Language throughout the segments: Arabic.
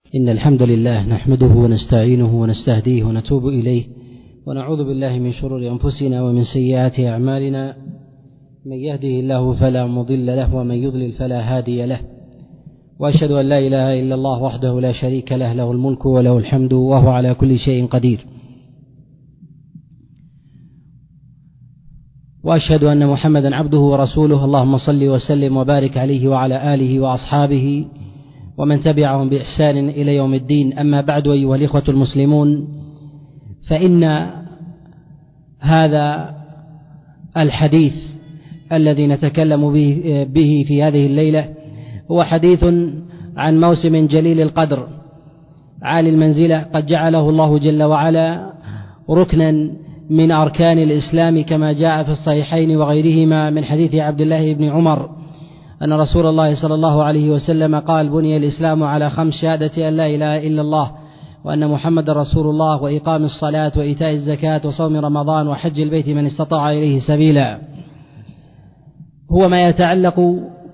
إن الحمد لله نحمده ونستعينه ونستهديه ونتوب إليه ونعوذ بالله من شرور أنفسنا ومن سيئات أعمالنا، من يهده الله فلا مضل له ومن يضلل فلا هادي له، وأشهد أن لا إله إلا الله وحده لا شريك له، له الملك وله الحمد وهو على كل شيء قدير، وأشهد أن محمدا عبده ورسوله. اللهم صل وسلم وبارك عليه وعلى آله وأصحابه ومن تبعهم بإحسان إلى يوم الدين. أما بعد، أيها الإخوة المسلمون، فإن هذا الحديث الذي نتكلم به في هذه الليلة هو حديث عن موسم جليل القدر عالي المنزلة، قد جعله الله جل وعلا ركنا من أركان الإسلام، كما جاء في الصحيحين وغيرهما من حديث عبد الله بن عمر أن رسول الله صلى الله عليه وسلم قال: بني الإسلام على 5: شهادة أن لا إله إلا الله وأن محمد رسول الله، وإقام الصلاة، وإيتاء الزكاة، وصوم رمضان، وحج البيت من استطاع إليه سبيلا. هو ما يتعلق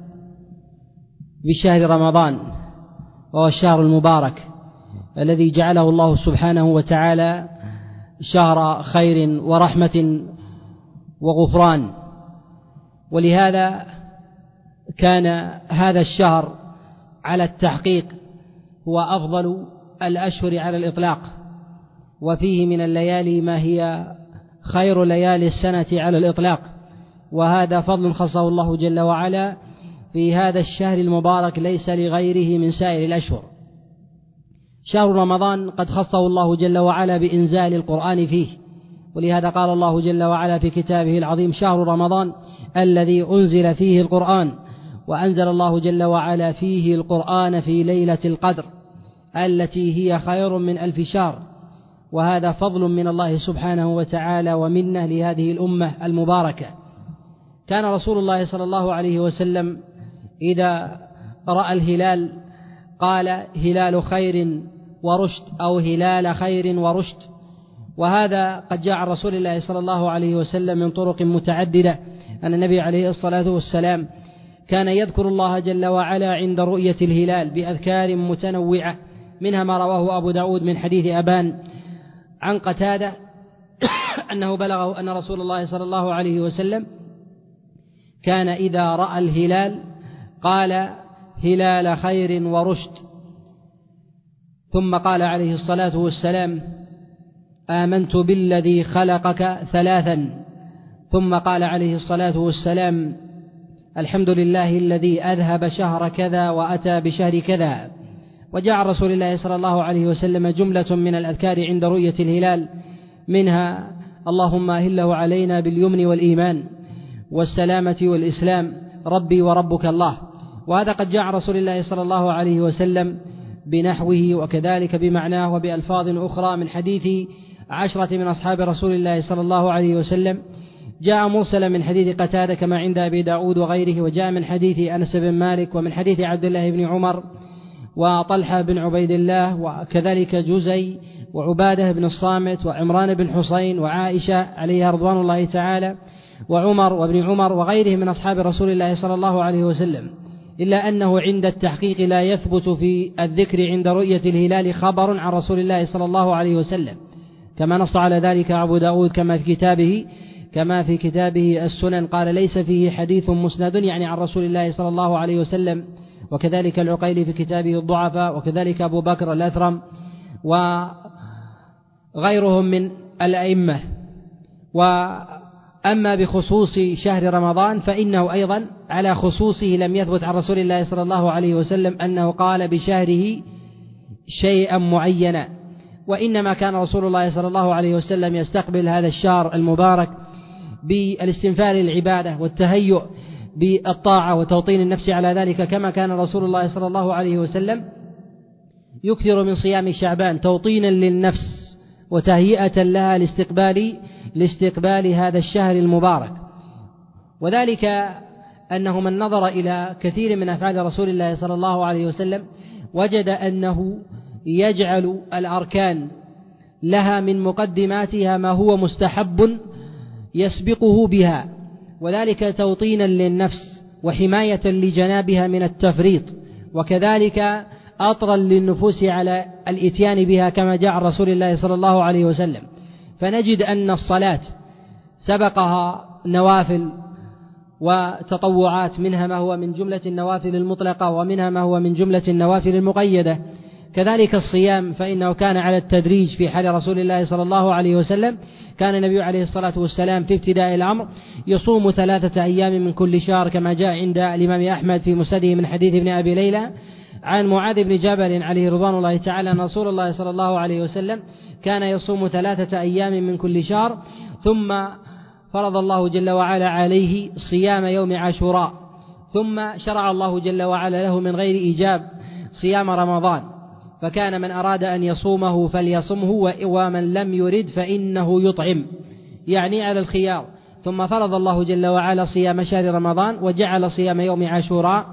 بشهر رمضان، وهو الشهر المبارك الذي جعله الله سبحانه وتعالى شهر خير ورحمة وغفران، ولهذا كان هذا الشهر على التحقيق هو أفضل الأشهر على الإطلاق، وفيه من الليالي ما هي خير ليالي السنة على الإطلاق، وهذا فضل خصه الله جل وعلا في هذا الشهر المبارك ليس لغيره من سائر الأشهر. شهر رمضان قد خصه الله جل وعلا بإنزال القرآن فيه، ولهذا قال الله جل وعلا في كتابه العظيم: شهر رمضان الذي أنزل فيه القرآن. وأنزل الله جل وعلا فيه القرآن في ليلة القدر التي هي خير من 1000 شهر، وهذا فضل من الله سبحانه وتعالى ومنه لهذه الأمة المباركة. كان رسول الله صلى الله عليه وسلم إذا رأى الهلال قال: هلال خير ورشد، أو هلال خير ورشد. وهذا قد جاء عن رسول الله صلى الله عليه وسلم من طرق متعددة أن النبي عليه الصلاة والسلام كان يذكر الله جل وعلا عند رؤية الهلال بأذكار متنوعة، منها ما رواه أبو داود من حديث أبان عن قتادة أنه بلغه أن رسول الله صلى الله عليه وسلم كان إذا رأى الهلال قال: هلال خير ورشد. ثم قال عليه الصلاة والسلام: آمنت بالذي خلقك 3. ثم قال عليه الصلاة والسلام: الحمد لله الذي أذهب شهر كذا وأتى بشهر كذا. وجاء عن رسول الله صلى الله عليه وسلم جملة من الأذكار عند رؤية الهلال، منها: اللهم أهله علينا باليمن والإيمان والسلامة والإسلام، ربي وربك الله. وهذا قد جاء عن رسول الله صلى الله عليه وسلم بنحوه، وكذلك بمعناه وبألفاظ أخرى من حديث 10 من أصحاب رسول الله صلى الله عليه وسلم. جاء مرسلا من حديث قتادة كما عند أبي داود وغيره، وجاء من حديث أنس بن مالك، ومن حديث عبد الله بن عمر وطلحة بن عبيد الله، وكذلك جزي وعبادة بن الصامت وعمران بن حسين وعائشة عليها رضوان الله تعالى وعمر وابن عمر وغيرهم من أصحاب رسول الله صلى الله عليه وسلم، إلا أنه عند التحقيق لا يثبت في الذكر عند رؤية الهلال خبر عن رسول الله صلى الله عليه وسلم، كما نص على ذلك أبو داود كما في كتابه السنن، قال: ليس فيه حديث مسند يعني عن رسول الله صلى الله عليه وسلم. وكذلك العقيلي في كتابه الضعفاء، وكذلك أبو بكر الأثرم وغيرهم من الأئمة. وأما بخصوص شهر رمضان فإنه أيضا على خصوصه لم يثبت عن رسول الله صلى الله عليه وسلم أنه قال بشهره شيئا معينا، وإنما كان رسول الله صلى الله عليه وسلم يستقبل هذا الشهر المبارك بالاستنفار العبادة والتهيؤ بالطاعة وتوطين النفس على ذلك، كما كان رسول الله صلى الله عليه وسلم يكثر من صيام شعبان توطينا للنفس وتهيئة لها لاستقبال هذا الشهر المبارك. وذلك أنه من نظر إلى كثير من أفعال رسول الله صلى الله عليه وسلم وجد أنه يجعل الأركان لها من مقدماتها ما هو مستحب يسبقه بها، وذلك توطينا للنفس وحماية لجنابها من التفريط، وكذلك أطرا للنفوس على الإتيان بها كما جاء عن رسول الله صلى الله عليه وسلم. فنجد أن الصلاة سبقها نوافل وتطوعات، منها ما هو من جملة النوافل المطلقة ومنها ما هو من جملة النوافل المقيدة. كذلك الصيام فإنه كان على التدريج في حال رسول الله صلى الله عليه وسلم. كان النبي عليه الصلاة والسلام في ابتداء الأمر يصوم 3 أيام من كل شهر كما جاء عند الإمام أحمد في مسنده من حديث ابن أبي ليلى عن معاذ بن جبل عليه رضوان الله تعالى أن رسول الله صلى الله عليه وسلم كان يصوم 3 أيام من كل شهر، ثم فرض الله جل وعلا عليه صيام يوم عاشوراء، ثم شرع الله جل وعلا له من غير إيجاب صيام رمضان، فكان من أراد أن يصومه فليصمه ومن لم يرد فإنه يطعم، يعني على الخيار. ثم فرض الله جل وعلا صيام شهر رمضان وجعل صيام يوم عاشوراء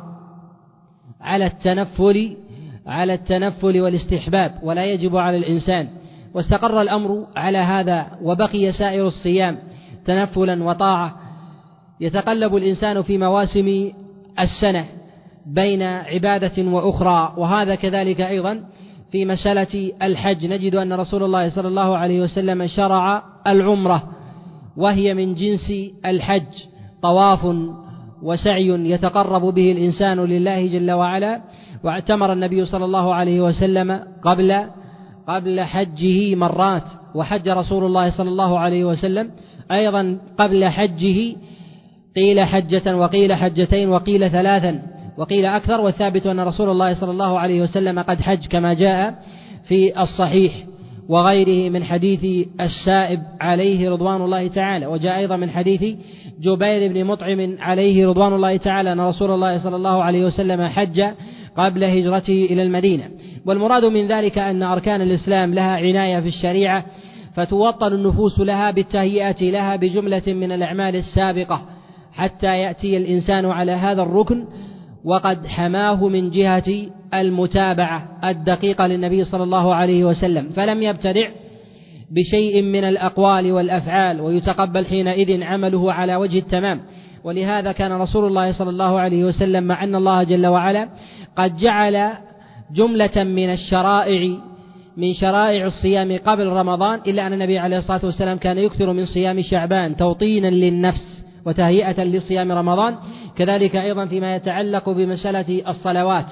على التنفل والاستحباب ولا يجب على الإنسان. واستقر الأمر على هذا، وبقي سائر الصيام تنفلا وطاعة. يتقلب الإنسان في مواسم السنة بين عبادة وأخرى، وهذا كذلك أيضا في مسألة الحج. نجد أن رسول الله صلى الله عليه وسلم شرع العمرة، وهي من جنس الحج، طواف وسعي يتقرب به الإنسان لله جل وعلا. واعتمر النبي صلى الله عليه وسلم قبل حجه مرات، وحج رسول الله صلى الله عليه وسلم أيضا قبل حجه، قيل حجة وقيل حجتين وقيل 3 وقيل أكثر، والثابت أن رسول الله صلى الله عليه وسلم قد حج كما جاء في الصحيح وغيره من حديث السائب عليه رضوان الله تعالى. وجاء أيضا من حديث جبير بن مطعم عليه رضوان الله تعالى أن رسول الله صلى الله عليه وسلم حج قبل هجرته إلى المدينة. والمراد من ذلك أن أركان الإسلام لها عناية في الشريعة، فتوطن النفوس لها بالتهيئة لها بجملة من الأعمال السابقة حتى يأتي الإنسان على هذا الركن وقد حماه من جهة المتابعة الدقيقة للنبي صلى الله عليه وسلم، فلم يبتدع بشيء من الأقوال والأفعال، ويتقبل حينئذ عمله على وجه التمام. ولهذا كان رسول الله صلى الله عليه وسلم مع أن الله جل وعلا قد جعل جملة من شرائع الصيام قبل رمضان، إلا أن النبي عليه الصلاة والسلام كان يكثر من صيام شعبان توطينا للنفس وتهيئة لصيام رمضان. كذلك أيضا فيما يتعلق بمسألة الصلوات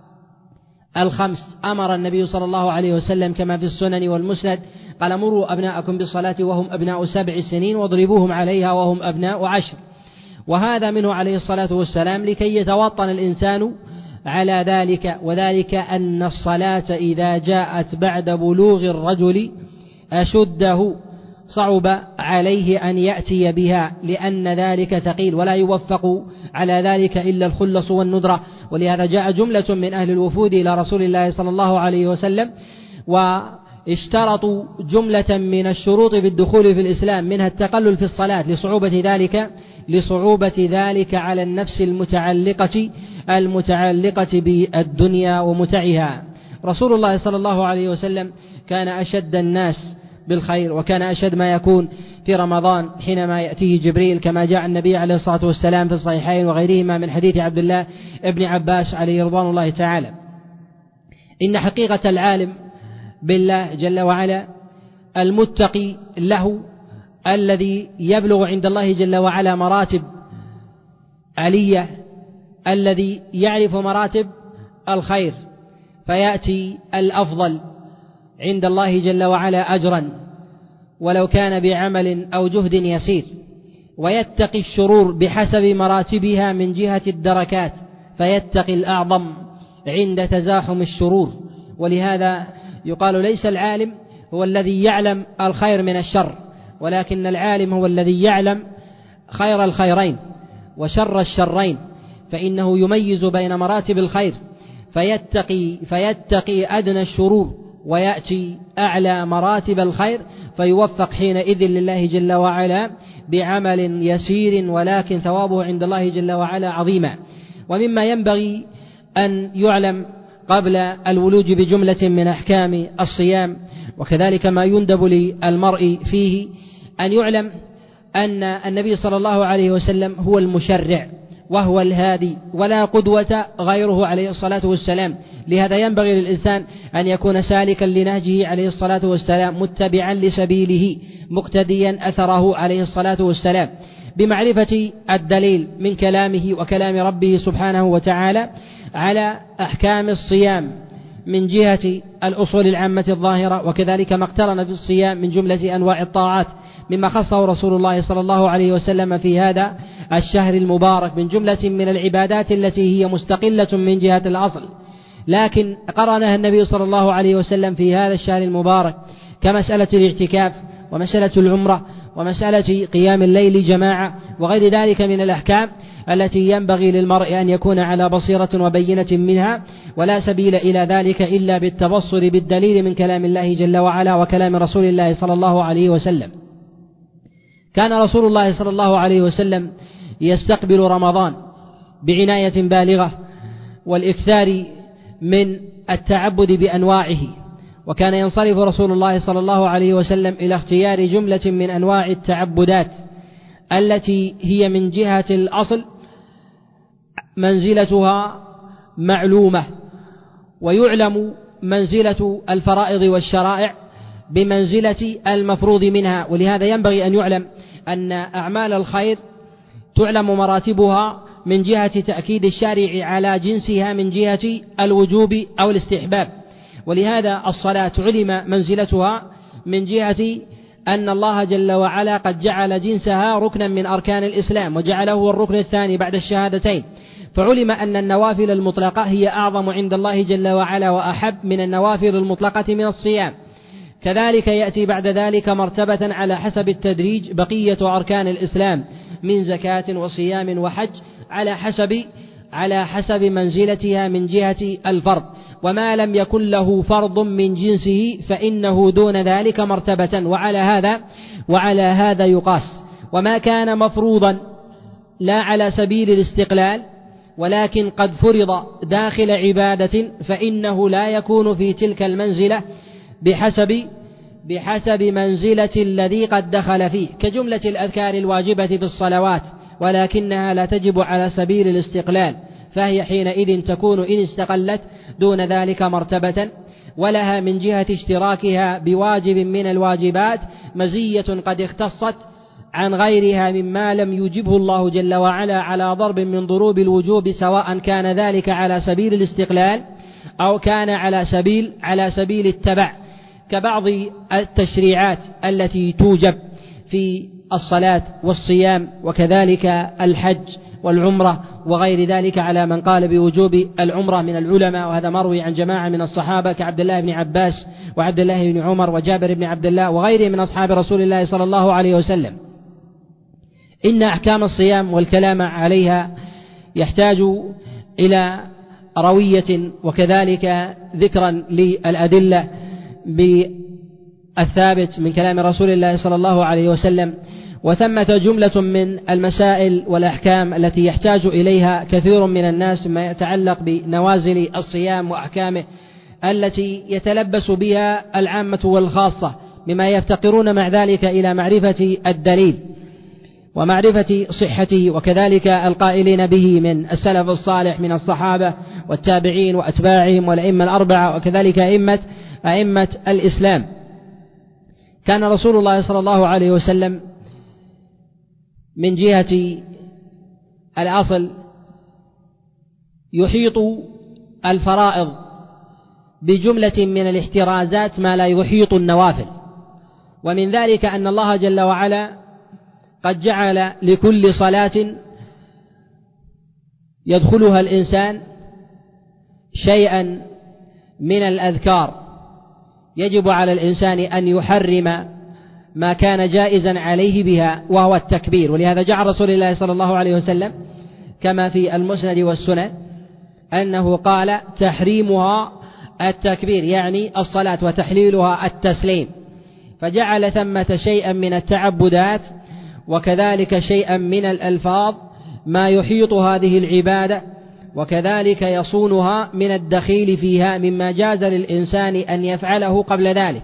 5 أمر النبي صلى الله عليه وسلم كما في السنن والمسند قال: مروا أبناءكم بالصلاة وهم أبناء 7 سنين واضربوهم عليها وهم أبناء 10. وهذا منه عليه الصلاة والسلام لكي يتوطن الإنسان على ذلك، وذلك أن الصلاة إذا جاءت بعد بلوغ الرجل أشده صعب عليه أن يأتي بها، لأن ذلك ثقيل ولا يوفق على ذلك إلا الخلص والندرة. ولهذا جاء جملة من أهل الوفود إلى رسول الله صلى الله عليه وسلم واشترطوا جملة من الشروط بالدخول في الإسلام، منها التقلل في الصلاة لصعوبة ذلك على النفس المتعلقة بالدنيا ومتعها. رسول الله صلى الله عليه وسلم كان أشد الناس بالخير، وكان أشد ما يكون في رمضان حينما يأتيه جبريل، كما جاء النبي عليه الصلاة والسلام في الصحيحين وغيرهما من حديث عبد الله ابن عباس عليه رضوان الله تعالى. إن حقيقة العالم بالله جل وعلا المتقي له الذي يبلغ عند الله جل وعلا مراتب عالية، الذي يعرف مراتب الخير فيأتي الأفضل عند الله جل وعلا أجرا ولو كان بعمل أو جهد يسير، ويتقي الشرور بحسب مراتبها من جهة الدركات فيتقي الأعظم عند تزاحم الشرور. ولهذا يقال: ليس العالم هو الذي يعلم الخير من الشر، ولكن العالم هو الذي يعلم خير الخيرين وشر الشرين، فإنه يميز بين مراتب الخير فيتقي أدنى الشرور ويأتي أعلى مراتب الخير، فيوفق حينئذ لله جل وعلا بعمل يسير ولكن ثوابه عند الله جل وعلا عظيما. ومما ينبغي أن يعلم قبل الولوج بجملة من أحكام الصيام، وكذلك ما يندب للمرء فيه، أن يعلم أن النبي صلى الله عليه وسلم هو المشرع وهو الهادي ولا قدوة غيره عليه الصلاة والسلام. لهذا ينبغي للإنسان أن يكون سالكا لنهجه عليه الصلاة والسلام، متبعا لسبيله، مقتديا أثره عليه الصلاة والسلام، بمعرفة الدليل من كلامه وكلام ربه سبحانه وتعالى على أحكام الصيام من جهة الأصول العامة الظاهرة، وكذلك ما اقترن بالصيام من جملة أنواع الطاعات مما خصه رسول الله صلى الله عليه وسلم في هذا الشهر المبارك من جملة من العبادات التي هي مستقلة من جهة الأصل، لكن قرنها النبي صلى الله عليه وسلم في هذا الشهر المبارك كمسألة الاعتكاف ومسألة العمرة ومسألة قيام الليل جماعة وغير ذلك من الأحكام التي ينبغي للمرء أن يكون على بصيرة وبينة منها، ولا سبيل إلى ذلك إلا بالتبصر بالدليل من كلام الله جل وعلا وكلام رسول الله صلى الله عليه وسلم. كان رسول الله صلى الله عليه وسلم يستقبل رمضان بعناية بالغة والإكثار من التعبد بأنواعه، وكان ينصرف رسول الله صلى الله عليه وسلم إلى اختيار جملة من أنواع التعبدات التي هي من جهة الأصل منزلتها معلومة، ويعلم منزلة الفرائض والشرائع بمنزلة المفروض منها. ولهذا ينبغي أن يعلم أن أعمال الخير تعلم مراتبها من جهة تأكيد الشارع على جنسها من جهة الوجوب أو الاستحباب، ولهذا الصلاة علم منزلتها من جهة أن الله جل وعلا قد جعل جنسها ركنا من أركان الإسلام وجعله هو الركن الثاني بعد الشهادتين، فعلم أن النوافل المطلقة هي أعظم عند الله جل وعلا وأحب من النوافل المطلقة من الصيام. كذلك يأتي بعد ذلك مرتبة على حسب التدريج بقية أركان الإسلام من زكاة وصيام وحج على حسب منزلتها من جهة الفرض، وما لم يكن له فرض من جنسه فإنه دون ذلك مرتبة، وعلى هذا يقاس. وما كان مفروضا لا على سبيل الاستقلال ولكن قد فرض داخل عبادة فإنه لا يكون في تلك المنزلة بحسب منزلة الذي قد دخل فيه، كجملة الأذكار الواجبة في الصلوات، ولكنها لا تجب على سبيل الاستقلال، فهي حينئذ تكون إن استقلت دون ذلك مرتبة، ولها من جهة اشتراكها بواجب من الواجبات مزية قد اختصت عن غيرها مما لم يجبه الله جل وعلا على ضرب من ضروب الوجوب، سواء كان ذلك على سبيل الاستقلال أو كان على سبيل التبع، كبعض التشريعات التي توجب في الصلاة والصيام وكذلك الحج والعمرة وغير ذلك على من قال بوجوب العمرة من العلماء، وهذا مروي عن جماعة من الصحابة كعبد الله بن عباس وعبد الله بن عمر وجابر بن عبد الله وغيرهم من أصحاب رسول الله صلى الله عليه وسلم. إن أحكام الصيام والكلام عليها يحتاج إلى روية وكذلك ذكرا للأدلة بالثابت من كلام رسول الله صلى الله عليه وسلم، وثمة جملة من المسائل والأحكام التي يحتاج إليها كثير من الناس ما يتعلق بنوازل الصيام وأحكامه التي يتلبس بها العامة والخاصة، مما يفتقرون مع ذلك إلى معرفة الدليل ومعرفة صحته، وكذلك القائلين به من السلف الصالح من الصحابة والتابعين وأتباعهم والأئمة الأربعة وكذلك أئمة الإسلام. كان رسول الله صلى الله عليه وسلم من جهة الأصل يحيط الفرائض بجملة من الاحترازات ما لا يحيط النوافل، ومن ذلك أن الله جل وعلا قد جعل لكل صلاة يدخلها الإنسان شيئا من الأذكار يجب على الإنسان أن يحرم ما كان جائزا عليه بها وهو التكبير. ولهذا جعل رسول الله صلى الله عليه وسلم كما في المسند والسنن أنه قال تحريمها التكبير يعني الصلاة وتحليلها التسليم، فجعل ثمة شيئا من التعبدات وكذلك شيئا من الألفاظ ما يحيط هذه العبادة وكذلك يصونها من الدخيل فيها مما جاز للإنسان أن يفعله قبل ذلك،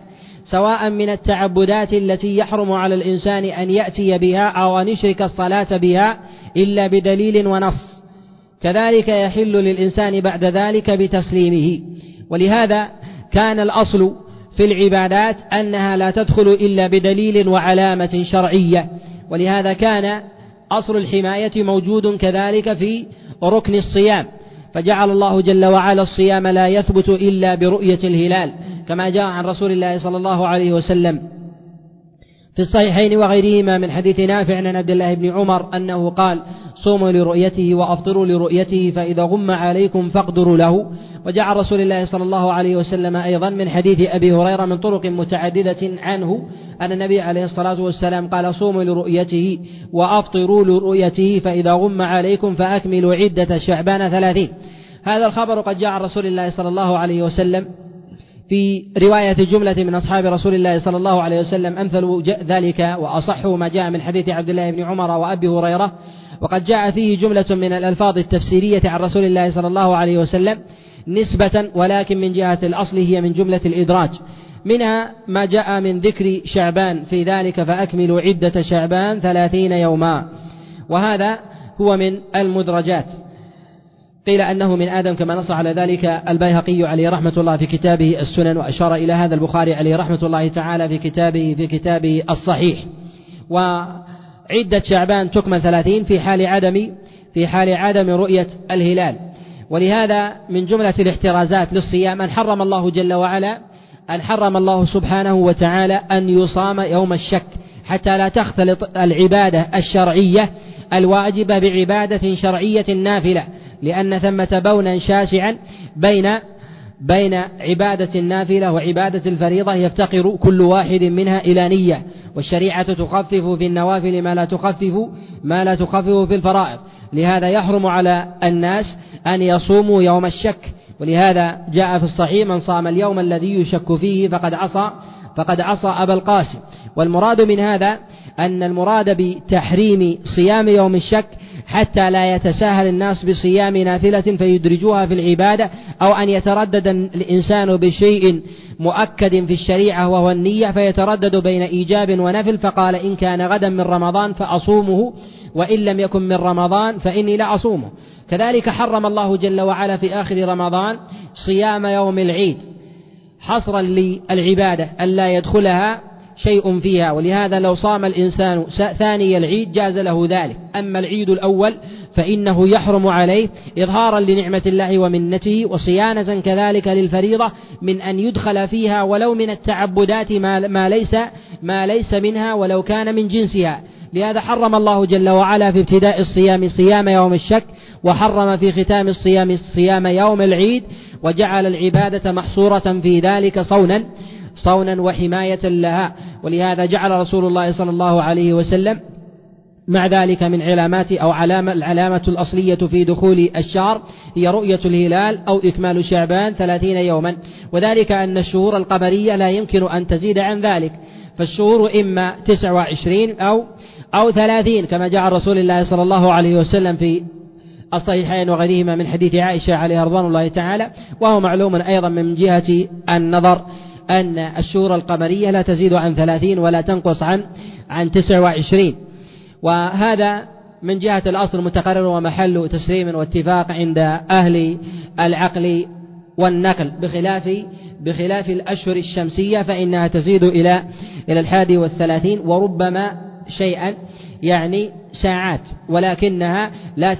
سواء من التعبدات التي يحرم على الإنسان أن يأتي بها أو أن يشرك الصلاة بها إلا بدليل ونص، كذلك يحل للإنسان بعد ذلك بتسليمه. ولهذا كان الأصل في العبادات أنها لا تدخل إلا بدليل وعلامة شرعية، ولهذا كان أصل الحماية موجود كذلك في ركن الصيام، فجعل الله جل وعلا الصيام لا يثبت إلا برؤية الهلال، كما جاء عن رسول الله صلى الله عليه وسلم في الصحيحين وغيرهما من حديث نافع عن عبد الله بن عمر أنه قال: صوموا لرؤيته وأفطروا لرؤيته، فإذا غم عليكم فاقدروا له. وجاء عن رسول الله صلى الله عليه وسلم أيضا من حديث أبي هريرة من طرق متعددة عنه أن النبي عليه الصلاة والسلام قال: صوموا لرؤيته وأفطروا لرؤيته، فإذا غم عليكم فأكملوا عدة شعبان 30. هذا الخبر قد جاء عن رسول الله صلى الله عليه وسلم في رواية جملة من أصحاب رسول الله صلى الله عليه وسلم أمثل ذلك وأصحه ما جاء من حديث عبد الله بن عمر وأبي هريرة، وقد جاء فيه جملة من الألفاظ التفسيرية عن رسول الله صلى الله عليه وسلم نسبة، ولكن من جهة الأصل هي من جملة الإدراج، منها ما جاء من ذكر شعبان في ذلك فأكملوا عدة شعبان 30 يوما، وهذا هو من المدرجات. قيل أنه من آدم كما نص على ذلك البيهقي عليه رحمة الله في كتابه السنن، وأشار إلى هذا البخاري عليه رحمة الله تعالى في كتابه الصحيح. وعدة شعبان تكمل 30 في حال عدم رؤية الهلال. ولهذا من جملة الاحترازات للصيام أن حرم الله سبحانه وتعالى أن يصام يوم الشك، حتى لا تختلط العبادة الشرعية الواجبة بعبادة شرعية نافلة، لأن ثمة بونا شاسعا بين عبادة النافلة وعبادة الفريضة يفتقر كل واحد منها إلى نية، والشريعة تخفف في النوافل ما لا تخفف في الفرائض. لهذا يحرم على الناس أن يصوموا يوم الشك، ولهذا جاء في الصحيح: من صام اليوم الذي يشك فيه فقد عصى أبا القاسم. والمراد من هذا أن المراد بتحريم صيام يوم الشك حتى لا يتساهل الناس بصيام نافلة فيدرجوها في العبادة، أو أن يتردد الإنسان بشيء مؤكد في الشريعة وهو النية فيتردد بين إيجاب ونفل، فقال: إن كان غدا من رمضان فأصومه، وإن لم يكن من رمضان فإني لا أصومه. كذلك حرم الله جل وعلا في آخر رمضان صيام يوم العيد حصرا للعبادة ألا يدخلها شيء فيها، ولهذا لو صام الإنسان ثاني العيد جاز له ذلك. أما العيد الأول فإنه يحرم عليه إظهارا لنعمة الله ومنته، وصيانة كذلك للفريضة من أن يدخل فيها ولو من التعبدات ما ليس منها ولو كان من جنسها. لهذا حرم الله جل وعلا في ابتداء الصيام صيام يوم الشك، وحرم في ختام الصيام صيام يوم العيد، وجعل العبادة محصورة في ذلك صونا وحماية لها. ولهذا جعل رسول الله صلى الله عليه وسلم مع ذلك من علامات أو العلامة الأصلية في دخول الشهر هي رؤية الهلال أو إكمال شعبان 30 يوما، وذلك أن الشهور القمرية لا يمكن أن تزيد عن ذلك، فالشهور إما 29 أو 30 كما جاء رسول الله صلى الله عليه وسلم في الصحيحين وغيرهما من حديث عائشة عليها رضوان الله تعالى. وهو معلوم أيضا من جهة النظر أن الشهور القمرية لا تزيد عن 30 ولا تنقص عن 29، وهذا من جهة الأصل متقرر ومحل تسليم واتفاق عند أهل العقل والنقل، بخلاف الأشهر الشمسية فإنها تزيد إلى 31 وربما شيئا يعني ساعات، ولكنها لا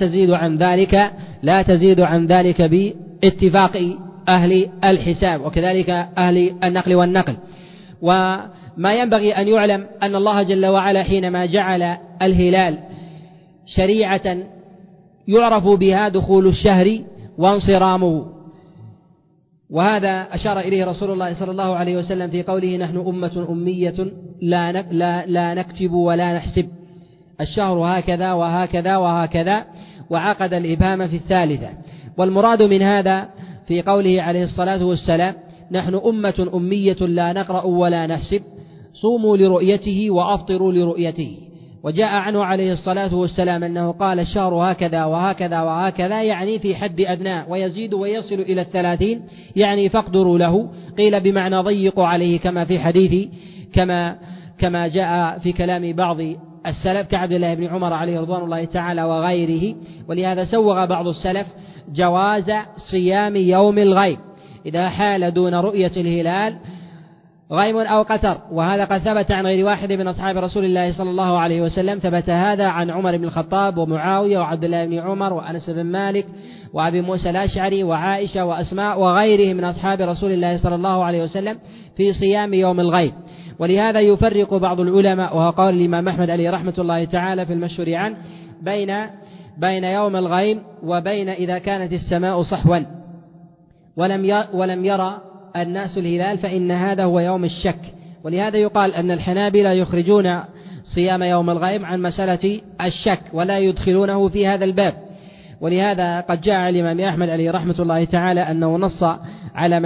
تزيد عن ذلك باتفاق أهل الحساب وكذلك أهل النقل والنقل. وما ينبغي أن يعلم أن الله جل وعلا حينما جعل الهلال شريعة يعرف بها دخول الشهر وانصرامه، وهذا أشار إليه رسول الله صلى الله عليه وسلم في قوله: نحن أمة أمية لا نكتب ولا نحسب، الشهر هكذا وهكذا وهكذا، وعقد الإبهام في الثالثة. والمراد من هذا في قوله عليه الصلاة والسلام: نحن أمة أمية لا نقرأ ولا نحسب، صوموا لرؤيته وأفطروا لرؤيته. وجاء عنه عليه الصلاة والسلام أنه قال الشهر هكذا وهكذا وهكذا، يعني في حد أدنى، ويزيد ويصل إلى 30 يعني فاقدروا له. قيل بمعنى ضيقوا عليه، كما في حديث كما جاء في كلام بعض السلف كعبد الله بن عمر عليه رضوان الله تعالى وغيره. ولهذا سوغ بعض السلف جواز صيام يوم الغيم إذا حال دون رؤية الهلال غيم أو قتر، وهذا قد ثبت عن غير واحد من أصحاب رسول الله صلى الله عليه وسلم. ثبت هذا عن عمر بن الخطاب ومعاوية وعبد الله بن عمر وأنس بن مالك وأبي موسى الأشعري وعائشة وأسماء وغيرهم من أصحاب رسول الله صلى الله عليه وسلم في صيام يوم الغيم. ولهذا يفرق بعض العلماء، وهو قول الإمام أحمد عليه رحمة الله تعالى في المشهور عنه، بين يوم الغيم وبين إذا كانت السماء صحوا ولم يرى الناس الهلال، فإن هذا هو يوم الشك. ولهذا يقال أن الحنابلة يخرجون صيام يوم الغيم عن مسألة الشك ولا يدخلونه في هذا الباب. ولهذا قد جاء عن الإمام أحمد عليه رحمة الله تعالى أنه نص على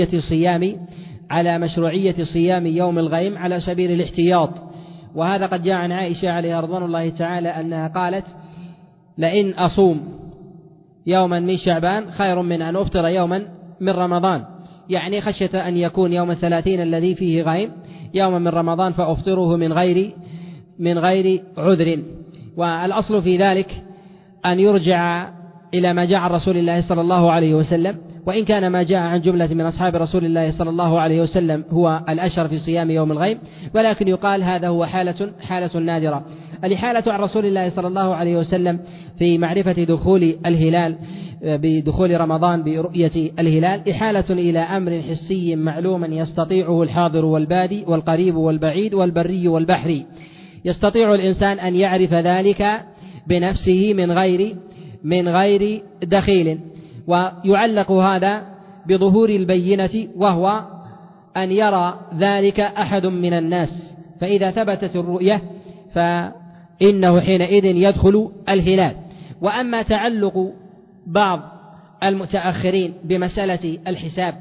مشروعية صيام يوم الغيم على سبيل الاحتياط. وهذا قد جاء عن عائشة عليها رضوان الله تعالى أنها قالت: لئن أصوم يوما من شعبان خير من أن أفطر يوما من رمضان، يعني خشية أن يكون يوم 30 الذي فيه غيم يوما من رمضان فأفطره من غير عذر. والأصل في ذلك أن يرجع إلى ما جاء عن رسول الله صلى الله عليه وسلم، وإن كان ما جاء عن جملة من أصحاب رسول الله صلى الله عليه وسلم هو الأشهر في صيام يوم الغيم، ولكن يقال هذا هو حالة نادرة. الإحالة عن رسول الله صلى الله عليه وسلم في معرفة دخول الهلال بدخول رمضان برؤية الهلال إحالة إلى أمر حسي معلوم يستطيعه الحاضر والبادي والقريب والبعيد والبري والبحري. يستطيع الإنسان أن يعرف ذلك بنفسه من غير دخيل، ويعلق هذا بظهور البينة، وهو أن يرى ذلك أحد من الناس، فإذا ثبتت الرؤية فإنه حينئذ يدخل الهلال. وأما تعلق بعض المتأخرين بمسألة الحساب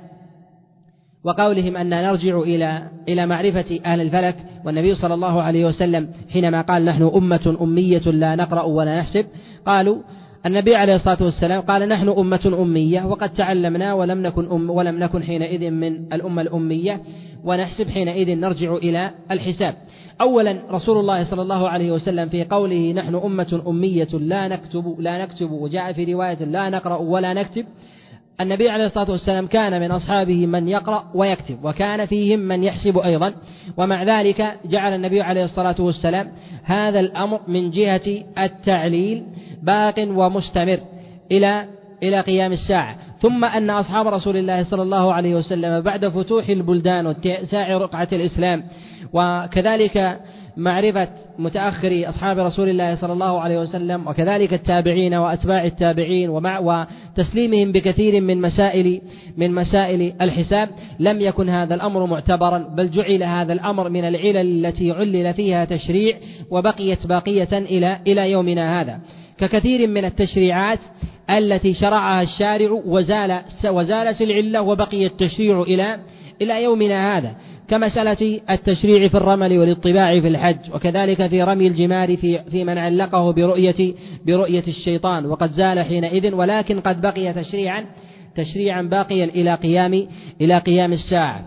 وقولهم أن نرجع إلى معرفة أهل الفلك، والنبي صلى الله عليه وسلم حينما قال نحن أمة أمية لا نقرأ ولا نحسب، قالوا النبي عليه الصلاة والسلام قال نحن أمة أمية وقد تعلمنا ولم نكن حينئذ من الأمة الأمية ونحسب، حينئذ نرجع إلى الحساب. أولا رسول الله صلى الله عليه وسلم في قوله نحن أمة أمية لا نكتب وجاء في رواية لا نقرأ ولا نكتب، النبي عليه الصلاة والسلام كان من أصحابه من يقرأ ويكتب، وكان فيهم من يحسب أيضا، ومع ذلك جعل النبي عليه الصلاة والسلام هذا الأمر من جهة التعليل باق ومستمر إلى قيام الساعة. ثم أن أصحاب رسول الله صلى الله عليه وسلم بعد فتوح البلدان واتساع رقعة الإسلام، وكذلك معرفة متأخري أصحاب رسول الله صلى الله عليه وسلم، وكذلك التابعين وأتباع التابعين، وتسليمهم بكثير من مسائل الحساب، لم يكن هذا الأمر معتبرا، بل جعل هذا الأمر من العلل التي علل فيها تشريع وبقيت باقية إلى يومنا هذا، ككثير من التشريعات التي شرعها الشارع وزالت العلة وبقي التشريع إلى يومنا هذا، كمسألة التشريع في الرمل والاطباع في الحج، وكذلك في رمي الجمار في من علقه برؤية الشيطان، وقد زال حينئذ، ولكن قد بقي تشريعا باقيا إلى قيام الساعة.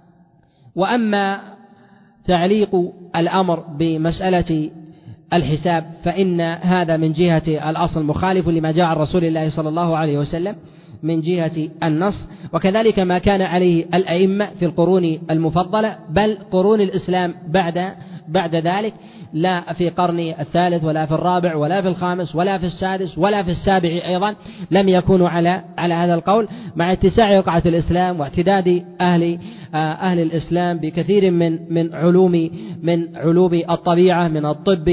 وأما تعليق الأمر بمسألة الحساب فإن هذا من جهة الأصل مخالف لما جاء عن رسول الله صلى الله عليه وسلم من جهة النص، وكذلك ما كان عليه الأئمة في القرون المفضلة، بل قرون الإسلام بعد ذلك، لا في قرن الثالث ولا في الرابع ولا في الخامس ولا في السادس ولا في السابع أيضا لم يكونوا على هذا القول، مع اتساع رقعة الإسلام واعتداد أهل الإسلام بكثير من علوم الطبيعة من الطب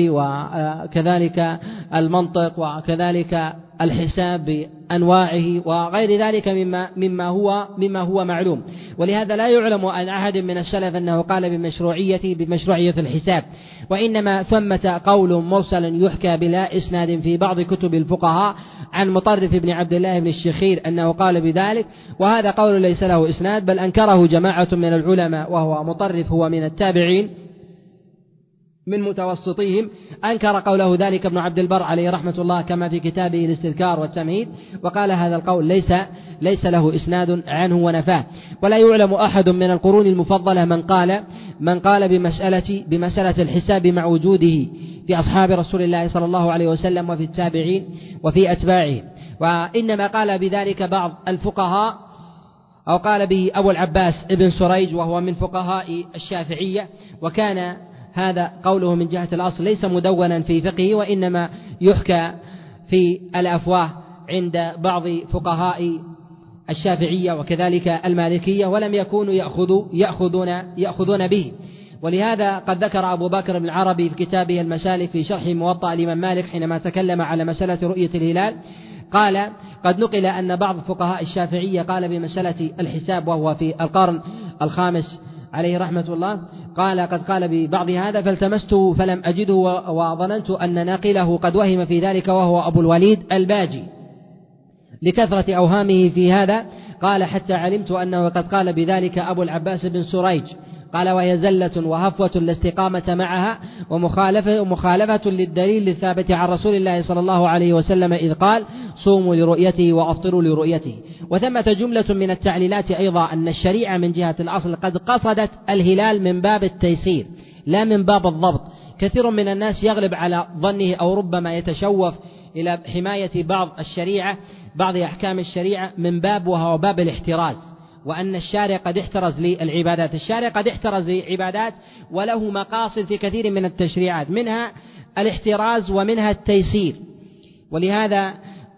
وكذلك المنطق وكذلك الحساب بأنواعه وغير ذلك مما هو معلوم. ولهذا لا يعلم عن أحد من السلف أنه قال بمشروعية الحساب، وإنما ثمة قول مرسل يحكى بلا إسناد في بعض كتب الفقهاء عن مطرف بن عبد الله بن الشخير أنه قال بذلك، وهذا قول ليس له إسناد، بل أنكره جماعة من العلماء، وهو مطرف هو من من متوسطيهم أنكر قوله ذلك ابن عبد البر عليه رحمة الله كما في كتابه الاستذكار والتمهيد، وقال هذا القول ليس له إسناد عنه ونفاه. ولا يعلم أحد من القرون المفضلة من قال بمسألة الحساب مع وجوده في أصحاب رسول الله صلى الله عليه وسلم وفي التابعين وفي أتباعهم، وإنما قال بذلك بعض الفقهاء، أو قال به أبو العباس ابن سريج وهو من فقهاء الشافعية، وكان هذا قوله من جهة الأصل ليس مدونا في فقهه، وإنما يحكى في الأفواه عند بعض فقهاء الشافعية وكذلك المالكية، ولم يكونوا يأخذون به. ولهذا قد ذكر أبو بكر بن العربي في كتابه المسالك في شرح موطأ الإمام مالك حينما تكلم على مسألة رؤية الهلال، قال قد نقل أن بعض فقهاء الشافعية قال بمسألة الحساب وهو في القرن الخامس عليه رحمة الله، قد قال ببعض هذا فالتمسته فلم أجده، وظننت أن ناقله قد وهم في ذلك وهو أبو الوليد الباجي لكثرة أوهامه في هذا، قال حتى علمت أنه قد قال بذلك أبو العباس بن سريج، قال وهي زلة وهفوة لا استقامة معها ومخالفة للدليل الثابت عن رسول الله صلى الله عليه وسلم إذ قال صوموا لرؤيته وأفطروا لرؤيته. وثمة جملة من التعليلات أيضا أن الشريعة من جهة الأصل قد قصدت الهلال من باب التيسير لا من باب الضبط. كثير من الناس يغلب على ظنه أو ربما يتشوف إلى حماية بعض أحكام الشريعة من باب وهو باب الاحتراز، وأن الشارع قد احترز للعبادات. الشارع قد احترز للعبادات وله مقاصد في كثير من التشريعات، منها الاحتراز ومنها التيسير. ولهذا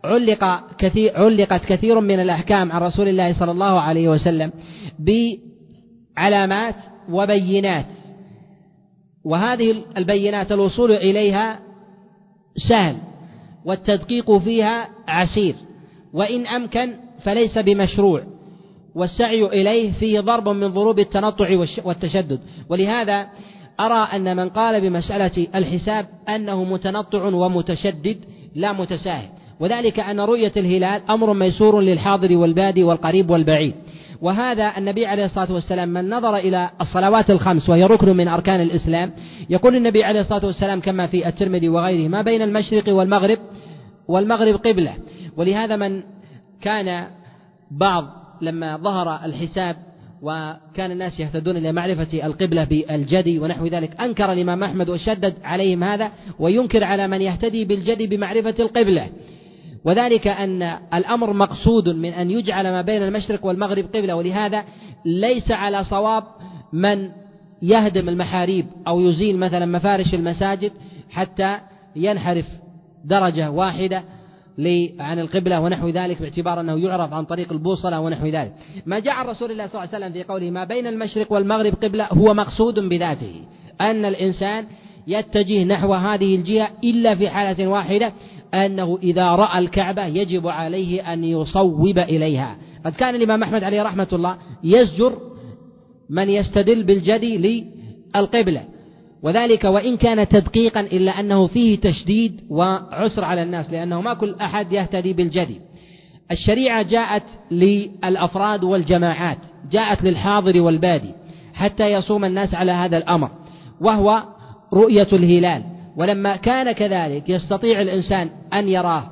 علقت كثير من الأحكام عن رسول الله صلى الله عليه وسلم بعلامات وبينات، وهذه البينات الوصول إليها سهل والتدقيق فيها عسير، وإن أمكن فليس بمشروع، والسعي إليه فيه ضرب من ضروب التنطع والتشدد. ولهذا أرى أن من قال بمسألة الحساب أنه متنطع ومتشدد لا متساهل، وذلك أن رؤية الهلال أمر ميسور للحاضر والبادي والقريب والبعيد. وهذا النبي عليه الصلاة والسلام من نظر إلى الصلوات الخمس وهي ركن من أركان الإسلام، يقول النبي عليه الصلاة والسلام كما في الترمذي وغيره ما بين المشرق والمغرب قبلة. ولهذا من كان لما ظهر الحساب وكان الناس يهتدون إلى معرفة القبلة بالجدي ونحو ذلك، أنكر الإمام أحمد وشدد عليهم هذا، وينكر على من يهتدي بالجدي بمعرفة القبلة، وذلك أن الأمر مقصود من أن يجعل ما بين المشرق والمغرب قبلة. ولهذا ليس على صواب من يهدم المحاريب أو يزيل مثلا مفارش المساجد حتى ينحرف درجة واحدة عن القبلة ونحو ذلك، باعتبار أنه يعرف عن طريق البوصلة ونحو ذلك. ما جاء عن رسول الله صلى الله عليه وسلم في قوله ما بين المشرق والمغرب قبلة هو مقصود بذاته، أن الإنسان يتجه نحو هذه الجهة إلا في حالة واحدة، أنه إذا رأى الكعبة يجب عليه أن يصوب إليها. قد كان الإمام أحمد عليه رحمة الله يزجر من يستدل بالجدي للقبلة، وذلك وإن كان تدقيقا إلا أنه فيه تشديد وعسر على الناس، لأنه ما كل أحد يهتدي بالجدي. الشريعة جاءت للأفراد والجماعات، جاءت للحاضر والبادي حتى يصوم الناس على هذا الأمر وهو رؤية الهلال. ولما كان كذلك يستطيع الإنسان أن يراه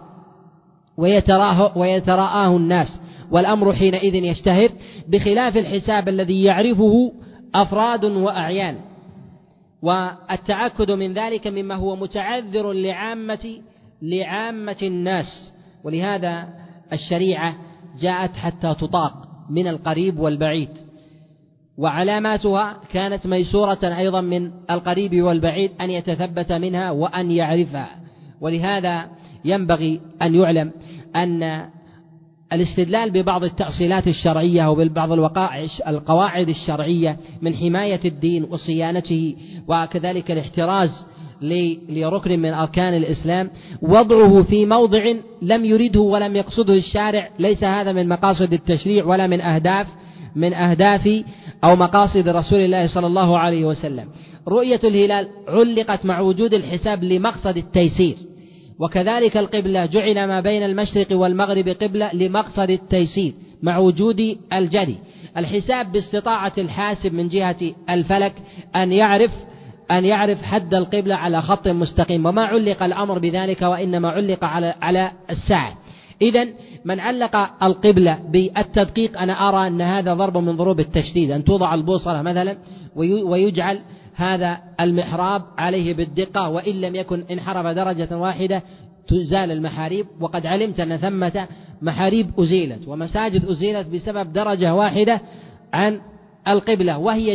ويتراءاه الناس، والأمر حينئذ يشتهر، بخلاف الحساب الذي يعرفه أفراد وأعيان، والتأكد من ذلك مما هو متعذر لعامة الناس. ولهذا الشريعة جاءت حتى تطاق من القريب والبعيد، وعلاماتها كانت ميسورة أيضا من القريب والبعيد أن يتثبت منها وأن يعرفها. ولهذا ينبغي أن يعلم أن الاستدلال ببعض التأصيلات الشرعية أو ببعض القواعد الشرعية من حماية الدين وصيانته، وكذلك الاحتراز لركن من أركان الإسلام، وضعه في موضع لم يرده ولم يقصده الشارع، ليس هذا من مقاصد التشريع ولا من أهداف أو مقاصد رسول الله صلى الله عليه وسلم. رؤية الهلال علقت مع وجود الحساب لمقصد التيسير، وكذلك القبلة جعل ما بين المشرق والمغرب قبلة لمقصد التيسير مع وجود الجدي. الحساب باستطاعة الحاسب من جهة الفلك أن يعرف أن يعرف حد القبلة على خط مستقيم، وما علق الأمر بذلك وإنما علق على السعة. إذن من علق القبلة بالتدقيق أنا أرى أن هذا ضرب من ضروب التشديد، أن توضع البوصلة مثلا ويجعل هذا المحراب عليه بالدقة، وإن لم يكن انحرف درجة واحدة تزال المحاريب. وقد علمت أن ثمة محاريب أزيلت ومساجد أزيلت بسبب درجة واحدة عن القبلة، وهي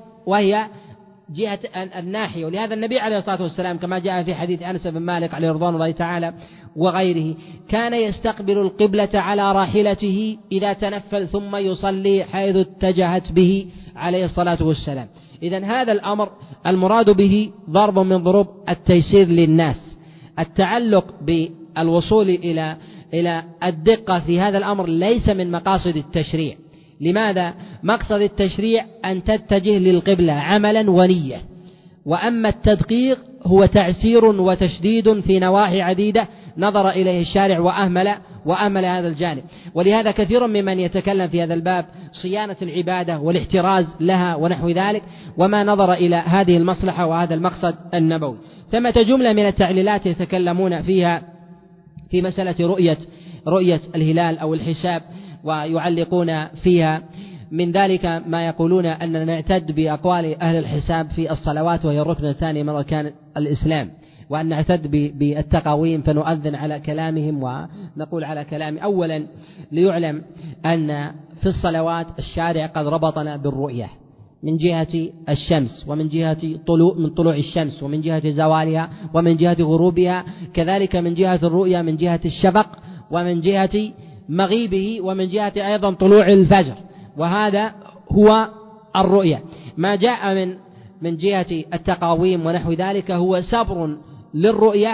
جهة الناحية. ولهذا النبي عليه الصلاة والسلام كما جاء في حديث أنس بن مالك عليه رضوان الله تعالى وغيره كان يستقبل القبلة على راحلته إذا تنفل ثم يصلي حيث اتجهت به عليه الصلاة والسلام. إذن هذا الأمر المراد به ضرب من ضروب التيسير للناس. التعلق بالوصول إلى الدقة في هذا الأمر ليس من مقاصد التشريع. لماذا؟ مقصد التشريع أن تتجه للقبلة عملا ونية، وأما التدقيق هو تعسير وتشديد في نواحي عديدة نظر إليه الشارع وأهمل هذا الجانب. ولهذا كثير ممن يتكلم في هذا الباب صيانة العبادة والاحتراز لها ونحو ذلك، وما نظر إلى هذه المصلحة وهذا المقصد النبوي. ثمة جملة من التعليلات يتكلمون فيها في مسألة رؤية الهلال أو الحساب، ويعلقون فيها من ذلك ما يقولون أننا نعتد بأقوال أهل الحساب في الصلوات وهي الركن الثاني من أركان الإسلام، وأن نعتد بالتقاويم فنؤذن على كلامهم ونقول على كلام. أولا ليعلم أن في الصلوات الشارع قد ربطنا بالرؤية من جهة الشمس ومن جهة من طلوع الشمس ومن جهة زوالها ومن جهة غروبها، كذلك من جهة الرؤية من جهة الشفق ومن جهة مغيبه ومن جهة أيضا طلوع الفجر، وهذا هو الرؤية. ما جاء من جهة التقاويم ونحو ذلك هو سبر للرؤية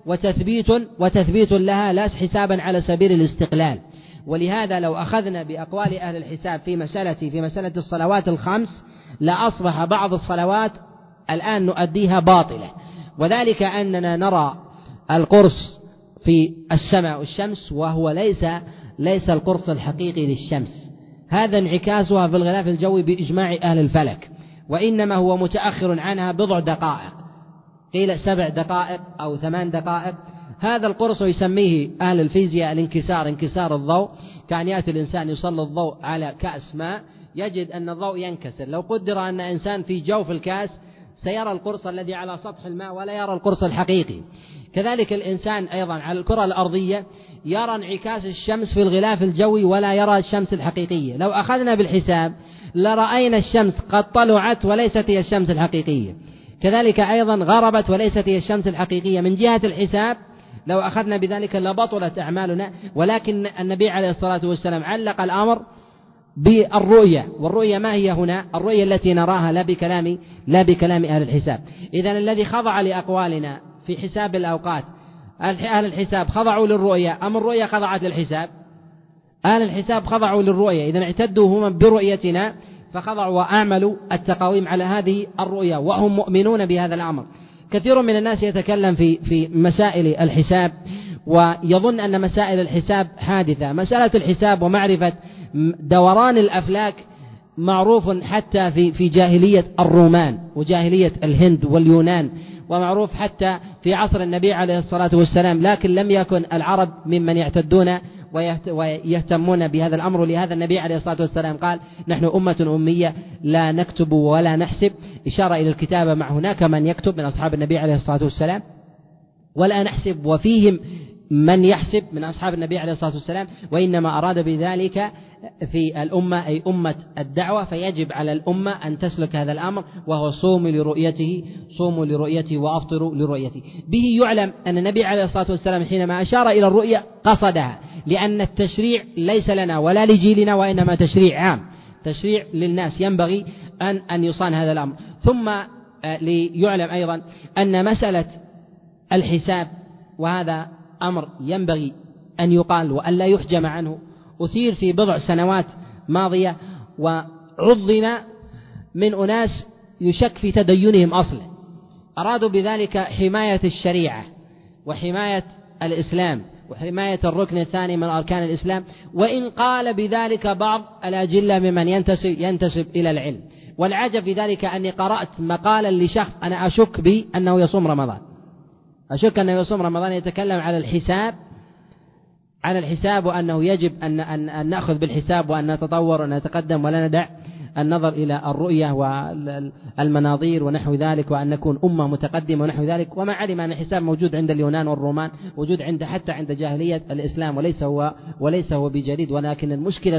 وتثبيت لها لا حسابا على سبيل الاستقلال. ولهذا لو أخذنا بأقوال أهل الحساب في مسألة الصلوات الخمس لأصبح بعض الصلوات الآن نؤديها باطلة، وذلك أننا نرى القرص في السماء والشمس وهو ليس القرص الحقيقي للشمس، هذا انعكاسها في الغلاف الجوي بإجماع أهل الفلك، وإنما هو متأخر عنها بضع دقائق، قيل 7 دقائق أو 8 دقائق. هذا القرص يسميه أهل الفيزياء انكسار الضوء، كان يأتي الإنسان يصلي الضوء على كأس ماء يجد أن الضوء ينكسر، لو قدر أن إنسان في جوف الكأس سيرى القرص الذي على سطح الماء ولا يرى القرص الحقيقي. كذلك الإنسان أيضا على الكرة الأرضية يرى انعكاس الشمس في الغلاف الجوي ولا يرى الشمس الحقيقية. لو أخذنا بالحساب لرأينا الشمس قد طلعت وليست هي الشمس الحقيقية، كذلك أيضا غربت وليست هي الشمس الحقيقية. من جهة الحساب لو أخذنا بذلك لبطلت أعمالنا، ولكن النبي عليه الصلاة والسلام علق الأمر بالرؤية، والرؤية ما هي هنا؟ الرؤية التي نراها لا بكلام أهل الحساب. إذن الذي خضع لأقوالنا في حساب الأوقات أهل الحساب خضعوا للرؤية أم الرؤية خضعت للحساب؟ أهل الحساب خضعوا للرؤية، إذن اعتدوا هم برؤيتنا فخضعوا وأعملوا التقاويم على هذه الرؤية وهم مؤمنون بهذا الأمر. كثير من الناس يتكلم في مسائل الحساب ويظن أن مسائل الحساب حادثة. مسألة الحساب ومعرفة دوران الأفلاك معروف حتى في جاهلية الرومان وجاهلية الهند واليونان، ومعروف حتى في عصر النبي عليه الصلاة والسلام، لكن لم يكن العرب ممن يعتدون ويهتمون بهذا الأمر. لهذا النبي عليه الصلاة والسلام قال: نحن أمة أمية لا نكتب ولا نحسب، إشارة إلى الكتابة، مع هناك من يكتب من أصحاب النبي عليه الصلاة والسلام ولا نحسب، وفيهم من يحسب من أصحاب النبي عليه الصلاة والسلام، وإنما أراد بذلك في الأمة أي أمة الدعوة، فيجب على الأمة أن تسلك هذا الأمر، وهو صوموا لرؤيته وأفطروا لرؤيته. به يعلم أن النبي عليه الصلاة والسلام حينما أشار إلى الرؤية قصدها، لأن التشريع ليس لنا ولا لجيلنا، وإنما تشريع عام، تشريع للناس، ينبغي أن يصان هذا الأمر. ثم ليعلم أيضا أن مسألة الحساب، وهذا أمر ينبغي أن يقال وأن لا يحجم عنه، أثير في بضع سنوات ماضية وعظم من أناس يشك في تدينهم أصلا، أرادوا بذلك حماية الشريعة وحماية الإسلام وحماية الركن الثاني من أركان الإسلام، وإن قال بذلك بعض الأجلة ممن ينتسب إلى العلم. والعجب في ذلك أني قرأت مقالا لشخص أنا أشك بأنه يصوم رمضان، أشك أنه يصوم رمضان، يتكلم على الحساب وأنه يجب أن نأخذ بالحساب وأن نتطور وأن نتقدم ولا ندع النظر إلى الرؤية والمناظير ونحو ذلك، وأن نكون أمة متقدمة ونحو ذلك. وما علم أن الحساب موجود عند اليونان والرومان، موجود حتى عند جاهلية الإسلام، وليس هو بجديد. ولكن المشكلة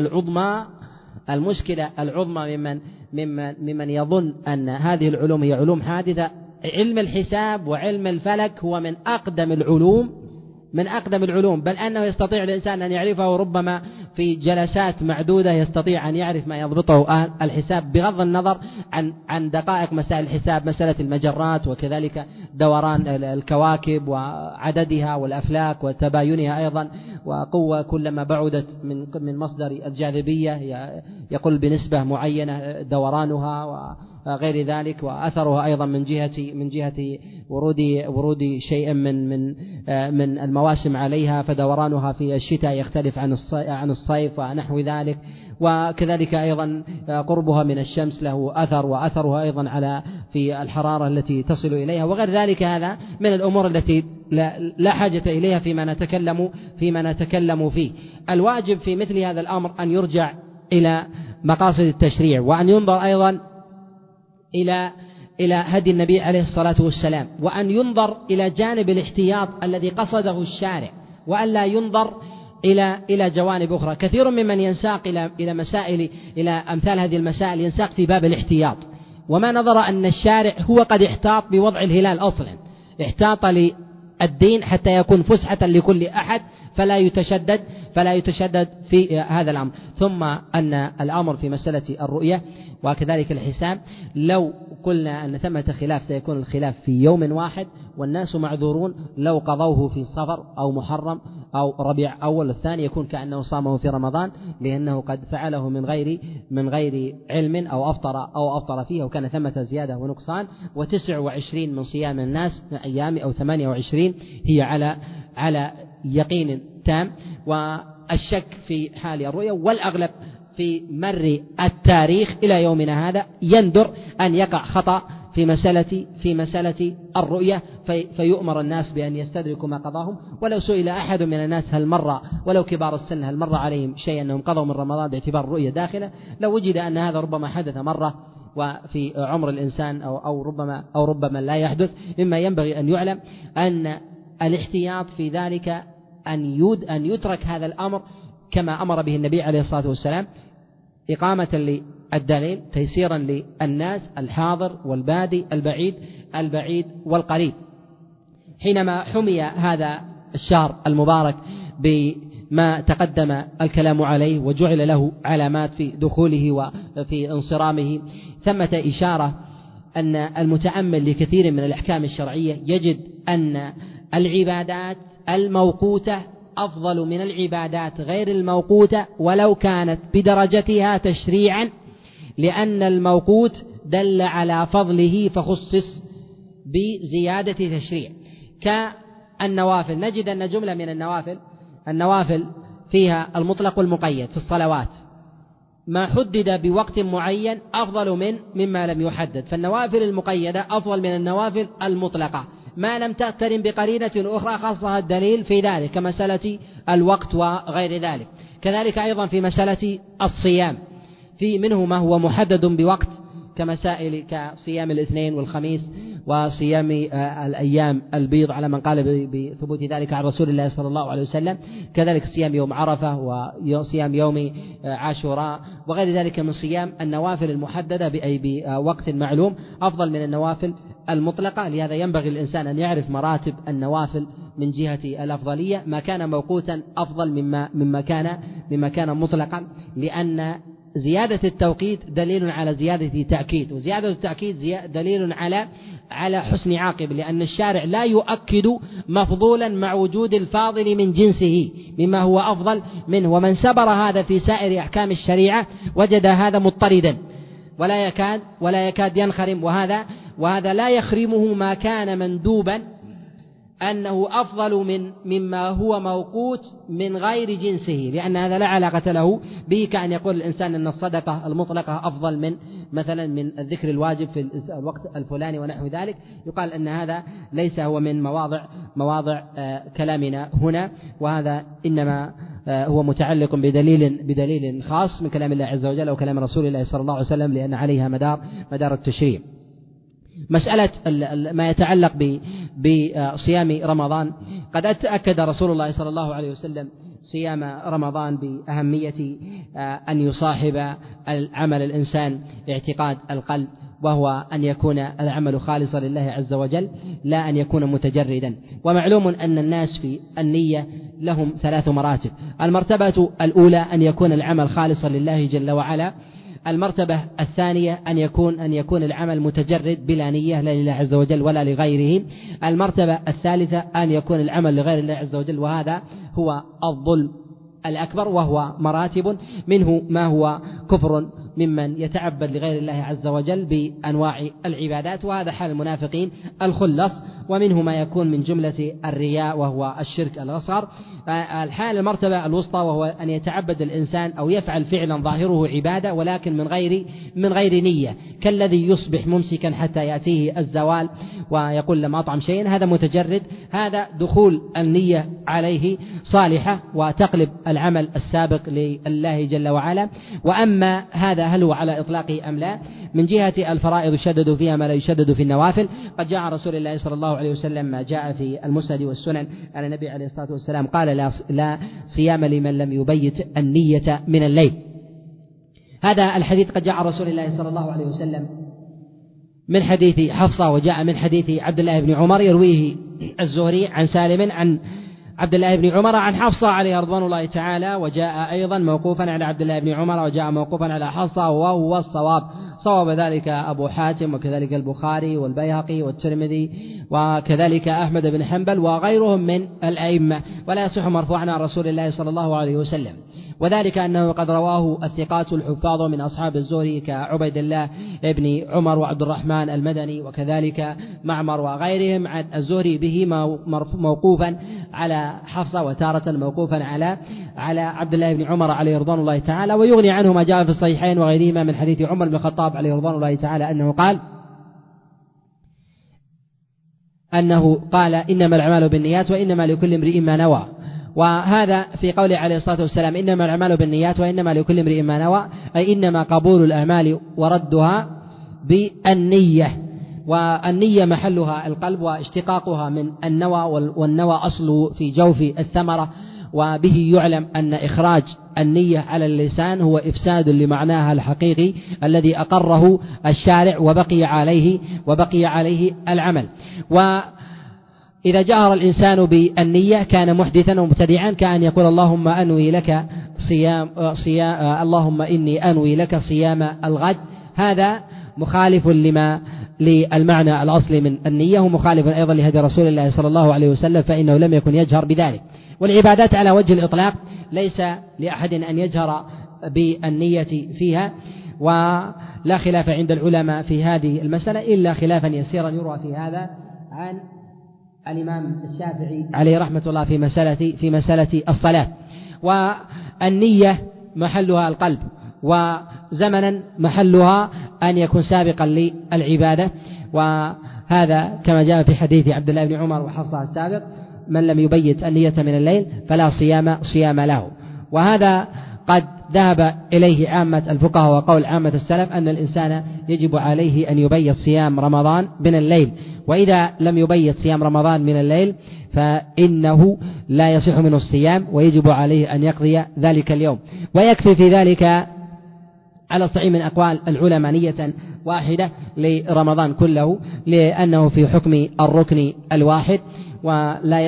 العظمى ممن يظن أن هذه العلوم هي علوم حادثة. علم الحساب وعلم الفلك هو من أقدم العلوم، بل أنه يستطيع الإنسان أن يعرفه ربما في جلسات معدودة، يستطيع أن يعرف ما يضبطه الحساب بغض النظر عن دقائق مسائل الحساب، مسألة المجرات وكذلك دوران الكواكب وعددها والأفلاك وتباينها أيضا، وقوة كلما بعدت من مصدر الجاذبية يقل بنسبة معينة دورانها وغير ذلك، وأثرها أيضا من جهة ورود شيء من المواسم عليها، فدورانها في الشتاء يختلف عن الصيف ونحو ذلك. وكذلك أيضا قربها من الشمس له أثر، وأثرها أيضا في الحرارة التي تصل إليها وغير ذلك. هذا من الأمور التي لا حاجة إليها فيما نتكلم فيه. الواجب في مثل هذا الأمر أن يرجع إلى مقاصد التشريع، وأن ينظر أيضا إلى هدي النبي عليه الصلاة والسلام، وأن ينظر إلى جانب الاحتياط الذي قصده الشارع، وأن لا ينظر إلى جوانب أخرى. كثير ممن ينساق إلى أمثال هذه المسائل ينساق في باب الاحتياط، وما نظر أن الشارع هو قد احتاط بوضع الهلال أصلا، احتاط للدين حتى يكون فسحة لكل أحد، فلا يتشدد في هذا الأمر. ثم أن الأمر في مسألة الرؤية وكذلك الحساب، لو قلنا أن ثمة خلاف سيكون الخلاف في يوم واحد، والناس معذورون لو قضوه في صفر أو محرم أو ربيع أول الثاني، يكون كأنه صامه في رمضان، لأنه قد فعله من غير علم أو أفطر فيه، وكان ثمة زيادة ونقصان. 29 من صيام الناس من أيام أو 28 هي على يقين تام. والشك في حال الرؤيا والأغلب في مر التاريخ إلى يومنا هذا يندر أن يقع خطأ في مسألة الرؤية، فيؤمر الناس بأن يستدركوا ما قضاهم. ولو سئل أحد من الناس هل مر، ولو كبار السن، هل مر عليهم شيء أنهم قضوا من رمضان باعتبار الرؤية داخلة، لو وجد أن هذا ربما حدث مرة وفي عمر الإنسان أو ربما لا يحدث. مما ينبغي أن يعلم أن الاحتياط في ذلك أن يترك هذا الأمر كما أمر به النبي عليه الصلاة والسلام، إقامة للدليل، تيسيرا للناس الحاضر والبادي، البعيد والقريب. حينما حمي هذا الشهر المبارك بما تقدم الكلام عليه وجعل له علامات في دخوله وفي انصرامه، ثمة إشارة أن المتأمل لكثير من الأحكام الشرعية يجد أن العبادات الموقوتة أفضل من العبادات غير الموقوتة ولو كانت بدرجتها تشريعا، لأن الموقوت دل على فضله فخصص بزيادة تشريع. كالنوافل، نجد أن جملة من النوافل فيها المطلق والمقيد. في الصلوات ما حدد بوقت معين أفضل مما لم يحدد، فالنوافل المقيدة أفضل من النوافل المطلقة ما لم تقترن بقرينة أخرى خاصها الدليل في ذلك، كمسألة الوقت وغير ذلك. كذلك أيضا في مسألة الصيام، في منه ما هو محدد بوقت كمسائل كصيام الاثنين والخميس وصيام الأيام البيض على من قال بثبوت ذلك عن رسول الله صلى الله عليه وسلم، كذلك صيام يوم عرفة وصيام يوم عاشوراء وغير ذلك من صيام. النوافل المحددة بوقت معلوم أفضل من النوافل المطلقة، لهذا ينبغي الإنسان أن يعرف مراتب النوافل من جهة الأفضلية، ما كان موقوتا أفضل مما كان مطلقا، لأن زيادة التوقيت دليل على زيادة تأكيد، وزيادة التأكيد دليل على حسن عاقبة، لأن الشارع لا يؤكد مفضولا مع وجود الفاضل من جنسه مما هو أفضل منه. ومن سبر هذا في سائر أحكام الشريعة وجد هذا مضطردا ولا يكاد ينخرم، وهذا لا يخرمه ما كان مندوبا أنه أفضل مما هو موقوت من غير جنسه، لأن هذا لا علاقة له به، كأن يقول الإنسان أن الصدقة المطلقة أفضل من مثلا من الذكر الواجب في الوقت الفلاني ونحو ذلك. يقال أن هذا ليس هو من مواضع كلامنا هنا، وهذا إنما هو متعلق بدليل خاص من كلام الله عز وجل أو كلام رسول الله صلى الله عليه وسلم، لأن عليها مدار التشريع. مسألة ما يتعلق بصيام رمضان، قد أكد رسول الله صلى الله عليه وسلم صيام رمضان بأهمية أن يصاحب العمل الإنسان اعتقاد القلب، وهو أن يكون العمل خالصا لله عز وجل لا أن يكون متجردا. ومعلوم أن الناس في النية لهم 3 مراتب. المرتبة الأولى أن يكون العمل خالصا لله جل وعلا. المرتبة الثانية أن يكون العمل متجرد بلا نية لا لله عز وجل ولا لغيره. المرتبة الثالثة أن يكون العمل لغير الله عز وجل، وهذا هو الظلم الأكبر، وهو مراتب، منه ما هو كفر ممن يتعبد لغير الله عز وجل بأنواع العبادات، وهذا حال المنافقين الخلص، ومنه ما يكون من جملة الرياء وهو الشرك الأصغر. الحال المرتبة الوسطى، وهو أن يتعبد الإنسان أو يفعل فعلا ظاهره عبادة ولكن من غير نية، كالذي يصبح ممسكا حتى يأتيه الزوال ويقول لم أطعم شيئا، هذا متجرد، هذا دخول النية عليه صالحة وتقلب العمل السابق لله جل وعلا. وأما هذا هل هو على إطلاقه أم لا؟ من جهة الفرائض يشدد فيها ما لا يشدد في النوافل. قد جاء رسول الله صلى الله عليه وسلم ما جاء في المسند والسنن أن النبي عليه الصلاة والسلام قال لا صيام لمن لم يبيت النية من الليل. هذا الحديث قد جاء رسول الله صلى الله عليه وسلم من حديث حفصة، وجاء من حديث عبد الله بن عمر، يرويه الزهري عن سالم عن عبد الله بن عمر عن حفصة عليه رضوان الله تعالى، وجاء أيضا موقوفا على عبد الله بن عمر، وجاء موقوفا على حفصة، وهو الصواب. صواب ذلك أبو حاتم وكذلك البخاري والبيهقي والترمذي وكذلك أحمد بن حنبل وغيرهم من الأئمة، ولا يصح مرفوعا عن رسول الله صلى الله عليه وسلم، وذلك أنه قد رواه الثقات الحفاظ من أصحاب الزهري كعبيد الله بن عمر وعبد الرحمن المدني وكذلك معمر وغيرهم عن الزهري به موقوفا على حفصة، وتارة موقوفا على عبد الله بن عمر عليه رضوان الله تعالى. ويغني عنه ما جاء في الصحيحين وغيرهما من حديث عمر بن الخطاب عليه رضوان الله تعالى أنه قال إنما الأعمال بالنيات وإنما لكل امرئ ما نوى. وهذا في قوله عليه الصلاة والسلام إنما الأعمال بالنيات وإنما لكل امرئ ما نوى، أي إنما قبول الأعمال وردها بالنية، والنية محلها القلب واشتقاقها من النوى، والنوى أصله في جوف الثمرة، وبه يعلم أن إخراج النية على اللسان هو إفساد لمعناها الحقيقي الذي أقره الشارع وبقي عليه العمل. وإذا جهر الإنسان بالنية كان محدثا ومبتدعا، كأن يقول اللهم أنوي لك اللهم إني أنوي لك صيام الغد، هذا مخالف للمعنى الأصلي من النية، ومخالف أيضا لهدي رسول الله صلى الله عليه وسلم، فإنه لم يكن يجهر بذلك. والعبادات على وجه الإطلاق ليس لأحد أن يجهر بالنية فيها، ولا خلاف عند العلماء في هذه المسألة إلا خلافا يسيرا يروى في هذا عن الإمام الشافعي عليه رحمة الله في مسألة الصلاة. والنية محلها القلب، وزمنا محلها أن يكون سابقا للعبادة، وهذا كما جاء في حديث عبد الله بن عمر وحفصة السابق من لم يبيت النية من الليل فلا صيام له. وهذا قد ذهب إليه عامة الفقهاء وقول عامة السلف أن الإنسان يجب عليه أن يبيت صيام رمضان من الليل، وإذا لم يبيت صيام رمضان من الليل فإنه لا يصح منه الصيام، ويجب عليه أن يقضي ذلك اليوم. ويكفي في ذلك على الصحيح من أقوال العلماء نية واحدة لرمضان كله، لأنه في حكم الركن الواحد، ولا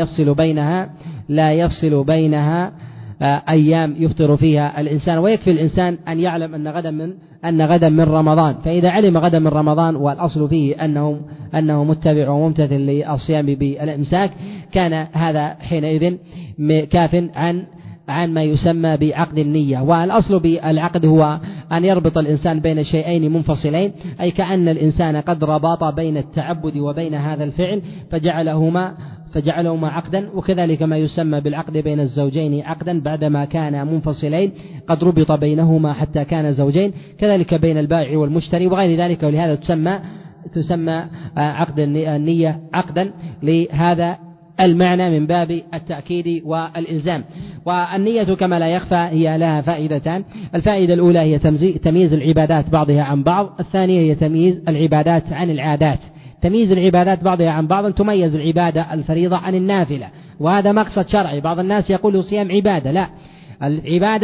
يفصل بينها أيام يفطر فيها الإنسان. ويكفي الإنسان أن يعلم أن غدا من رمضان، فإذا علم غدا من رمضان والأصل فيه أنه متبع وممتثل للصيام بالإمساك، كان هذا حينئذ كاف عن ما يسمى بعقد النية. والأصل بالعقد هو أن يربط الإنسان بين شيئين منفصلين، أي كأن الإنسان قد ربط بين التعبد وبين هذا الفعل فجعلهما فجعلهما عقدا. وكذلك ما يسمى بالعقد بين الزوجين عقدا بعدما كان منفصلين قد ربط بينهما حتى كان زوجين، كذلك بين البائع والمشتري وغير ذلك، ولهذا تسمى عقد النية عقدا لهذا المعنى من باب التأكيد والإلزام. والنية كما لا يخفى هي لها فائدتان: الفائدة الأولى هي تمييز العبادات بعضها عن بعض، الثانية هي تمييز العبادات عن العادات. تمييز العبادات بعضها عن بعض، تميز العبادة الفريضة عن النافلة، وهذا مقصد شرعي. بعض الناس يقول الصيام عبادة، لا، العبادة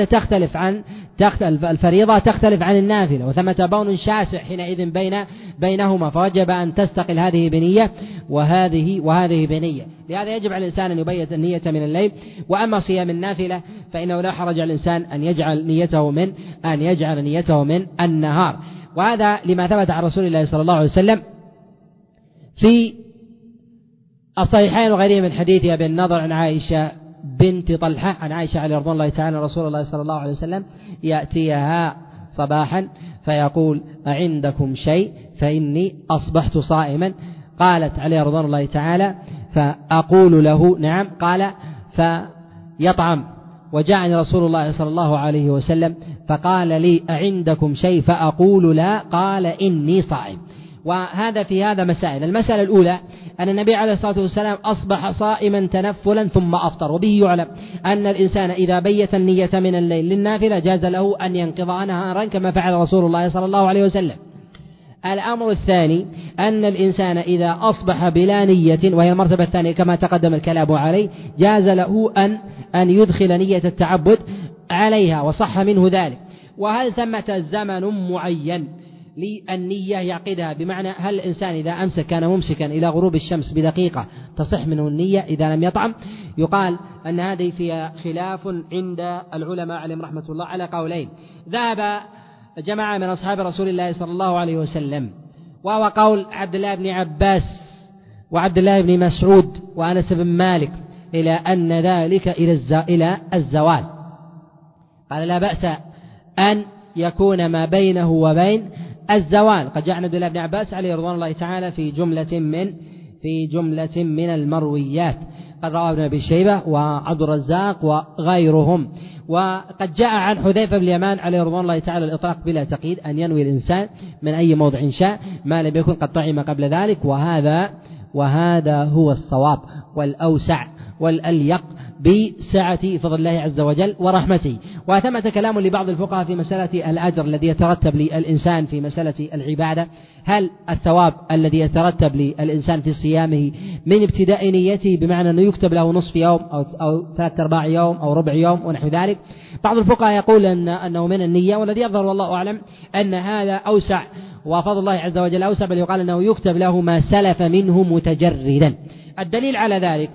الفريضة تختلف عن النافلة، وثمة بون شاسع حينئذ بينهما، فوجب أن تستقل هذه بنية وهذه بنية. لهذا يجب على الإنسان أن يبيت النية من الليل. وأما صيام النافلة فإنه لا حرج على الإنسان أن يجعل نيته من النهار، وهذا لما ثبت عن رسول الله صلى الله عليه وسلم في الصحيحين وغيره من حديث أبي النضر عن عائشة بنت طلحة عن عائشة عليه رضوان الله تعالى رسول الله صلى الله عليه وسلم يأتيها صباحا فيقول: أعندكم شيء فإني أصبحت صائما. قالت عليه رضوان الله تعالى: فأقول له نعم. قال: فيطعم. وجاءني رسول الله صلى الله عليه وسلم فقال لي: أعندكم شيء؟ فأقول لا. قال: إني صائم. وهذا في هذا مسائل. المسألة الأولى أن النبي عليه الصلاة والسلام أصبح صائما تنفلا ثم أفطر، وبه يعلم أن الإنسان إذا بيت النية من الليل للنافلة جاز له أن ينقضها نهارا كما فعل رسول الله صلى الله عليه وسلم. الأمر الثاني أن الإنسان إذا أصبح بلا نية، وهي المرتبة الثانية كما تقدم الكلام عليه، جاز له أن يدخل نية التعبد عليها وصح منه ذلك. وهل ثمة زمن معين للنية يعقدها؟ بمعنى هل الإنسان إذا أمسك كان ممسكا إلى غروب الشمس بدقيقة تصح منه النية إذا لم يطعم؟ يقال أن هذه فيها خلاف عند العلماء عليهم رحمة الله على قولين. ذهب جماعة من أصحاب رسول الله صلى الله عليه وسلم، وهو قول عبد الله بن عباس وعبد الله بن مسعود وأنس بن مالك، إلى أن ذلك إلى الزوال. قال: لا بأس أن يكون ما بينه وبين الزوال. قد جاء عن عبد الله بن عباس عليه رضوان الله تعالى في جملة من المرويات، قد رواه ابن أبي شيبة وعبد الرزاق وغيرهم. وقد جاء عن حذيفة بن اليمان عليه رضوان الله تعالى الإطلاق بلا تقييد، أن ينوي الإنسان من أي موضع شاء ما لم يكن قد طعم قبل ذلك، وهذا هو الصواب والأوسع والأليق بسعة فضل الله عز وجل ورحمته. وثمة كلام لبعض الفقهاء في مسألة الأجر الذي يترتب للإنسان في مسألة العبادة: هل الثواب الذي يترتب للإنسان في صيامه من ابتداء نيته، بمعنى أنه يكتب له نصف يوم أو 3/4 يوم أو ربع يوم ونحو ذلك؟ بعض الفقهاء يقول أنه من النية، والذي يظهر والله أعلم أن هذا أوسع وفضل الله عز وجل أوسع، بل يقال أنه يكتب له ما سلف منه متجردا. الدليل على ذلك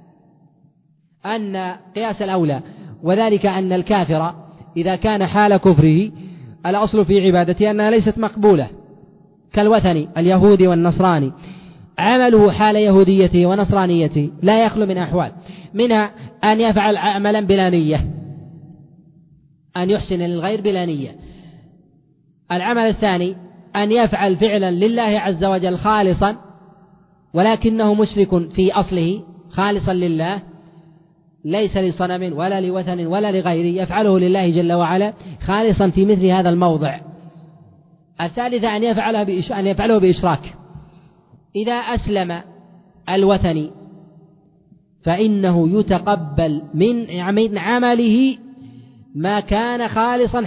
أن قياس الأولى، وذلك أن الكافر إذا كان حال كفره الأصل في عبادته أنها ليست مقبولة، كالوثني اليهودي والنصراني، عمله حال يهوديته ونصرانيته لا يخلو من أحوال، منها أن يفعل عملا بلا نية، أن يحسن للغير بلا نية. العمل الثاني أن يفعل فعلا لله عز وجل خالصا ولكنه مشرك في أصله، خالصا لله ليس لصنم ولا لوثن ولا لغيره، يفعله لله جل وعلا خالصا في مثل هذا الموضع. الثالثة أن يفعله بإشراك. إذا أسلم الوثني فإنه يتقبل من عمله ما كان خالصا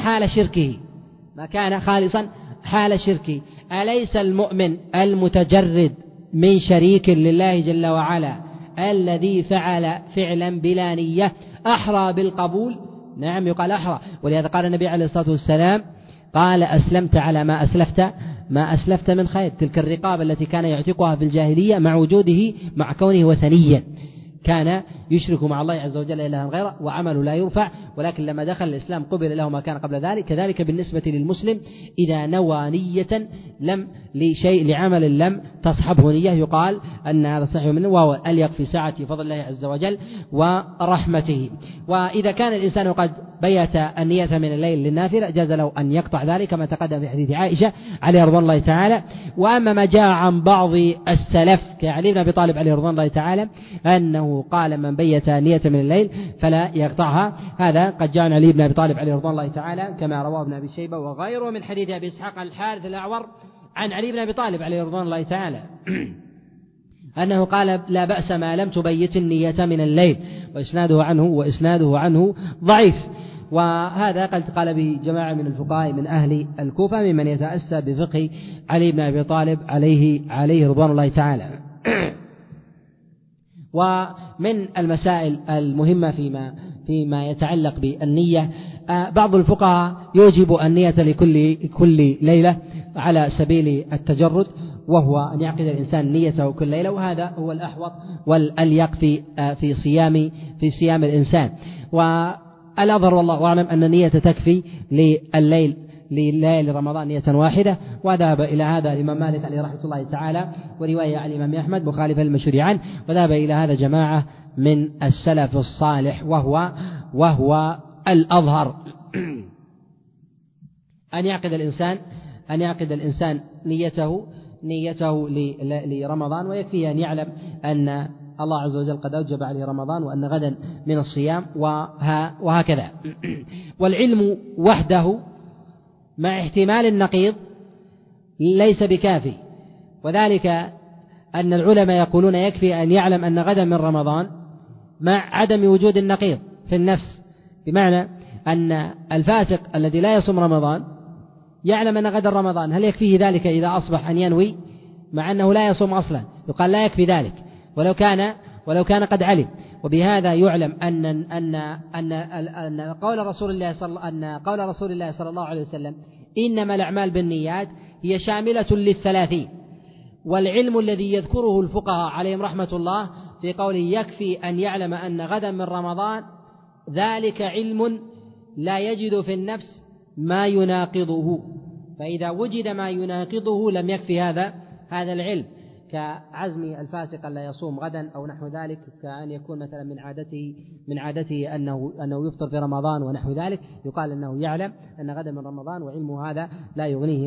حال شركه. أليس المؤمن المتجرد من شريك لله جل وعلا الذي فعل فعلا بلا نية أحرى بالقبول؟ نعم، يقال أحرى. ولهذا قال النبي عليه الصلاة والسلام: قال: أسلمت على ما أسلفت من خير. تلك الرقاب التي كان يعتقها في الجاهلية مع كونه وثنيا كان يشرك مع الله عز وجل إلها غيره وعمله لا يرفع، ولكن لما دخل الإسلام قبل له ما كان قبل ذلك. كذلك بالنسبة للمسلم إذا نوى نية لعمل لم تصحبه نية يقال أن هذا صحيح منه، وهو أليق في سعة فضل الله عز وجل ورحمته. وإذا كان الإنسان قد بيت النية من الليل للنافلة جاز له أن يقطع ذلك كما تقدم في حديث عائشة عليه رضوان الله تعالى. وأما ما جاء عن بعض السلف كعلي بن أبي طالب عليه رضوان الله تعالى أنه قال من بيت نية من الليل فلا يقطعها، هذا قد جاء عن علي بن أبي طالب عليه رضوان الله تعالى كما رواه ابن أبي شيبة وغيره من حديث أبي إسحاق الحارث الأعور عن علي بن أبي طالب عليه رضوان الله تعالى أنه قال لا بأس ما لم تبيت النية من الليل، وإسناده عنه ضعيف. وهذا قد قال به جماعة من الفقهاء من أهل الكوفة ممن يتأسى بفقه علي بن أبي طالب عليه رضوان الله تعالى. ومن المسائل المهمة فيما يتعلق بالنية، بعض الفقهاء يوجب النية لكل ليلة على سبيل التجرد، وهو أن يعقد الإنسان نيته كل ليلة، وهذا هو الأحوط والأليق في صيام الإنسان. والأظهر والله أعلم أن النية تكفي لليل رمضان نية واحدة، وذهب إلى هذا الإمام مالك عليه رحمة الله تعالى، ورواية عن الإمام أحمد مخالفة للمشهور عنه، وذهب إلى هذا جماعة من السلف الصالح، وهو الأظهر أن يعقد الإنسان نيته لرمضان، ويكفي أن يعلم أن الله عز وجل قد أوجب عليه رمضان وأن غدا من الصيام وهكذا. والعلم وحده مع احتمال النقيض ليس بكافي، وذلك أن العلماء يقولون يكفي أن يعلم أن غدا من رمضان مع عدم وجود النقيض في النفس، بمعنى أن الفاسق الذي لا يصوم رمضان يعلم أن غدا رمضان، هل يكفيه ذلك إذا أصبح أن ينوي مع أنه لا يصوم أصلا؟ يقال لا يكفي ذلك ولو كان قد علم. وبهذا يعلم أن قول رسول الله صلى الله عليه وسلم إنما الأعمال بالنيات هي شاملة للثلاثين. والعلم الذي يذكره الفقهاء عليهم رحمة الله في قوله يكفي أن يعلم أن غدا من رمضان، ذلك علم لا يجد في النفس ما يناقضه، فإذا وجد ما يناقضه لم يكفي هذا العلم، كعزم الفاسق لا يصوم غدا أو نحو ذلك، كأن يكون مثلا من عادته أنه يفطر في رمضان ونحو ذلك، يقال أنه يعلم أن غدا من رمضان، وعلمه هذا لا يغنيه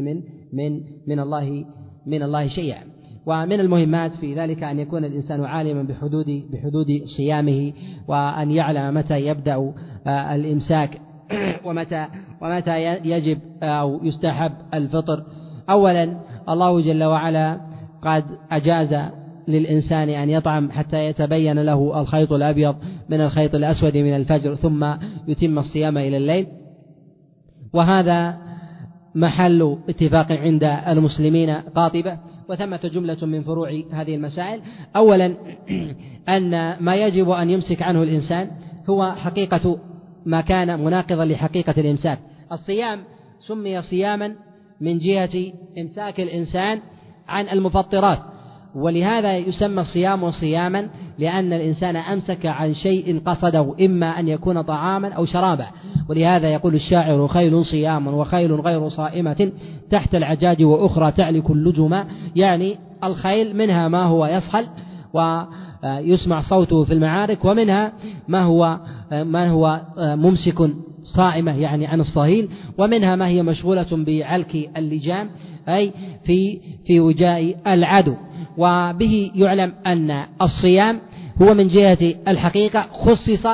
من الله شيئا. ومن المهمات في ذلك أن يكون الإنسان عالما بحدود صيامه، وأن يعلم متى يبدأ الإمساك ومتى يجب أو يستحب الفطر. أولا الله جل وعلا قد أجاز للإنسان أن يطعم حتى يتبين له الخيط الأبيض من الخيط الأسود من الفجر ثم يتم الصيام إلى الليل، وهذا محل اتفاق عند المسلمين قاطبة. وثمة جملة من فروع هذه المسائل. أولا أن ما يجب أن يمسك عنه الإنسان هو حقيقة ما كان مناقضا لحقيقة الإمساك. الصيام سمي صياما من جهة إمساك الإنسان عن المفطرات، ولهذا يسمى الصيام صياما لأن الإنسان أمسك عن شيء قصده، إما أن يكون طعاما أو شرابا. ولهذا يقول الشاعر خيل صيام وخيل غير صائمة تحت العجاج وأخرى تعلك اللجم، يعني الخيل منها ما هو يصحل ويسمع صوته في المعارك، ومنها ما هو ممسك صائمة يعني عن الصهيل، ومنها ما هي مشغولة بعلك اللجام أي في وجاء العدو. وبه يعلم أن الصيام هو من جهة الحقيقة خصص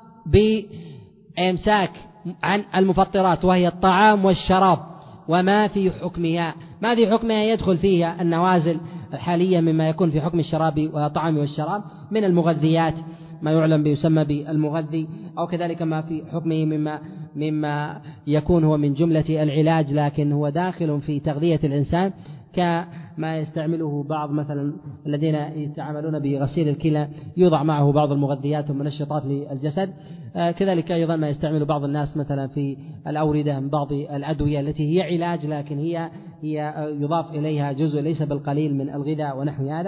بإمساك عن المفطرات وهي الطعام والشراب وما في حكمها. ما في حكمها يدخل فيها النوازل الحالية مما يكون في حكم الشراب والطعام والشراب من المغذيات، ما يعلم بيسمى بالمغذي، أو كذلك ما في حكمه مما يكون هو من جملة العلاج لكن هو داخل في تغذية الإنسان، كما يستعمله بعض مثلا الذين يتعاملون بغسيل الكلى يوضع معه بعض المغذيات ومنشطات للجسد. كذلك أيضا ما يستعمل بعض الناس مثلا في الأوردة من بعض الأدوية التي هي علاج لكن هي يضاف إليها جزء ليس بالقليل من الغذاء ونحو هذا.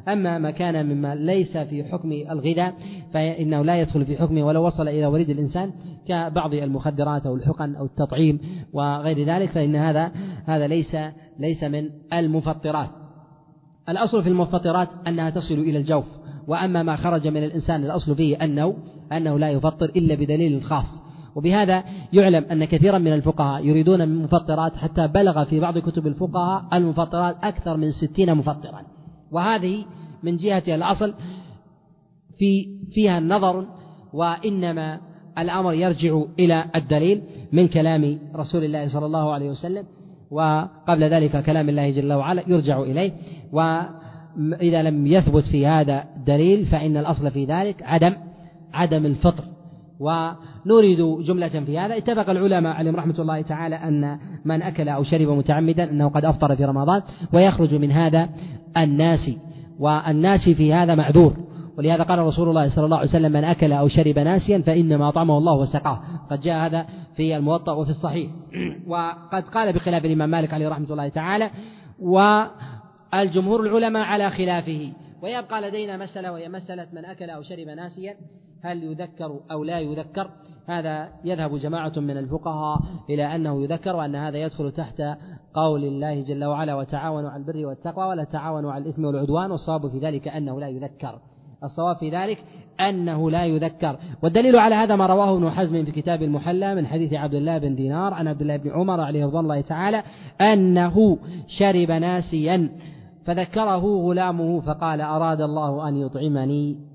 أما ما كان مما ليس في حكم الغذاء فإنه لا يدخل في حكمه ولو وصل إلى وريد الإنسان كبعض المخدرات أو الحقن أو التطعيم وغير ذلك، فإن هذا ليس من المفطرات. الأصل في المفطرات أنها تصل إلى الجوف، وأما ما خرج من الإنسان الأصل فيه أنه لا يفطر إلا بدليل خاص. وبهذا يعلم أن كثيرا من الفقهاء يريدون المفطرات، حتى بلغ في بعض كتب الفقهاء المفطرات أكثر من 60 مفطرا، وهذه من جهة الأصل فيها النظر، وإنما الأمر يرجع إلى الدليل من كلام رسول الله صلى الله عليه وسلم، وقبل ذلك كلام الله جل وعلا يرجع إليه. وإذا لم يثبت في هذا دليل فإن الأصل في ذلك عدم الفطر. ونريد جملة في هذا: اتفق العلماء عليهم رحمة الله تعالى أن من أكل أو شرب متعمدا أنه قد أفطر في رمضان، ويخرج من هذا الناسي، والناسي في هذا معذور. ولهذا قال رسول الله صلى الله عليه وسلم: من أكل أو شرب ناسيا فإنما أطعمه الله وسقاه. قد جاء هذا في الموطأ وفي الصحيح. وقد قال بخلاف الإمام مالك عليه رحمة الله تعالى، والجمهور العلماء على خلافه. ويبقى لدينا مسألة، وهي مسألة من أكل أو شرب ناسيا هل يذكر أو لا يذكر. هذا يذهب جماعة من الفقهاء إلى أنه يذكر، وأن هذا يدخل تحت قول الله جل وعلا: وتعاونوا على البر والتقوى ولا تعاونوا على الإثم والعدوان. والصواب في ذلك أنه لا يذكر، الصواب في ذلك أنه لا يذكر. والدليل على هذا ما رواه ابن حزم في كتاب المحلى من حديث عبد الله بن دينار عن عبد الله بن عمر عليه رضوان الله تعالى أنه شرب ناسيا فذكره غلامه فقال: أراد الله أن يطعمني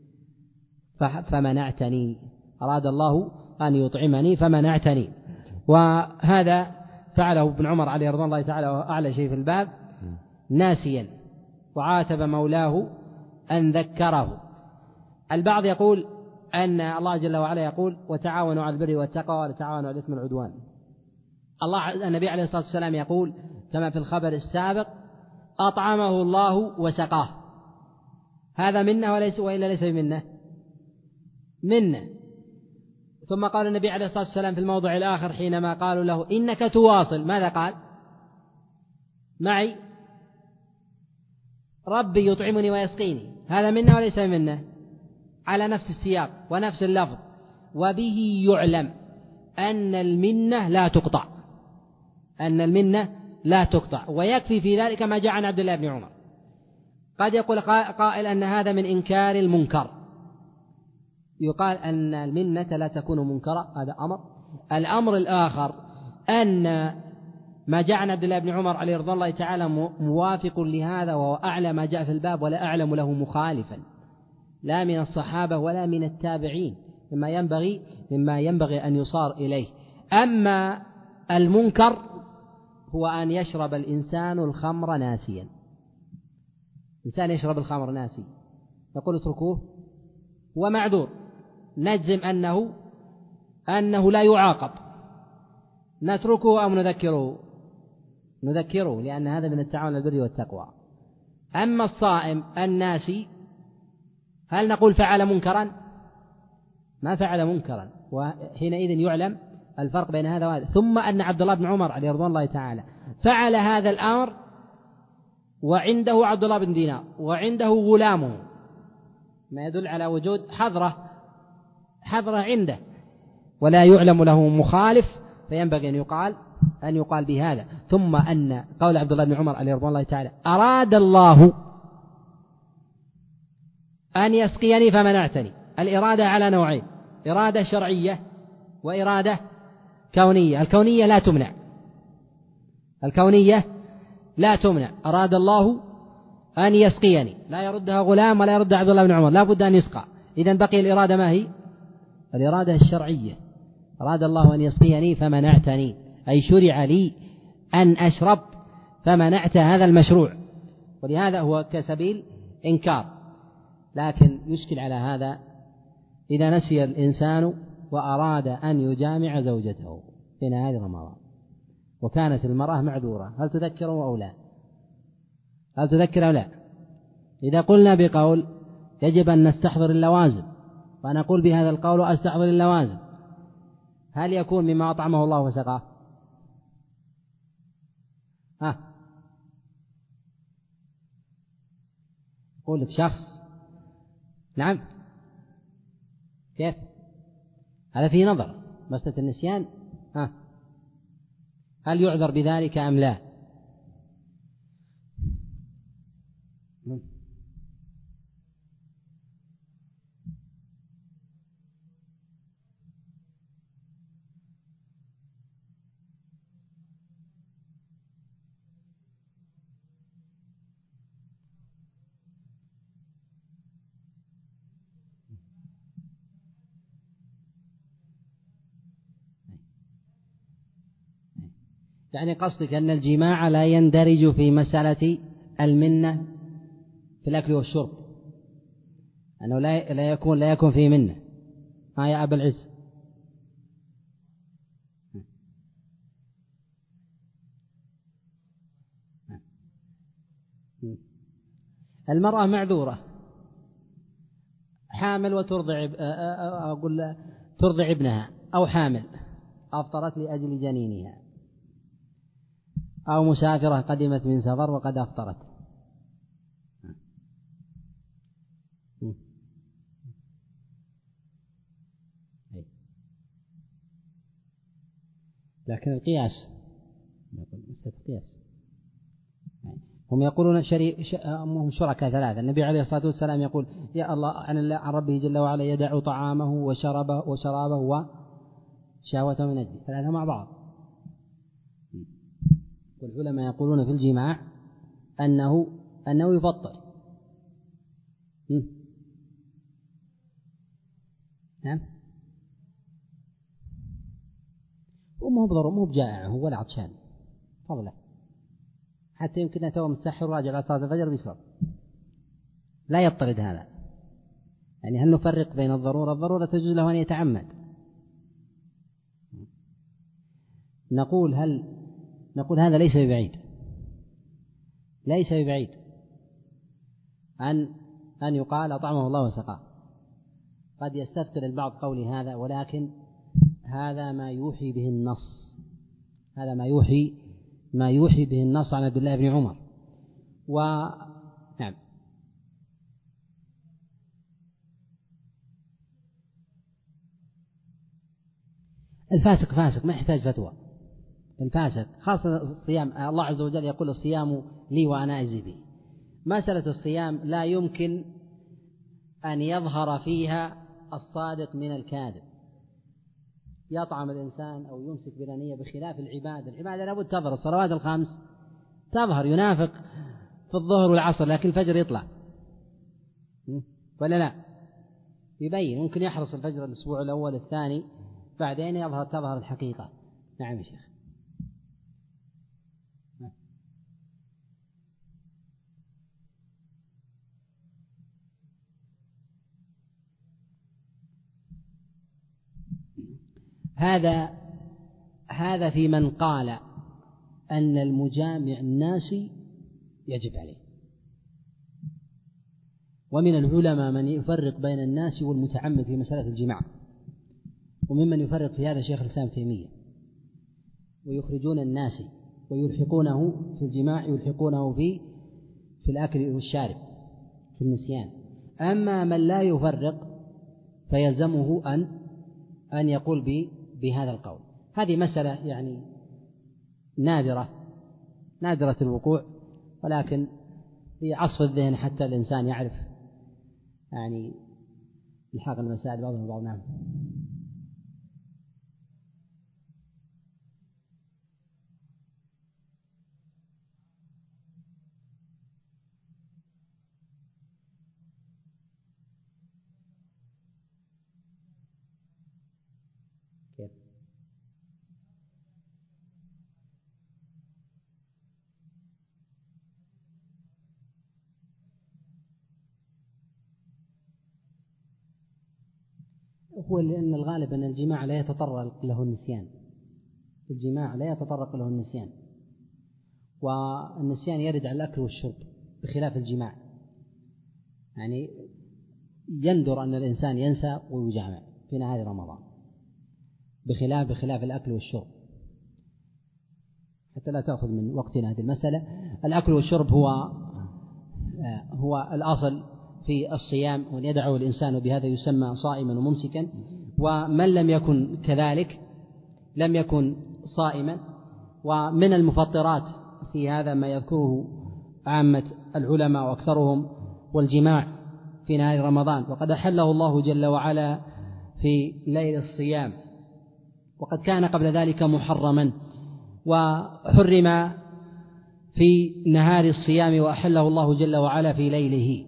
فمنعتني، أراد الله أن يطعمني فمنعتني. وهذا فعله ابن عمر عليه رضوان الله تعالى، وأعلى شيء في الباب، ناسيا، وعاتب مولاه أن ذكره. البعض يقول أن الله جل وعلا يقول: وتعاونوا على البر والتقوى ولا تعاونوا على الإثم والعدوان. النبي عليه الصلاة والسلام يقول كما في الخبر السابق: أطعمه الله وسقاه. هذا منه وإلا ليس منه؟ منه. ثم قال النبي عليه الصلاة والسلام في الموضع الآخر حينما قالوا له: إنك تواصل، ماذا قال؟ معي ربي يطعمني ويسقيني. هذا منه وليس منه؟ على نفس السياق ونفس اللفظ. وبه يعلم أن المنة لا تقطع، ويكفي في ذلك ما جاء عن عبد الله بن عمر. قد يقول قائل أن هذا من إنكار المنكر، يقال أن المنة لا تكون منكرة، هذا أمر. الأمر الآخر أن ما جاء عن عبد الله بن عمر عليه رضي الله تعالى موافق لهذا، وهو أعلى ما جاء في الباب، ولا أعلم له مخالفا لا من الصحابة ولا من التابعين، مما ينبغي أن يصار إليه. أما المنكر هو أن يشرب الإنسان الخمر ناسيا. إنسان يشرب الخمر ناسي، يقول اتركوه ومعذور، نجزم أنه لا يعاقب، نتركه أو نذكره لأن هذا من التعاون على البر والتقوى. أما الصائم الناسي هل نقول فعل منكرا؟ ما فعل منكرا، وحينئذ يعلم الفرق بين هذا وهذا. ثم أن عبد الله بن عمر عليه رضوان الله تعالى فعل هذا الأمر وعنده عبد الله بن دينار وعنده غلامه، ما يدل على وجود حضرة عنده، ولا يعلم له مخالف، فينبغي أن يقال بهذا. ثم أن قول عبد الله بن عمر عليه رضوان الله تعالى: أراد الله أن يسقيني فمنعتني. الإرادة على نوعين: إرادة شرعية وإرادة كونية. الكونية لا تمنع. أراد الله أن يسقيني، لا يردها غلام ولا يرد عبد الله بن عمر، لا بد أن يسقى. إذن بقي الإرادة، ما هي؟ الإرادة الشرعية. أراد الله أن يسقيني فمنعتني، أي شرع لي أن أشرب فمنعت هذا المشروع، ولهذا هو كسبيل إنكار. لكن يشكل على هذا إذا نسي الإنسان وأراد أن يجامع زوجته في نهار رمضان وكانت المرأة معذورة، هل تذكر أو لا؟ إذا قلنا بقول يجب أن نستحضر اللوازم، فنقول بهذا القول أستحضر اللوازم، هل يكون مما أطعمه الله وسقاه؟ أقول لك شخص، نعم، كيف هذا فيه نظر مسألة النسيان، هل يعذر بذلك أم لا؟ يعني قصدك أن الجماع لا يندرج في مسألة المنة في الأكل والشرب، أنه لا يكون فيه منة، يا أبا العز. المرأة معذورة حامل وترضع، أقول ترضع ابنها، أو حامل أفطرت لأجل جنينها، أو مسافرة قدمت من سفر وقد أفطرت. لكن القياس هم يقولون هم شركاء ثلاثة. النبي عليه الصلاة والسلام يقول يا الله عن ربه جل وعلا يدع طعامه وشرابه وشهوته من أجله، ثلاثة مع بعض. والعلماء يقولون في الجماع أنه يفطر. نعم، ومو بجائع هو ولا عطشان فضلا، حتى يمكن تو متسحر وراجع بعد صلاة الفجر بيشرب، لا يضطرد هذا. يعني هل نفرق بين الضرورة تجوز له أن يتعمد؟ نقول هذا ليس ببعيد أن يقال أطعمه الله وسقاه. قد يستثقل البعض قولي هذا، ولكن هذا ما يوحي به النص، هذا ما يوحي به النص عن عبد الله بن عمر. نعم، الفاسق فاسق ما يحتاج فتوى. الفاسق خاصة الصيام، الله عز وجل يقول الصيام لي وأنا أجزي به. مسألة الصيام لا يمكن أن يظهر فيها الصادق من الكاذب. يطعم الإنسان أو يمسك بلا نية، بخلاف العبادة لابد تظهر. الصلوات الخمس تظهر، ينافق في الظهر والعصر لكن الفجر يطلع ولا لا، يبين. ممكن يحرص الفجر الأسبوع الأول الثاني، بعدين تظهر الحقيقة. نعم يا شيخ. هذا في من قال أن المجامع الناس يجب عليه، ومن العلماء من يفرق بين الناس والمتعمد في مسألة الجماع، وممن يفرق في هذا شيخ الإسلام تيمية، ويخرجون الناس ويلحقونه في الجماع، يلحقونه في الأكل والشارب في النسيان. أما من لا يفرق فيلزمه أن يقول بهذا القول. هذه مسألة يعني نادرة الوقوع، ولكن في عصف الذهن حتى الإنسان يعرف يعني الحاق المسائل بعضها البعض. نعم. كيف؟ هو لأن الغالب أن الجماع لا يتطرق له النسيان، والنسيان يرد على الأكل والشرب بخلاف الجماع. يعني يندر أن الإنسان ينسى ويجامع في نهاية رمضان بخلاف الأكل والشرب. حتى لا تأخذ من وقتنا هذه المسألة. الأكل والشرب هو الأصل في الصيام، وأن يدعو الإنسان بهذا يسمى صائما وممسكا، ومن لم يكن كذلك لم يكن صائما. ومن المفطرات في هذا ما يذكره عامة العلماء وأكثرهم والجماع في نهار رمضان، وقد أحله الله جل وعلا في ليل الصيام، وقد كان قبل ذلك محرما وحرم في نهار الصيام وأحله الله جل وعلا في ليله.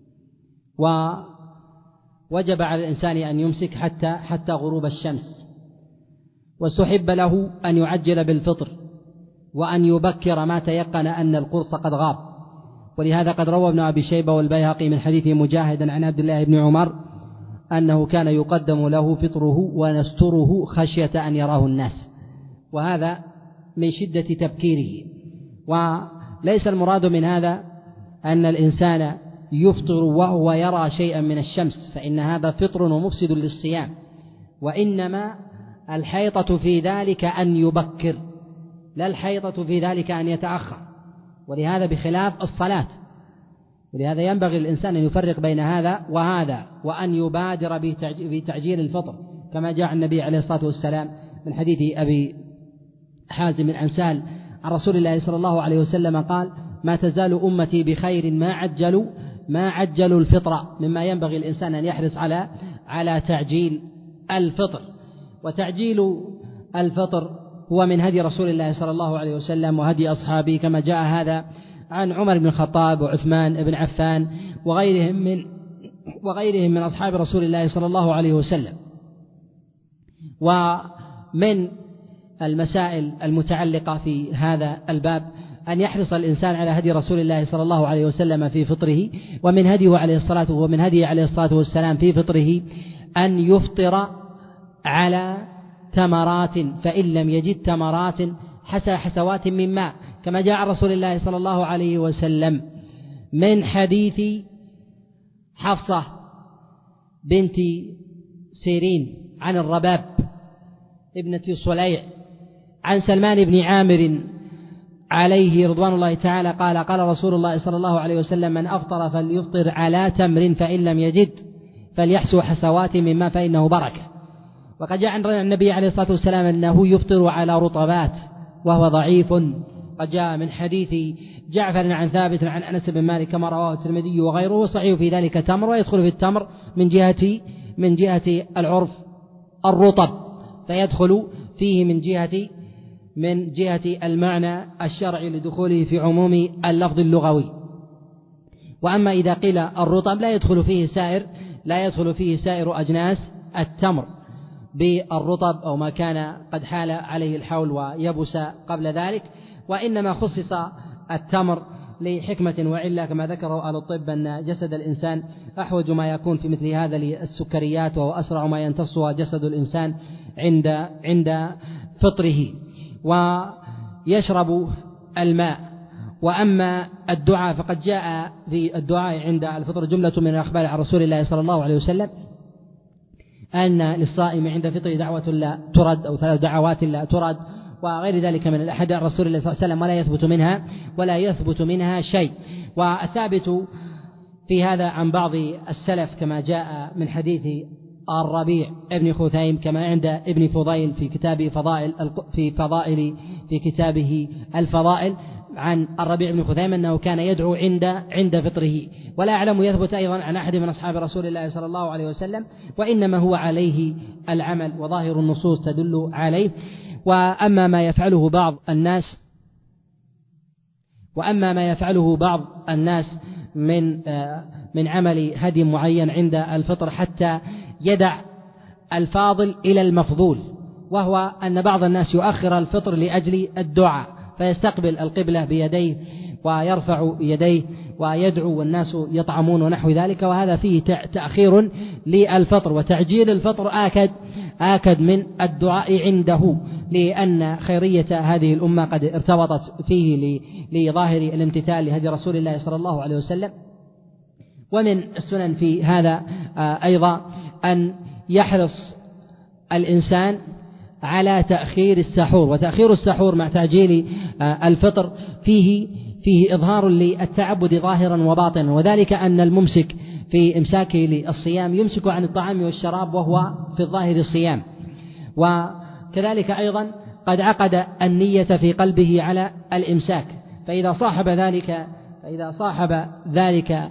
ووجب على الإنسان أن يمسك حتى غروب الشمس، واستحب له أن يعجل بالفطر وأن يبكر ما تيقن أن القرص قد غاب. ولهذا قد روى ابن أبي شيبة والبيهقي من حديث مجاهد عن عبد الله بن عمر أنه كان يقدم له فطره ونستره خشية أن يراه الناس، وهذا من شدة تبكيره. وليس المراد من هذا أن الإنسان يفطر وهو يرى شيئا من الشمس، فإن هذا فطر ومفسد للصيام، وإنما الحيطة في ذلك أن يبكر، لا الحيطة في ذلك أن يتأخر، ولهذا بخلاف الصلاة. ولهذا ينبغي الإنسان أن يفرق بين هذا وهذا، وأن يبادر بتعجيل الفطر، كما جاء النبي عليه الصلاة والسلام من حديث أبي حازم الأنسال عن رسول الله صلى الله عليه وسلم قال: ما تزال أمتي بخير ما عجلوا الفطر. مما ينبغي الإنسان أن يحرص على تعجيل الفطر. وتعجيل الفطر هو من هدي رسول الله صلى الله عليه وسلم وهدي أصحابه، كما جاء هذا عن عمر بن الخطاب وعثمان بن عفان وغيرهم من أصحاب رسول الله صلى الله عليه وسلم. ومن المسائل المتعلقة في هذا الباب أن يحرص الإنسان على هدي رسول الله صلى الله عليه وسلم في فطره، ومن هديه عليه الصلاة والسلام في فطره أن يفطر على تمرات، فإن لم يجد تمرات حسوات من ماء، كما جاء عن رسول الله صلى الله عليه وسلم من حديث حفصة بنت سيرين عن الرباب ابنة صليع عن سلمان بن عامر عليه رضوان الله تعالى قال: قال رسول الله صلى الله عليه وسلم: من أفطر فليفطر على تمر، فإن لم يجد فليحسو حسوات من ماء فإنه بركة. وقد جاء عن النبي عليه الصلاة والسلام أنه يفطر على رطبات، وهو ضعيف. قد جاء من حديث جعفر عن ثابت عن أنس بن مالك كما رواه الترمذي وغيره، صحيح في ذلك تمر، ويدخل في التمر من جهة العرف الرطب، فيدخل فيه من جهة المعنى الشرعي لدخوله في عموم اللفظ اللغوي. وأما إذا قيل الرطب لا يدخل فيه سائر أجناس التمر بالرطب أو ما كان قد حال عليه الحول ويبس قبل ذلك، وإنما خصص التمر لحكمة وعلة، كما ذكر أهل الطب أن جسد الإنسان أحوج ما يكون في مثل هذا للسكريات، وهو أسرع ما يمتصها جسد الإنسان عند فطره، ويشرب الماء. وأما الدعاء فقد جاء في الدعاء عند الفطر جملة من الأخبار عن رسول الله صلى الله عليه وسلم أن للصائم عند فطره دعوة لا ترد أو 3 دعوات لا ترد، وغير ذلك من الأحاديث عن رسول الله صلى الله عليه وسلم، ولا يثبت منها شيء. والثابت في هذا عن بعض السلف كما جاء من حديث الربيع ابن خثيم، كما عند ابن فضيل في كتابه الفضائل عن الربيع بن خثيم أنه كان يدعو عند فطره. ولا أعلم يثبت أيضا عن أحد من أصحاب رسول الله صلى الله عليه وسلم، وإنما هو عليه العمل، وظاهر النصوص تدل عليه. وأما ما يفعله بعض الناس من عمل هدي معين عند الفطر حتى يدع الفاضل إلى المفضول، وهو أن بعض الناس يؤخر الفطر لأجل الدعاء، فيستقبل القبلة بيديه ويرفع يديه ويدعو والناس يطعمون ونحو ذلك، وهذا فيه تأخير للفطر. وتعجيل الفطر آكد من الدعاء عنده، لأن خيرية هذه الأمة قد ارتبطت فيه لظاهر الامتثال لهدي رسول الله صلى الله عليه وسلم. ومن السنن في هذا أيضا أن يحرص الإنسان على تأخير السحور، وتأخير السحور مع تعجيل الفطر فيه فيه إظهار للتعبد ظاهرا وباطنا، وذلك أن الممسك في إمساكه للصيام يمسك عن الطعام والشراب وهو في الظاهر الصيام. وكذلك أيضا قد عقد النية في قلبه على الإمساك، فإذا صاحب ذلك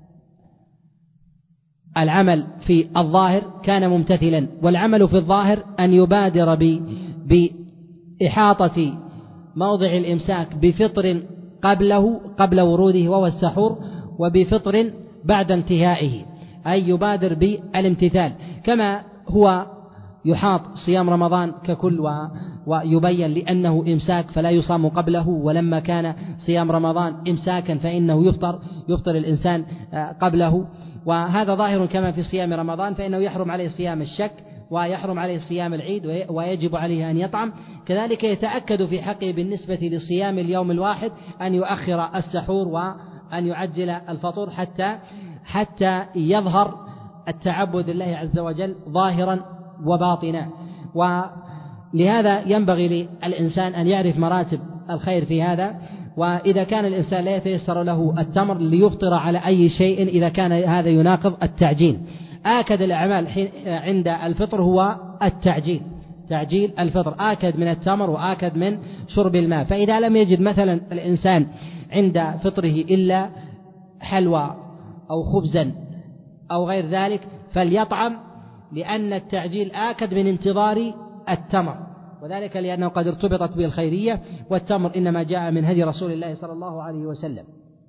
العمل في الظاهر كان ممتثلا. والعمل في الظاهر أن يبادر بإحاطة موضع الإمساك بفطر قبل وروده وهو السحور، وبفطر بعد انتهائه، أي يبادر بالامتثال، كما هو يحاط صيام رمضان ككل ويبين لأنه إمساك فلا يصام قبله، ولما كان صيام رمضان إمساكا فإنه يفطر الإنسان قبله. وهذا ظاهر كما في صيام رمضان، فإنه يحرم عليه صيام الشك ويحرم عليه صيام العيد ويجب عليه أن يطعم. كذلك يتأكد في حقه بالنسبة لصيام اليوم الواحد أن يؤخر السحور وأن يعجل الفطور حتى يظهر التعبد لله عز وجل ظاهرا وباطنا. ولهذا ينبغي للإنسان أن يعرف مراتب الخير في هذا. وإذا كان الإنسان لا يتيسر له التمر ليفطر على أي شيء إذا كان هذا يناقض التعجيل. آكد الأعمال عند الفطر هو تعجيل الفطر، آكد من التمر وآكد من شرب الماء. فإذا لم يجد مثلا الإنسان عند فطره إلا حلوى أو خبزا أو غير ذلك فليطعم، لأن التعجيل آكد من انتظار التمر، وذلك لأنه قد ارتبطت به الخيرية، والتمر إنما جاء من هدي رسول الله صلى الله عليه وسلم.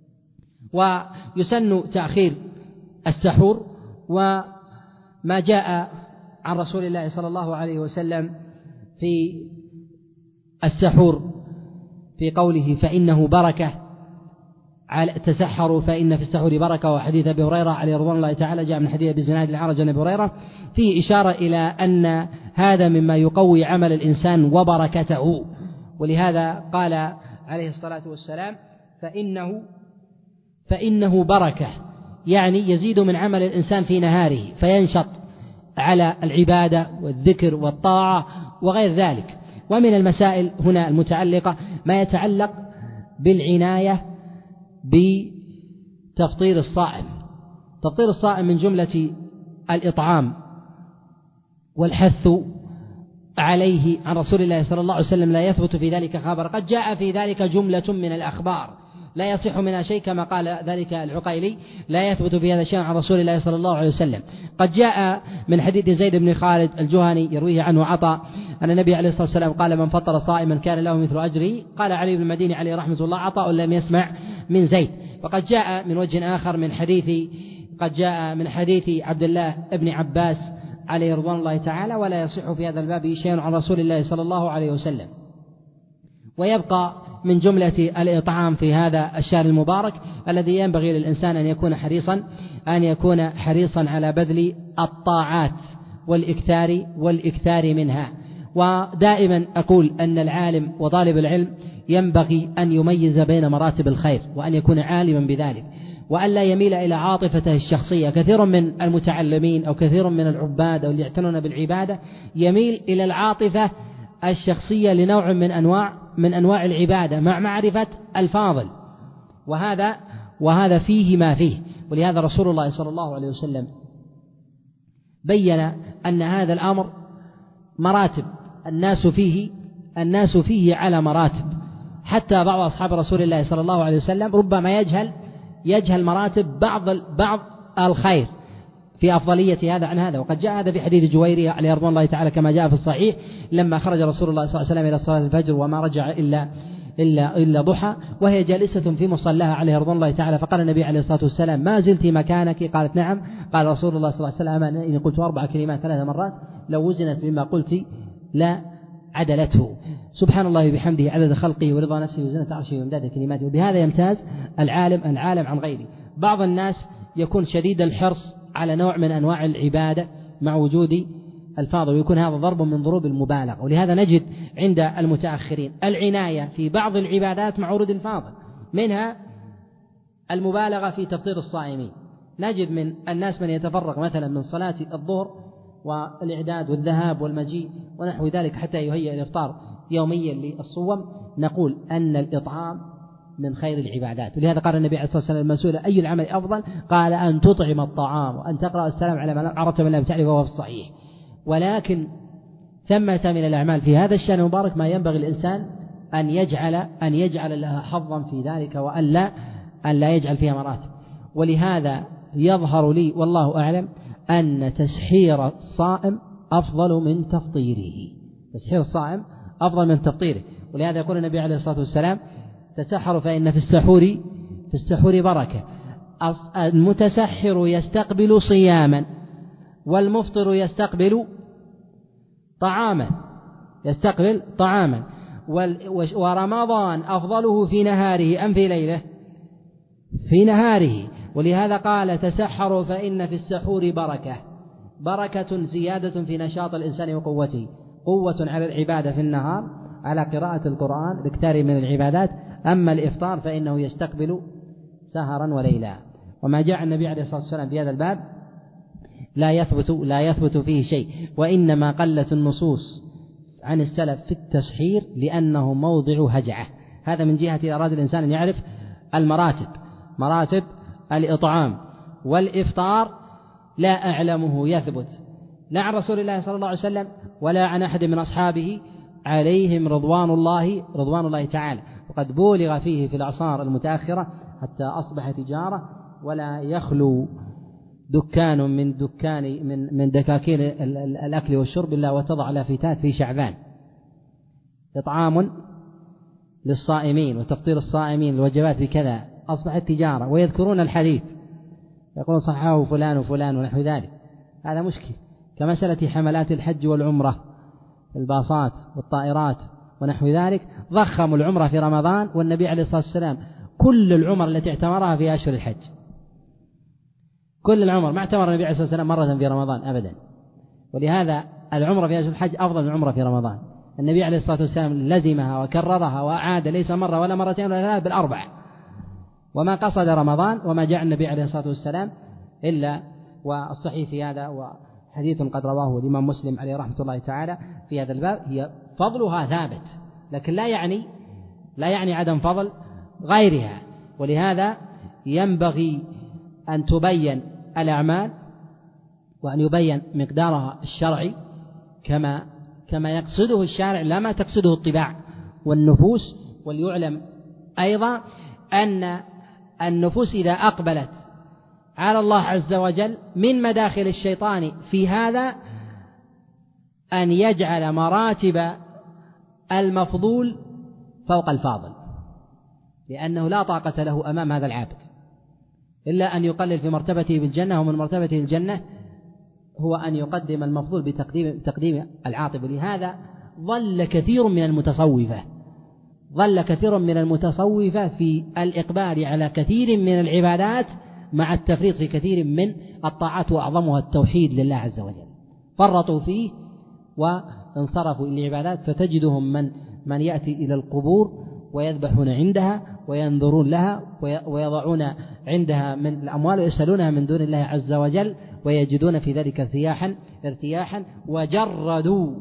ويسن تأخير السحور، وما جاء عن رسول الله صلى الله عليه وسلم في السحور في قوله فإنه بركة، تسحروا فإن في السحور بركة. وحديث أبي هريرة عليه رضوان الله تعالى جاء من حديث أبي الزناد الأعرج عن أبي هريرة فيه إشارة إلى أن هذا مما يقوي عمل الإنسان وبركته، ولهذا قال عليه الصلاة والسلام فإنه بركة، يعني يزيد من عمل الإنسان في نهاره فينشط على العبادة والذكر والطاعة وغير ذلك. ومن المسائل هنا المتعلقة ما يتعلق بالعناية بتفطير الصائم. تفطير الصائم من جملة الإطعام والحث عليه عن رسول الله صلى الله عليه وسلم لا يثبت في ذلك خبر، قد جاء في ذلك جملة من الأخبار لا يصح منها شيء كما قال ذلك العقيلي، لا يثبت في هذا شيء عن رسول الله صلى الله عليه وسلم. قد جاء من حديث زيد بن خالد الجهني يرويه عنه عطاء أن النبي عليه الصلاة والسلام قال من فطر صائما كان له مثل أجره. قال علي بن المديني عليه رحمة الله عطاء لم يسمع من زيد. وقد جاء من وجه آخر من حديث عبد الله بن عباس عليه رضوان الله تعالى، ولا يصح في هذا الباب شيء عن رسول الله صلى الله عليه وسلم. ويبقى من جملة الإطعام في هذا الشهر المبارك الذي ينبغي للإنسان أن يكون حريصا على بذل الطاعات والإكثار منها. ودائما أقول أن العالم وطالب العلم ينبغي أن يميز بين مراتب الخير، وأن يكون عالما بذلك، وأن لا يميل إلى عاطفته الشخصية. كثير من المتعلمين أو كثير من العباد أو اللي يعتنون بالعبادة يميل إلى العاطفة الشخصية لنوع من أنواع العبادة مع معرفة الفاضل، وهذا فيه ما فيه. ولهذا رسول الله صلى الله عليه وسلم بين أن هذا الأمر مراتب الناس فيه على مراتب، حتى بعض أصحاب رسول الله صلى الله عليه وسلم ربما يجهل مراتب بعض الخير في أفضلية هذا عن هذا. وقد جاء هذا في حديث جويرية عليه رضوان الله تعالى كما جاء في الصحيح لما خرج رسول الله صلى الله عليه وسلم إلى صلاة الفجر وما رجع إلا ضحى، وهي جالسة في مصلاها عليه رضوان الله تعالى، فقال النبي عليه الصلاة والسلام ما زلت مكانك؟ قالت نعم. قال رسول الله صلى الله عليه وسلم إن قلت 4 كلمات 3 مرات لو وزنت بما قلت لا عدلته. سبحان الله وبحمده عدد خلقه ورضا نفسه وزنة عرشه وامداد كلماته. وبهذا يمتاز العالم عن غيره. بعض الناس يكون شديد الحرص على نوع من أنواع العبادة مع وجود الفاضل، ويكون هذا ضرب من ضروب المبالغة. ولهذا نجد عند المتأخرين العناية في بعض العبادات مع ورود الفاضل، منها المبالغة في تفطير الصائمين. نجد من الناس من يتفرغ مثلا من صلاة الظهر والإعداد والذهاب والمجيء ونحو ذلك حتى يهيئ الإفطار يوميا للصوم. نقول أن الإطعام من خير العبادات. ولهذا قال النبي عليه الصلاة والسلام المسؤول أي العمل أفضل؟ قال أن تطعم الطعام وأن تقرأ السلام على من عرفت من لم تعرف، وهو في الصحيح. ولكن ثمة من الأعمال في هذا الشأن المبارك ما ينبغي الإنسان أن يجعل لها حظا في ذلك، وأن لا يجعل فيها مراتب. ولهذا يظهر لي والله أعلم أن تسحير الصائم أفضل من تفطيره. تسحير الصائم أفضل من تفطيره. ولهذا يقول النبي عليه الصلاة والسلام: تسحروا فإن في السحور بركة. المتسحر يستقبل صياما، والمفطر يستقبل طعاما. ورمضان أفضله في نهاره أم في ليله؟ في نهاره. ولهذا قال: تسحروا فإن في السحور بركة زيادة في نشاط الإنسان وقوته، قوة على العبادة في النهار، على قراءة القرآن، الاكثار من العبادات. أما الإفطار فإنه يستقبل سهرا وليلا. وما جاء النبي عليه الصلاة والسلام في هذا الباب لا يثبت فيه شيء، وإنما قلت النصوص عن السلف في التسحير لأنه موضع هجعة. هذا من جهة أراد الإنسان أن يعرف مراتب الإطعام. والإفطار لا أعلمه يثبت لا عن رسول الله صلى الله عليه وسلم ولا عن أحد من أصحابه عليهم رضوان الله تعالى. وقد بولغ فيه في الأعصار المتأخرة حتى أصبح تجارة، ولا يخلو دكان من دكاكين الأكل والشرب إلا وتضع لافتات في شعبان: إطعام للصائمين وتفطير الصائمين، الوجبات بكذا. أصبحت تجارة، ويذكرون الحديث يقولون صححه فلان وفلان ونحو ذلك. هذا مشكل، كمسألة حملات الحج والعمرة، الباصات والطائرات ونحو ذلك. ضخموا العمرة في رمضان، والنبي عليه الصلاة والسلام كل العمر التي اعتمرها في أشهر الحج، كل العمر ما اعتمر النبي عليه الصلاة والسلام مرة في رمضان أبدا. ولهذا العمرة في أشهر الحج أفضل من العمرة في رمضان. النبي عليه الصلاة والسلام لزمها وكررها وأعاد، ليس مرة ولا مرتين ولا ثلاث، بل 4. وما قصد رمضان وما جاء النبي عليه الصلاة والسلام إلا. والصحيح في هذا وحديث قد رواه الإمام مسلم عليه رحمة الله تعالى في هذا الباب، هي فضلها ثابت، لكن لا يعني عدم فضل غيرها. ولهذا ينبغي أن تبين الأعمال وأن يبين مقدارها الشرعي كما يقصده الشارع، لا ما تقصده الطباع والنفوس. وليعلم أيضا أن النفوس إذا أقبلت على الله عز وجل من مداخل الشيطان في هذا أن يجعل مراتب المفضول فوق الفاضل، لأنه لا طاقة له أمام هذا العابد إلا أن يقلل في مرتبته بالجنة. ومن مرتبته الجنة هو أن يقدم المفضول بتقديم العاطب. ولهذا ظل كثير من المتصوفة في الإقبال على كثير من العبادات مع التفريط في كثير من الطاعات، وأعظمها التوحيد لله عز وجل. فرطوا فيه وانصرفوا إلى العبادات. فتجدهم من يأتي إلى القبور ويذبحون عندها وينظرون لها ويضعون عندها من الأموال ويسألونها من دون الله عز وجل، ويجدون في ذلك ارتياحا. وجردوا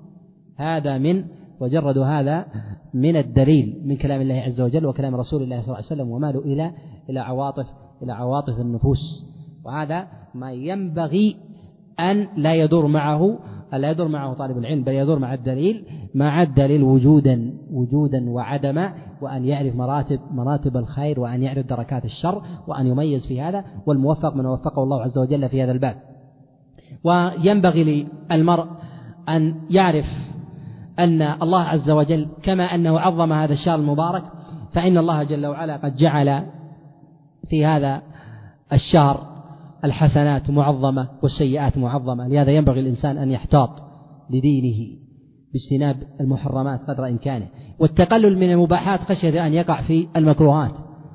هذا من الدليل من كلام الله عز وجل وكلام رسول الله صلى الله عليه وسلم، ومالوا إلى عواطف النفوس. وهذا ما ينبغي أن لا يدور معه طالب العلم، بل يدور مع الدليل وجودا وعدما، وأن يعرف مراتب الخير، وأن يعرف دركات الشر، وأن يميز في هذا. والموفق من وفقه الله عز وجل في هذا الباب. وينبغي للمرء أن يعرف أن الله عز وجل كما أنه عظم هذا الشهر المبارك، فإن الله جل وعلا قد جعل في هذا الشهر الحسنات معظمة والسيئات معظمة. لهذا ينبغي الإنسان أن يحتاط لدينه باجتناب المحرمات قدر إمكانه، والتقلل من المباحات خشية أن يقع في المكروهات،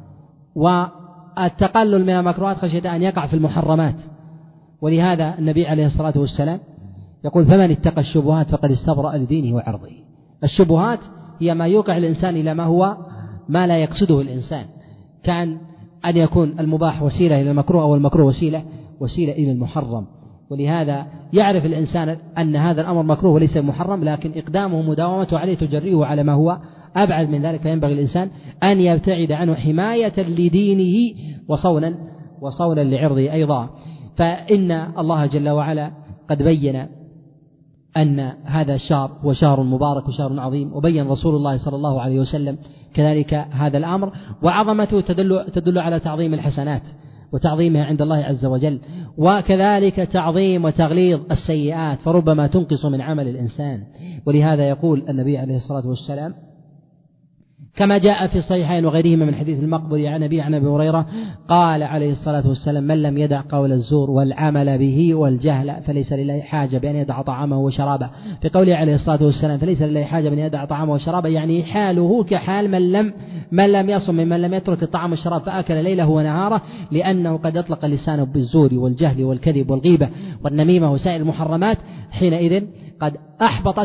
والتقلل من المكروهات خشية أن يقع في المحرمات. ولهذا النبي عليه الصلاة والسلام يقول: فمن اتقى الشبهات فقد استبرأ لدينه وعرضه. الشبهات هي ما يوقع الإنسان إلى ما لا يقصده الإنسان، كان أن يكون المباح وسيلة إلى المكروه، أو المكروه وسيلة إلى المحرم. ولهذا يعرف الإنسان أن هذا الأمر مكروه وليس محرم، لكن إقدامه مداومته عليه تجريه أبعد من ذلك، فينبغي الإنسان أن يبتعد عنه حماية لدينه وصونا لعرضه أيضا. فإن الله جل وعلا قد بين أن هذا الشهر هو شهر مبارك وشهر عظيم، وبين رسول الله صلى الله عليه وسلم كذلك هذا الأمر، وعظمته تدل على تعظيم الحسنات وتعظيمها عند الله عز وجل، وكذلك تعظيم وتغليظ السيئات، فربما تنقص من عمل الإنسان. ولهذا يقول النبي عليه الصلاة والسلام كما جاء في الصحيحين وغيرهما من حديث المقبول عن أبي هريرة قال عليه الصلاة والسلام: من لم يدع قول الزور والعمل به والجهل فليس لله حاجة بأن يدع طعامه وشرابه. في قوله عليه الصلاة والسلام فليس لله حاجة بأن يدع طعامه وشرابه، يعني حاله كحال من لم يصم ممن لم يترك الطعام والشراب فأكل ليله ونهاره، لأنه قد أطلق لسانه بالزور والجهل والكذب والغيبة والنميمة وسائر المحرمات، حينئذ قد أحبطت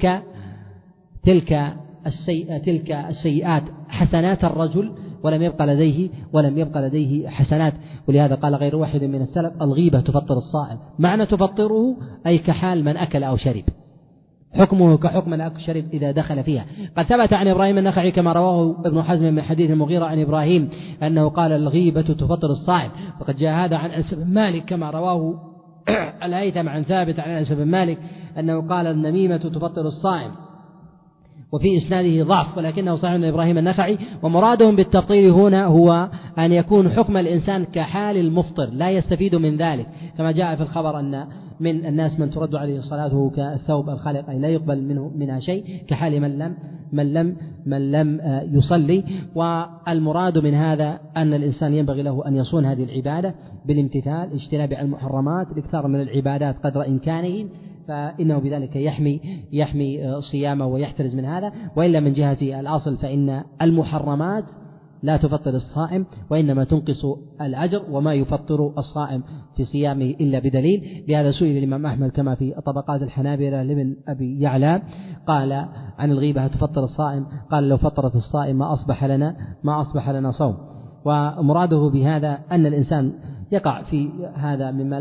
تلك السيئات حسنات الرجل، ولم يبقى لديه حسنات. ولهذا قال غير واحد من السلف: الغيبة تفطر الصائم. معنى تفطره أي كحال من أكل أو شرب، حكمه كحكم من أكل شرب إذا دخل فيها. قد ثبت عن إبراهيم النخعي كما رواه ابن حزم من حديث المغيرة عن إبراهيم أنه قال: الغيبة تفطر الصائم. وقد جاء هذا عن أنس بن مالك كما رواه الهيثم عن ثابت عن أنس بن مالك أنه قال: النميمة تفطر الصائم، وفي إسناده ضعف ولكنه صحيح من إبراهيم النخعي. ومرادهم بالتفطير هنا هو أن يكون حكم الإنسان كحال المفطر لا يستفيد من ذلك، كما جاء في الخبر أن من الناس من ترد عليه صلاته كالثوب الخالق، أي لا يقبل منها شيء، كحال من لم يصلي. والمراد من هذا أن الإنسان ينبغي له أن يصون هذه العبادة بالامتثال، اجتناب عن المحرمات، الاكثار من العبادات قدر إمكانه، فإنه بذلك يحمي صيامه ويحترز من هذا. وإلا من جهة الأصل فإن المحرمات لا تفطر الصائم، وإنما تنقص الأجر، وما يفطر الصائم في صيامه إلا بدليل. لهذا سئل الإمام أحمد كما في طبقات الحنابلة لابن أبي يعلى قال عن الغيبة تفطر الصائم، قال: لو فطرت الصائم ما أصبح لنا صوم. ومراده بهذا أن الإنسان يقع في هذا مما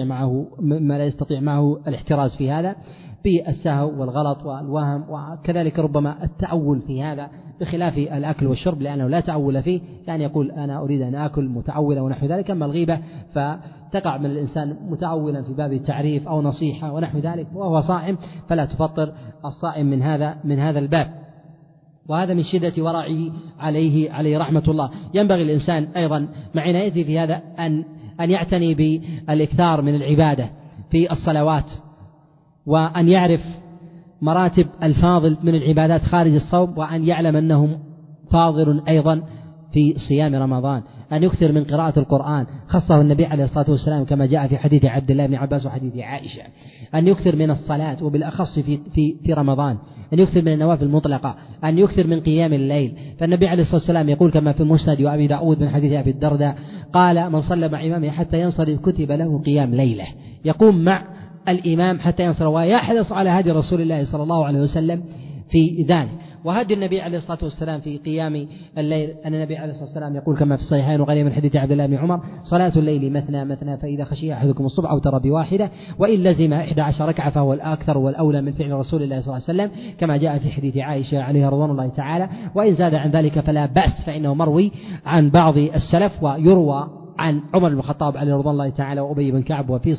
لا يستطيع معه الاحتراز في هذا، بالسهو والغلط والوهم، وكذلك ربما التأول في هذا بخلاف الأكل والشرب لأنه لا تأول فيه، يعني يقول أنا أريد أن أكل متأولا ونحو ذلك. أما الغيبة فتقع من الإنسان متأولا في باب التعريف أو نصيحة ونحو ذلك وهو صائم، فلا تفطر الصائم من هذا الباب. وهذا من شدة ورعه عليه رحمة الله. ينبغي الإنسان أيضا مع عنايته في هذا أن يعتني بالإكثار من العبادة في الصلوات، وأن يعرف مراتب الفاضل من العبادات خارج الصوم، وأن يعلم أنه فاضل أيضا في صيام رمضان. أن يكثر من قراءة القرآن، خصه النبي عليه الصلاة والسلام كما جاء في حديث عبد الله بن عباس وحديث عائشة. أن يكثر من الصلاة وبالأخص في رمضان، أن يكثر من النوافل المطلقة، أن يكثر من قيام الليل. فالنبي عليه الصلاة والسلام يقول كما في المسند وأبي داود من حديث أبي الدرداء قال: من صلى مع إمامه حتى ينصرف كتب له قيام ليلة. يقوم مع الإمام حتى ينصرف، ويحرص على هدي رسول الله صلى الله عليه وسلم في ذلك. وهدي النبي عليه الصلاة والسلام في قيام الليل أن النبي عليه الصلاة والسلام يقول كما في الصحيحين وغيره من حديث عبد الله بن عمر: صلاة الليل مثنى مثنى، فإذا خشي أحدكم الصبح أوتر بواحدة، وإن لزم 11 ركعة فهو الأكثر والأولى من فعل رسول الله صلى الله عليه وسلم، كما جاء في حديث عائشة عليها رضوان الله تعالى. وإن زاد عن ذلك فلا بأس، فإنه مروي عن بعض السلف، ويروى عن عمر بن الخطاب عليه رضوان الله تعالى وأبي بن كعب، وفي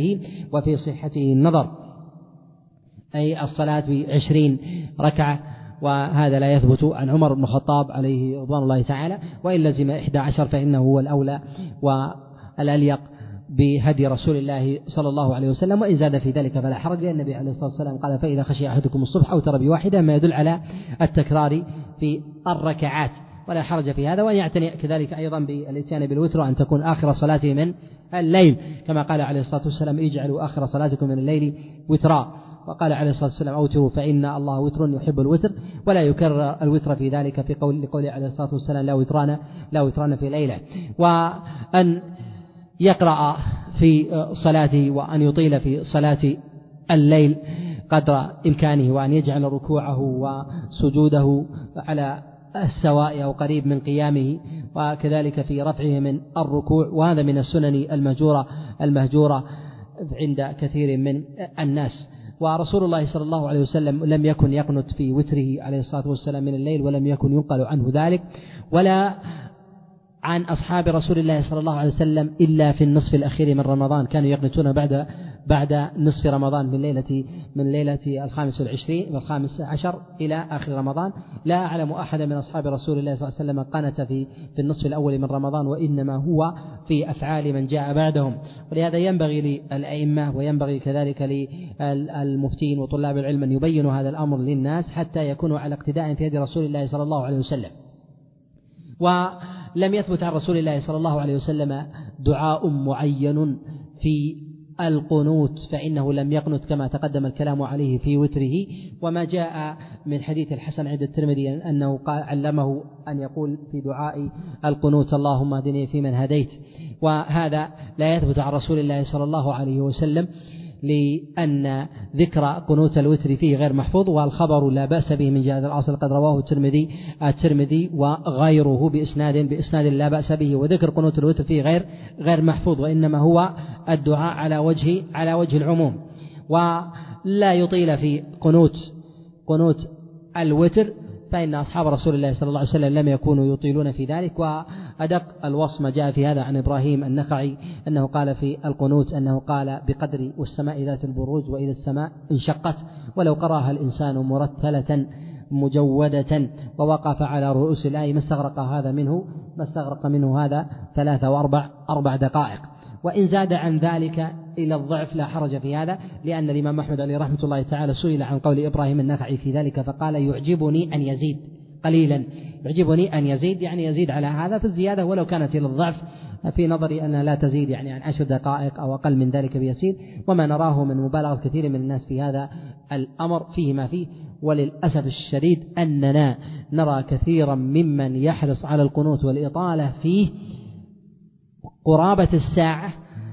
صحته النظر، أي الصلاة ب20 ركعة، وهذا لا يثبت عن عمر بن الخطاب عليه رضوان الله تعالى. وإن لزم 11 فإنه هو الأولى والأليق بهدي رسول الله صلى الله عليه وسلم. وإن زاد في ذلك فلا حرج، لأن النبي عليه الصلاة والسلام قال: فإذا خشي أحدكم الصبح أوتر بواحدة، ما يدل على التكرار في الركعات، ولا حرج في هذا. وأن يعتني كذلك أيضا بالاتيان بالوتر، وأن تكون آخر صلاته من الليل، كما قال عليه الصلاة والسلام: اجعلوا آخر صلاتكم من الليل وترا. وقال عليه الصلاة والسلام: أوتروا فإن الله وتر يحب الوتر. ولا يكرر الوتر في ذلك في لقوله عليه الصلاة والسلام: لا وتران في ليلة. وأن يقرأ في صلاته وأن يطيل في صلاة الليل قدر إمكانه، وأن يجعل ركوعه وسجوده على السواء أو قريب من قيامه، وكذلك في رفعه من الركوع. وهذا من السنن المهجورة عند كثير من الناس. ورسول الله صلى الله عليه وسلم لم يكن يقنت في وتره عليه الصلاة والسلام من الليل، ولم يكن ينقل عنه ذلك ولا عن أصحاب رسول الله صلى الله عليه وسلم إلا في النصف الأخير من رمضان، كانوا يقنتون بعد نصف رمضان من ليلة 15 إلى آخر رمضان. لا أعلم أحدا من أصحاب رسول الله صلى الله عليه وسلم قنت في النصف الأول من رمضان، وإنما هو في أفعال من جاء بعدهم. ولهذا ينبغي للأئمة وينبغي كذلك للمفتين وطلاب العلم أن يبينوا هذا الأمر للناس حتى يكونوا على اقتداء في يد رسول الله صلى الله عليه وسلم. ولم يثبت عن رسول الله صلى الله عليه وسلم دعاء معين في القنوت، فإنه لم يقنت كما تقدم الكلام عليه في وتره. وما جاء من حديث الحسن عند الترمذي أنه علمه أن يقول في دعاء القنوت اللهم اهدني فيمن هديت، وهذا لا يثبت عن رسول الله صلى الله عليه وسلم، لأن ذكر قنوت الوتر فيه غير محفوظ، والخبر لا بأس به من جهة الأصل قد رواه الترمذي وغيره بإسناد لا بأس به. وذكر قنوت الوتر فيه غير محفوظ، وإنما هو الدعاء على وجه العموم. ولا يطيل في قنوت الوتر، فإن أصحاب رسول الله صلى الله عليه وسلم لم يكونوا يطيلون في ذلك. وأدق الوصف ما جاء في هذا عن إبراهيم النخعي أنه قال في القنوت أنه قال بقدر والسماء ذات البروج وإذا السماء انشقت، ولو قراها الإنسان مرتلة مجودة ووقف على رؤوس الآية ما استغرق منه هذا 3 و4 دقائق. وإن زاد عن ذلك إلى الضعف لا حرج في هذا، لأن الإمام أحمد عليه رحمة الله تعالى سئل عن قول إبراهيم النخعي في ذلك فقال يعجبني أن يزيد قليلا، يعجبني أن يزيد يعني يزيد على هذا في الزيادة ولو كانت إلى الضعف، في نظري أنها لا تزيد يعني عن 10 دقائق أو أقل من ذلك بيسير. وما نراه من مبالغة كثير من الناس في هذا الأمر فيه ما فيه. وللأسف الشديد أننا نرى كثيرا ممن يحرص على القنوت والإطالة فيه قرابة الساعة.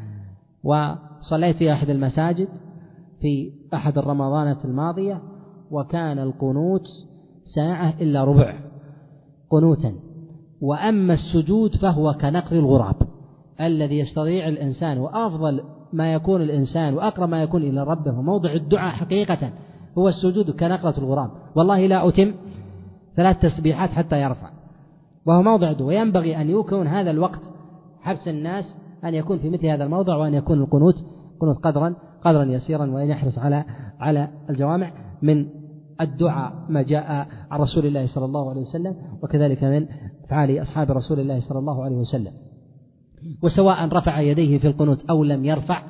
وصليت في أحد المساجد في أحد الرمضانات الماضية وكان القنوت 1 ساعة إلا ربع قنوتا، وأما السجود فهو كنقر الغراب الذي يستطيع الإنسان، وأفضل ما يكون الإنسان وأقرب ما يكون إلى ربه وموضع الدعاء حقيقة هو السجود كنقرة الغراب. والله لا أتم 3 تسبيحات حتى يرفع، وهو موضع الدعاء. وينبغي أن يكون هذا الوقت حبس الناس أن يكون في مثل هذا الموضع، وأن يكون القنوت قدرا يسيرا، وأن يحرص على الجوامع من الدعاء ما جاء عن رسول الله صلى الله عليه وسلم، وكذلك من أفعال أصحاب رسول الله صلى الله عليه وسلم. وسواء رفع يديه في القنوت أو لم يرفع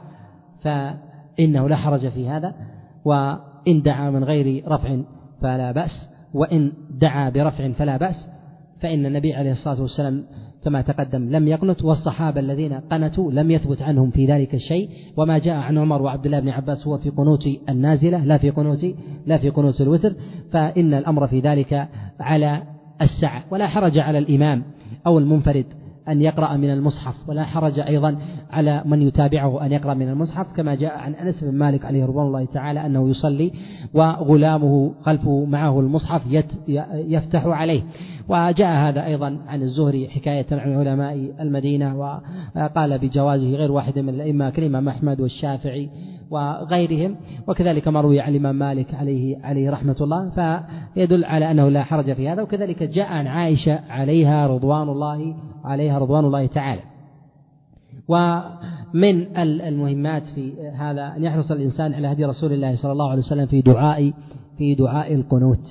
فإنه لا حرج في هذا، وإن دعا من غير رفع فلا بأس، وإن دعا برفع فلا بأس، فإن النبي عليه الصلاة والسلام كما تقدم لم يقنت، والصحابة الذين قنتوا لم يثبت عنهم في ذلك الشيء. وما جاء عن عمر وعبد الله بن عباس هو في قنوت النازلة لا في قنوت الوتر، فإن الأمر في ذلك على السعة. ولا حرج على الإمام أو المنفرد أن يقرأ من المصحف، ولا حرج أيضا على من يتابعه أن يقرأ من المصحف، كما جاء عن أنس بن مالك عليه رضوان الله تعالى أنه يصلي وغلامه خلفه معه المصحف يفتح عليه. وجاء هذا أيضا عن الزهري حكاية عن علماء المدينة، وقال بجوازه غير واحد من الأئمة كالإمام أحمد والشافعي وغيرهم، وكذلك مروي عن الإمام مالك عليه رحمة الله، فيدل على أنه لا حرج في هذا. وكذلك جاء عن عائشة عليها رضوان الله تعالى. ومن المهمات في هذا أن يحرص الإنسان على هدي رسول الله صلى الله عليه وسلم في دعاء القنوت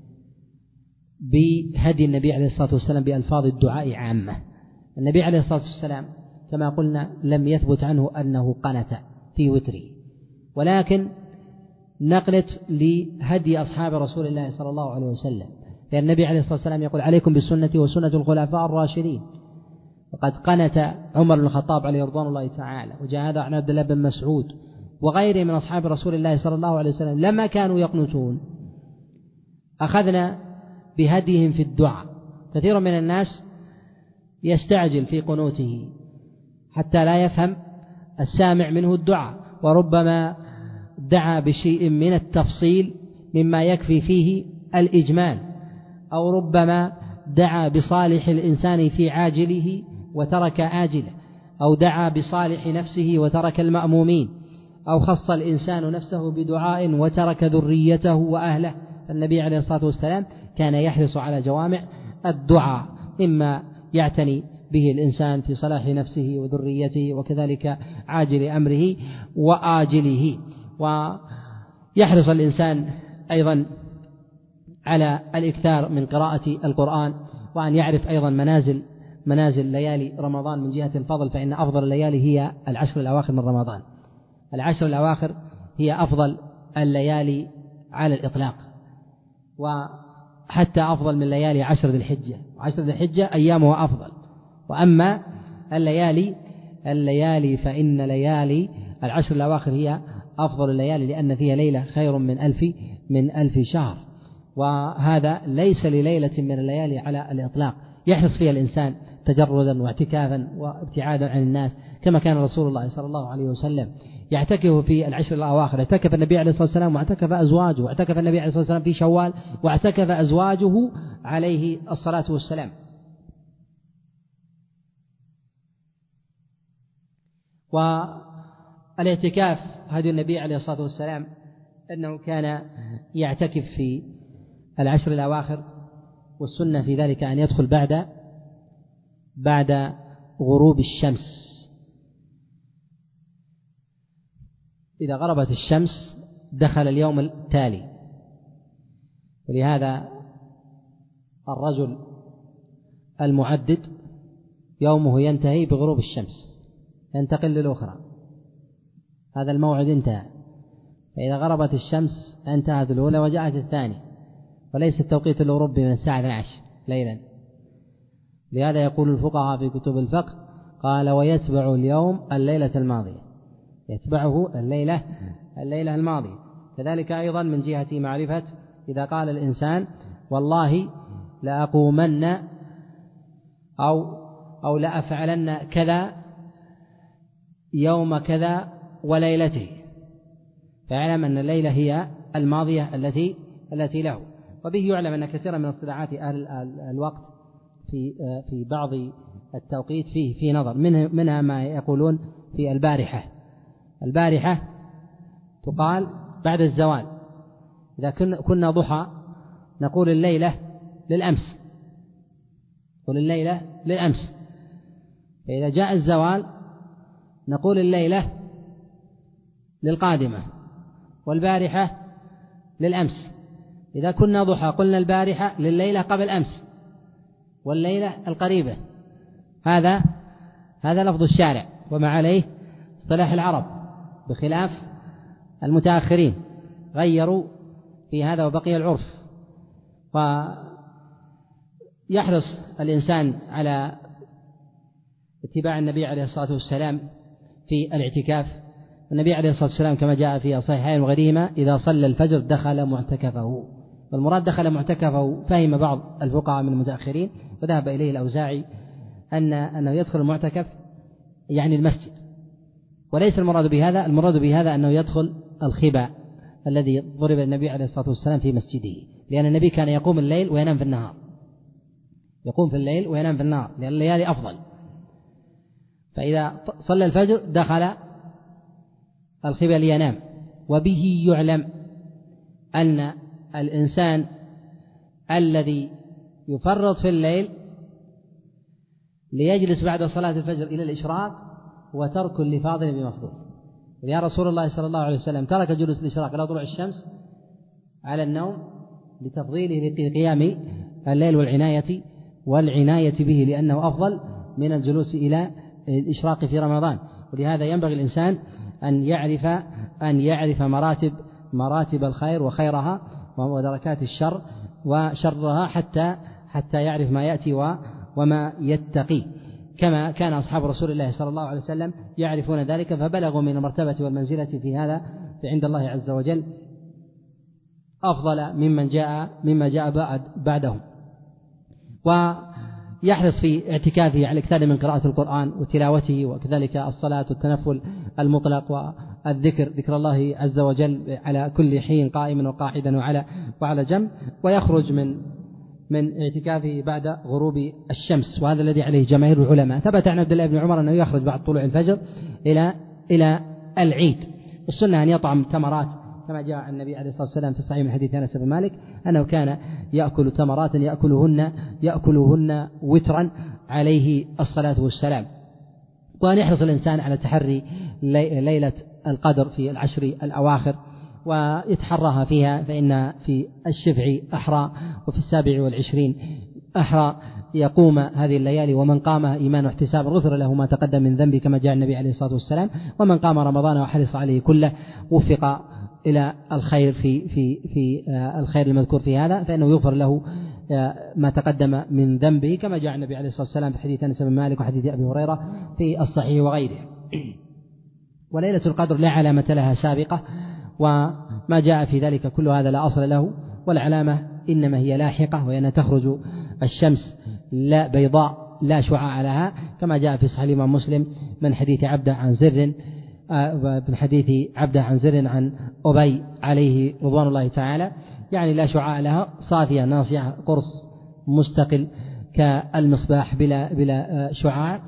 بهدي النبي عليه الصلاة والسلام بألفاظ الدعاء عامة. النبي عليه الصلاة والسلام كما قلنا لم يثبت عنه أنه قنت في وتره، ولكن نقلت لهدي أصحاب رسول الله صلى الله عليه وسلم، لأن النبي عليه الصلاة والسلام يقول عليكم بسنتي وسنة الخلفاء الراشدين. وقد قنت عمر بن الخطاب عليه رضوان الله تعالى، وجاء هذا عن عبد الله بن مسعود وغيره من أصحاب رسول الله صلى الله عليه وسلم لما كانوا يقنتون أخذنا بهديهم في الدعاء. كثير من الناس يستعجل في قنوته حتى لا يفهم السامع منه الدعاء، وربما دعا بشيء من التفصيل مما يكفي فيه الإجمال، أو ربما دعا بصالح الإنسان في عاجله وترك آجله، أو دعا بصالح نفسه وترك المأمومين، أو خص الإنسان نفسه بدعاء وترك ذريته وأهله، النبي عليه الصلاة والسلام كان يحرص على جوامع الدعاء، مما يعتني به الإنسان في صلاح نفسه وذريته وكذلك عاجل أمره وآجله. ويحرص الإنسان أيضا على الإكثار من قراءة القرآن، وأن يعرف أيضا منازل ليالي رمضان من جهة الفضل، فإن أفضل الليالي هي العشر الأواخر من رمضان. العشر الأواخر هي أفضل الليالي على الإطلاق، وحتى أفضل من ليالي عشر ذي الحجة، وعشر ذي الحجة أيامها أفضل. وأما الليالي فإن ليالي العشر الأواخر هي أفضل الليالي، لأن فيها ليلة خير من ألف شهر، وهذا ليس لليلة من الليالي على الإطلاق يحرص فيها الإنسان تجردا واعتكافا وابتعادا عن الناس، كما كان رسول الله صلى الله عليه وسلم يعتكف في العشر الأواخر. اعتكف النبي عليه الصلاة والسلام واعتكف أزواجه، واعتكف النبي عليه الصلاة والسلام في شوال، واعتكف أزواجه عليه الصلاة والسلام. والاعتكاف هدي النبي عليه الصلاة والسلام أنه كان يعتكف في العشر الأواخر، والسنة في ذلك أن يدخل بعد غروب الشمس. إذا غربت الشمس دخل اليوم التالي، ولهذا الرجل المعدد يومه ينتهي بغروب الشمس، ينتقل للأخرى، هذا الموعد انتهى، فإذا غربت الشمس انتهت الأولى وجاءت الثانية، وليس التوقيت الأوروبي من الساعة 12 ليلا. لهذا يقول الفقهاء في كتب الفقه قال ويتبع اليوم الليلة الماضية، يتبعه الليلة الماضية. كذلك أيضا من جهة معرفة إذا قال الإنسان والله لأقومن أو لأفعلن كذا يوم كذا وليلته، فيعلم أن الليلة هي الماضية التي له. وبه يعلم أن كثيرا من اصطلاحات أهل الوقت في بعض التوقيت فيه نظر، منها ما يقولون في البارحة تقال بعد الزوال. إذا كنا ضحى نقول الليلة للأمس، فإذا جاء الزوال نقول الليلة للقادمة، والبارحة للأمس. إذا كنا ضحى قلنا البارحة لليلة قبل أمس، والليلة القريبة. هذا لفظ الشارع وما عليه اصطلاح العرب، بخلاف المتأخرين غيروا في هذا وبقي العرف. ويحرص الإنسان على اتباع النبي عليه الصلاة والسلام في الاعتكاف. النبي عليه الصلاة والسلام كما جاء في الصحيحين وغيرهما إذا صلى الفجر دخل معتكفه، والمراد دخل معتكفه فهم بعض الفقهاء من المتأخرين وذهب إليه الأوزاعي أنه يدخل المعتكف يعني المسجد، وليس المراد بهذا أنه يدخل الخباء الذي ضرب النبي عليه الصلاة والسلام في مسجده، لأن النبي كان يقوم الليل وينام في النهار، يقوم في الليل وينام في النهار، لأن الليالي أفضل. فإذا صلى الفجر دخل الخباء لينام. وبه يعلم أن الإنسان الذي يفرط في الليل ليجلس بعد صلاة الفجر إلى الإشراق وترك لفاضل بمفضول. يا رسول الله صلى الله عليه وسلم ترك جلوس الإشراق إلى طلوع الشمس على النوم لتفضيله لقيام الليل والعناية به، لأنه أفضل من الجلوس إلى الإشراق في رمضان. ولهذا ينبغي الإنسان أن يعرف مراتب الخير وخيرها ودركات الشر وشرها حتى يعرف ما يأتي وما يتقي، كما كان أصحاب رسول الله صلى الله عليه وسلم يعرفون ذلك، فبلغوا من المرتبة والمنزلة في هذا عند الله عز وجل أفضل مما جاء بعدهم. ويحرص في اعتكافه على الإكثار من قراءة القرآن وتلاوته، وكذلك الصلاة والتنفل المطلق ذكر الله عز وجل على كل حين قائما وقاعدا وعلى جنب. ويخرج من اعتكافه بعد غروب الشمس، وهذا الذي عليه جماهير العلماء. ثبت عن عبد الله بن عمر أنه يخرج بعد طلوع الفجر إلى العيد، والسنة أن يطعم تمرات كما جاء عن النبي عليه الصلاة والسلام في الصحيح من حديث أنس بن مالك أنه كان يأكل تمرات يأكلهن وترا عليه الصلاة والسلام. وأن يحرص الإنسان على تحري ليلة القدر في العشر الأواخر ويتحرها فيها، فإن في الشفع أحرى وفي 27 أحرى يقوم هذه الليالي، ومن قامها إيمان واحتساب غفر له ما تقدم من ذنبه كما جاء النبي عليه الصلاة والسلام. ومن قام رمضان وحرص عليه كله وفق إلى الخير في الخير المذكور في هذا، فإنه يغفر له ما تقدم من ذنبه كما جاء النبي عليه الصلاة والسلام في حديث أنس بن مالك وحديث أبي هريرة في الصحيح وغيره. وليلة القدر لا علامة لها سابقة، وما جاء في ذلك كل هذا لا أصل له، والعلامة إنما هي لاحقة، وأن تخرج الشمس لا بيضاء لا شعاع لها كما جاء في صحيح الإمام مسلم من حديث عبده عن زر عن أبي عليه رضوان الله تعالى، يعني لا شعاع لها، صافية ناصعة قرص مستقل كالمصباح بلا شعاع،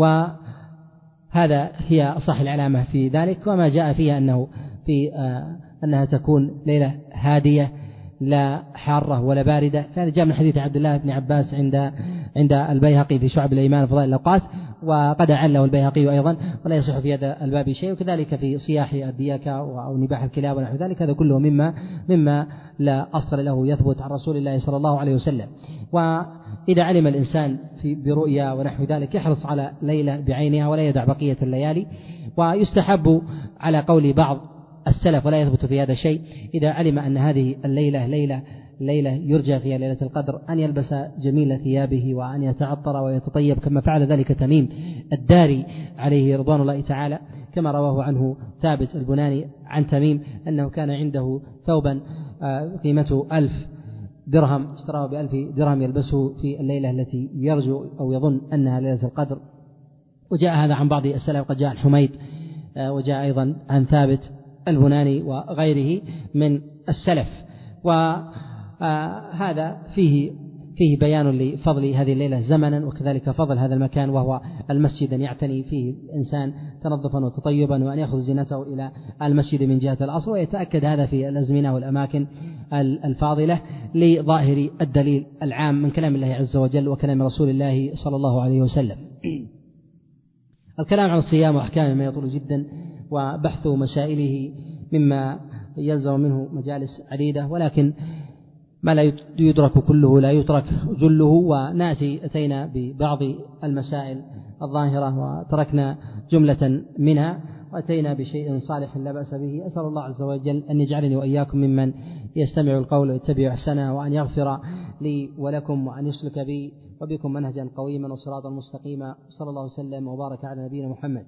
وهذا هي أصح العلامة في ذلك. وما جاء فيها أنها تكون ليلة هادية لا حارة ولا باردة، هذا جاء من حديث عبد الله بن عباس عند البيهقي في شعب الإيمان وفضائل الأوقات، وقد عله البيهقي أيضا، ولا يصح في هذا الباب شيء. وكذلك في صياح الدياكة أو نباح الكلاب ونحو ذلك، هذا كله مما لا أصل له يثبت عن رسول الله صلى الله عليه وسلم. وإذا علم الإنسان برؤيا ونحو ذلك يحرص على ليلة بعينها ولا يدع بقية الليالي. ويستحب على قول بعض السلف ولا يثبت في هذا شيء، إذا علم أن هذه الليلة ليلة يرجى فيها ليلة القدر، أن يلبس جميل ثيابه وأن يتعطر ويتطيب كما فعل ذلك تميم الداري عليه رضوان الله تعالى، كما رواه عنه ثابت البناني عن تميم أنه كان عنده ثوبا قيمته 1000 درهم اشتراه ب1000 درهم يلبسه في الليلة التي يرجو أو يظن أنها ليلة القدر. وجاء هذا عن بعض السلف، قد جاء عن حميد وجاء أيضا عن ثابت البناني وغيره من السلف. وهذا فيه بيان لفضل هذه الليلة زمنا، وكذلك فضل هذا المكان وهو المسجد، أن يعتني فيه الإنسان تنظفا وتطيبا، وأن يأخذ زينته إلى المسجد من جهة الأصل، ويتأكد هذا في الأزمنة والأماكن الفاضلة لظاهر الدليل العام من كلام الله عز وجل وكلام رسول الله صلى الله عليه وسلم. الكلام عن الصيام وأحكامه ما يطول جدا، وبحث مسائله مما يلزم منه مجالس عديدة، ولكن ما لا يدرك كله لا يترك جله، أتينا ببعض المسائل الظاهرة وتركنا جملة منها، وأتينا بشيء صالح لا بأس به. أسأل الله عز وجل أن يجعلني وإياكم ممن يستمع القول ويتبع أحسنه، وأن يغفر لي ولكم، وأن يسلك بي وبكم منهجا قويما وصراطا مستقيما. صلى الله وسلم وبارك على نبينا محمد.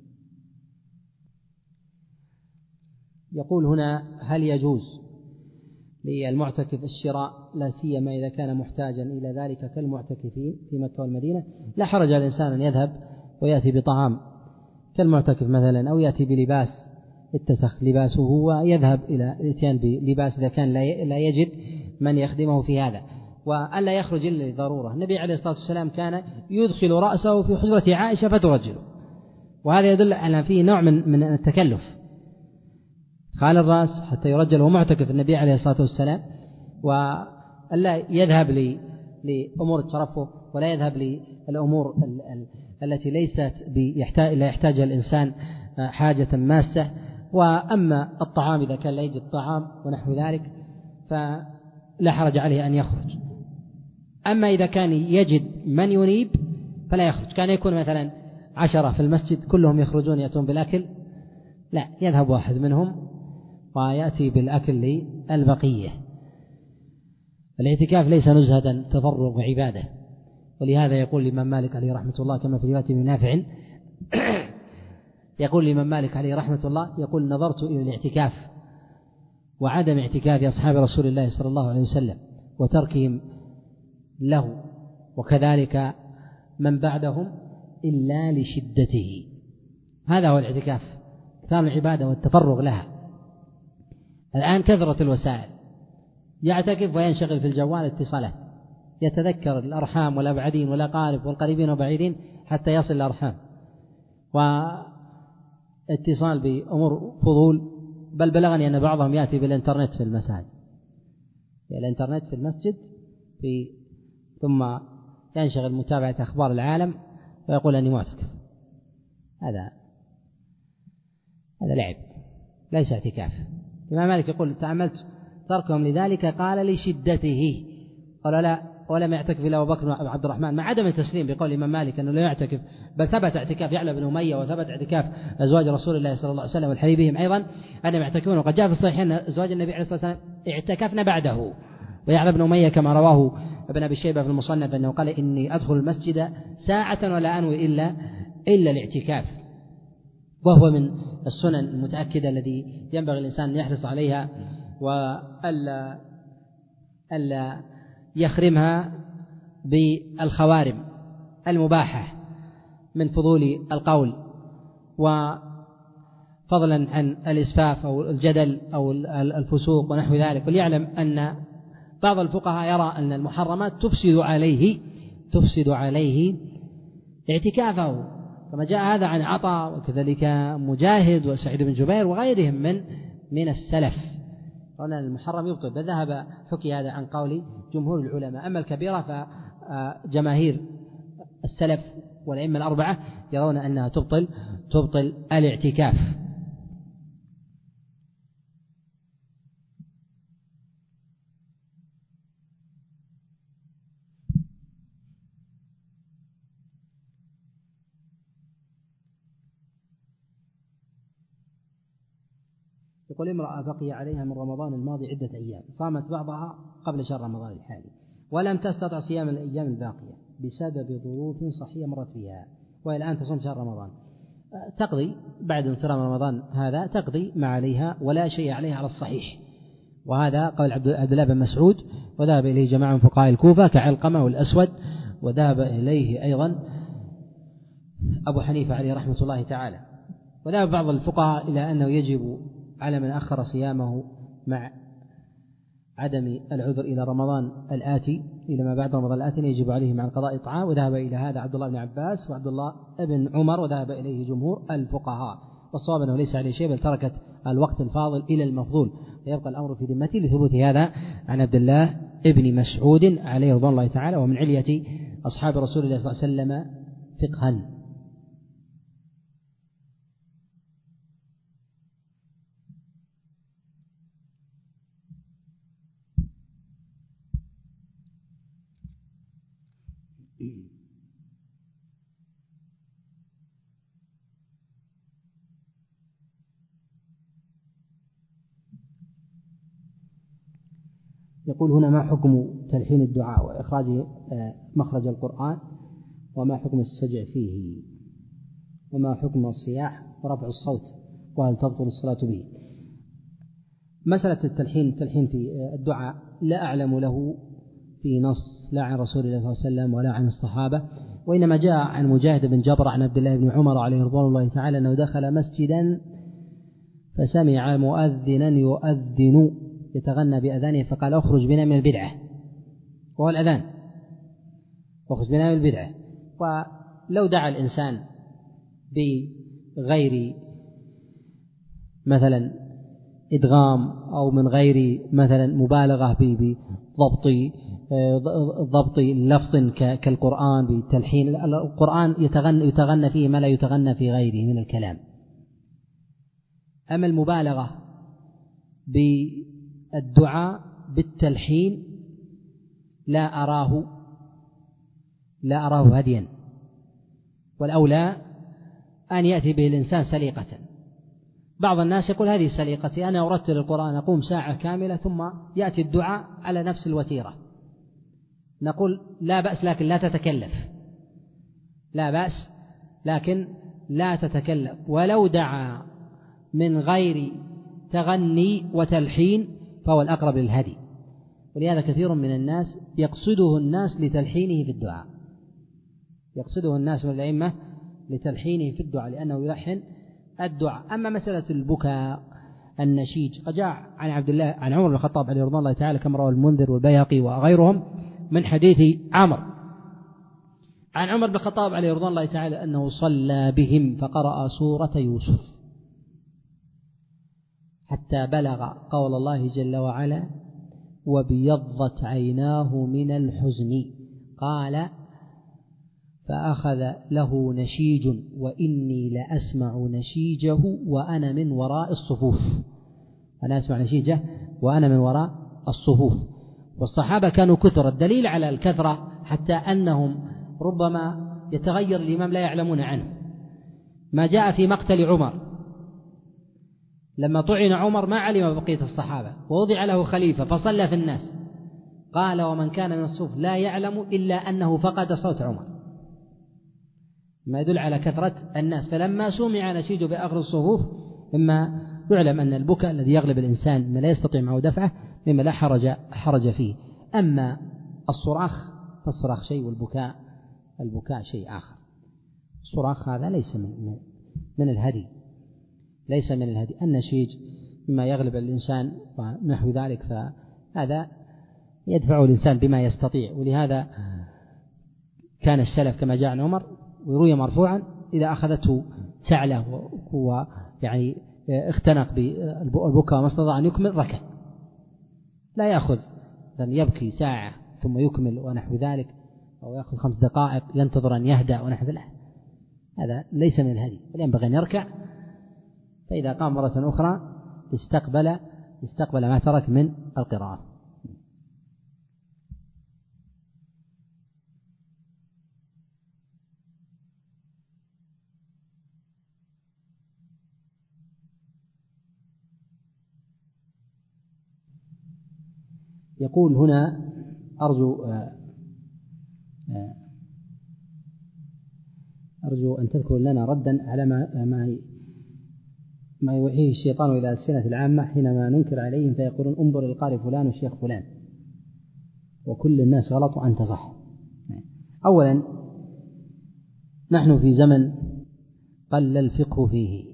يقول هنا: هل يجوز للمعتكف الشراء لا سيما إذا كان محتاجا إلى ذلك كالمعتكفين في مكة والمدينة؟ لا حرج على الإنسان أن يذهب ويأتي بطعام كالمعتكف مثلا، أو يأتي بلباس اتسخ لباسه ويذهب إلى الاتيان بلباس إذا كان لا يجد من يخدمه في هذا، وألا يخرج إلا لضرورة. النبي عليه الصلاة والسلام كان يدخل رأسه في حجرة عائشة فترجله، وهذا يدل على فيه نوع من التكلف، خال الرأس حتى يرجل وهو معتكف النبي عليه الصلاة والسلام، وألا يذهب لأمور الترفه، ولا يذهب للأمور التي ليست لا يحتاجها الإنسان حاجة ماسة. وأما الطعام إذا كان لا يجد طعام ونحو ذلك فلا حرج عليه أن يخرج. أما إذا كان يجد من ينيب فلا يخرج، كان يكون مثلا 10 في المسجد كلهم يخرجون يأتون بالأكل، لا، يذهب واحد منهم ويأتي بالأكل للبقية. الاعتكاف ليس نزهة، تفرغ وعبادة، ولهذا يقول الإمام مالك عليه رحمة الله كما في رواية ابن نافع يقول الإمام مالك عليه رحمة الله يقول: نظرت إلى الاعتكاف وعدم اعتكاف أصحاب رسول الله صلى الله عليه وسلم وتركهم له وكذلك من بعدهم إلا لشدته. هذا هو الاعتكاف، كان العبادة والتفرغ لها. الآن كثرة الوسائل، يعتكف وينشغل في الجوال اتصالات، يتذكر الأرحام والأبعدين والأقارب والقريبين والبعيدين حتى يصل الأرحام، اتصال بأمور فضول، بل بلغني أن بعضهم يأتي بالإنترنت في المساجد، الإنترنت في المسجد ثم ينشغل متابعة أخبار العالم ويقول أني معتكف. هذا لعب ليس اعتكاف. الإمام مالك يقول تعملت تركهم لذلك قال لشدته، قال لا ولم يعتكف إلا أبو بكر وعبد الرحمن، مع عدم التسليم بقول الإمام مالك أنه لا يعتكف، بل ثبت اعتكاف يعلى بن أمية وثبت اعتكاف أزواج رسول الله صلى الله عليه وسلم والحديث بهم أيضا أنهم يعتكفون، وقد جاء في الصحيح أن أزواج النبي عليه الصلاة والسلام اعتكفنا بعده. ويعلى بن أمية كما رواه ابن أبي شيبة في المصنف أنه قال إني أدخل المسجد ساعة ولا أنوي إلا الاعتكاف، وهو من السنن المتأكدة الذي ينبغي الإنسان أن يحرص عليها وألا يخرمها بالخوارم المباحة من فضول القول، وفضلا عن الإسفاف أو الجدل أو الفسوق ونحو ذلك. وليعلم أن بعض الفقهاء يرى أن المحرمات تفسد عليه اعتكافه، كما جاء هذا عن عطاء وكذلك مجاهد وسعيد بن جبير وغيرهم من السلف، أن المحرم يبطل. فذهب حكي هذا عن قول جمهور العلماء. أما الكبيرة فجماهير السلف والأئمة الأربعة يرون أنها تبطل الاعتكاف. يقول امرأة بقي عليها من رمضان الماضي عدة أيام، صامت بعضها قبل شهر رمضان الحالي ولم تستطع صيام الأيام الباقية بسبب ظروف صحية مرت بها، وإلى الآن تصوم شهر رمضان، تقضي بعد انصرام رمضان هذا تقضي ما عليها ولا شيء عليها على الصحيح. وهذا قول عبد الله بن مسعود، وذهب إليه جماعة من فقهاء الكوفة كعلقمة والأسود، وذهب إليه أيضا أبو حنيفة عليه رحمة الله تعالى. وذهب بعض الفقهاء إلى أنه يجب على من أخر صيامه مع عدم العذر إلى رمضان الآتي إلى ما بعد رمضان الآتي يجب عليه مع القضاء طعام، وذهب إلى هذا عبد الله بن عباس وعبد الله بن عمر، وذهب إليه جمهور الفقهاء. والصواب أنه ليس عليه شيء، بل تركت الوقت الفاضل إلى المفضول، ويبقى الأمر في ذمته لثبوت هذا عن عبد الله بن مسعود عليه رضوان الله تعالى، ومن علية أصحاب رسول الله صلى الله عليه وسلم فقها. يقول هنا ما حكم تلحين الدعاء وإخراج مخرج القرآن، وما حكم السجع فيه، وما حكم الصياح ورفع الصوت، وهل تبطل الصلاة به؟ مسألة التلحين في الدعاء لا أعلم له في نص لا عن رسول الله صلى الله عليه وسلم ولا عن الصحابة، وإنما جاء عن مجاهد بن جبر عن عبد الله بن عمر عليه رضوان الله تعالى أنه دخل مسجدا فسمع مؤذنا يؤذن يتغنى بأذانه فقال اخرج بنا من البدعة، وهو الأذان، اخرج بنا من البدعة. ولو دعا الإنسان بغير مثلا إدغام أو من غير مثلا مبالغة بضبط لفظ كالقرآن بتلحين، القرآن يتغنى فيه ما لا يتغنى في غيره من الكلام. أما المبالغة بالدعاء بالتلحين لا أراه هديا، والأولى أن يأتي به الإنسان سليقة. بعض الناس يقول هذه سليقتي، أنا أرتل القرآن أقوم ساعة كاملة ثم يأتي الدعاء على نفس الوتيرة. نقول لا بأس، لكن لا تتكلف، لا بأس لكن لا تتكلف. ولو دعا من غير تغني وتلحين فهو الأقرب للهدي، ولهذا كثير من الناس يقصده الناس لتلحينه في الدعاء، يقصده الناس من الأئمة لتلحينه في الدعاء لأنه يلحن الدعاء. أما مسألة البكاء النشيج فجاء عن عمر بن الخطاب عليه رضوان الله تعالى كما رواه المنذر والبيهقي وغيرهم من حديث عمر عن عمر بن الخطاب عليه رضوان الله تعالى أنه صلى بهم فقرأ سورة يوسف، حتى بلغ قول الله جل وعلا: وابيضت عيناه من الحزن، قال: فأخذ له نشيج وإني لأسمع نشيجه وأنا من وراء الصفوف. أنا أسمع نشيجه وأنا من وراء الصفوف. والصحابة كانوا كثر، الدليل على الكثرة حتى أنهم ربما يتغير الإمام لا يعلمون عنه. ما جاء في مقتل عمر، لما طعن عمر ما علم بقية الصحابة ووضع له خليفة فصلى في الناس، قال: ومن كان من الصفوف لا يعلم إلا أنه فقد صوت عمر، ما يدل على كثرة الناس. فلما سمع نشيج بآخر الصفوف مما يعلم أن البكاء الذي يغلب الإنسان ما لا يستطيع معه دفعه مما لا حرج فيه. أما الصراخ فالصراخ شيء والبكاء شيء آخر. الصراخ هذا ليس من الهدي، ليس من الهدي. النشيج مما يغلب الإنسان ونحو ذلك، فهذا يدفع الإنسان بما يستطيع. ولهذا كان السلف كما جاء عن عمر ويروي مرفوعا: إذا أخذته سعلة ويعني اختنق بالبكاء وما استطاع أن يكمل ركع، لا يأخذ أن يبكي ساعة ثم يكمل ونحو ذلك، أو يأخذ 5 دقائق ينتظر أن يهدأ ونحو ذلك. هذا ليس من الهدي، بل ينبغي أن يركع، فإذا قام مرة أخرى استقبل ما ترك من القراءة. يقول هنا: أرجو أن تذكر لنا ردا على ما يوحيه الشيطان إلى السنة العامة حينما ننكر عليهم فيقولون: انظر القارئ فلان والشيخ فلان وكل الناس غلط وأنت صح. أولا، نحن في زمن قل الفقه فيه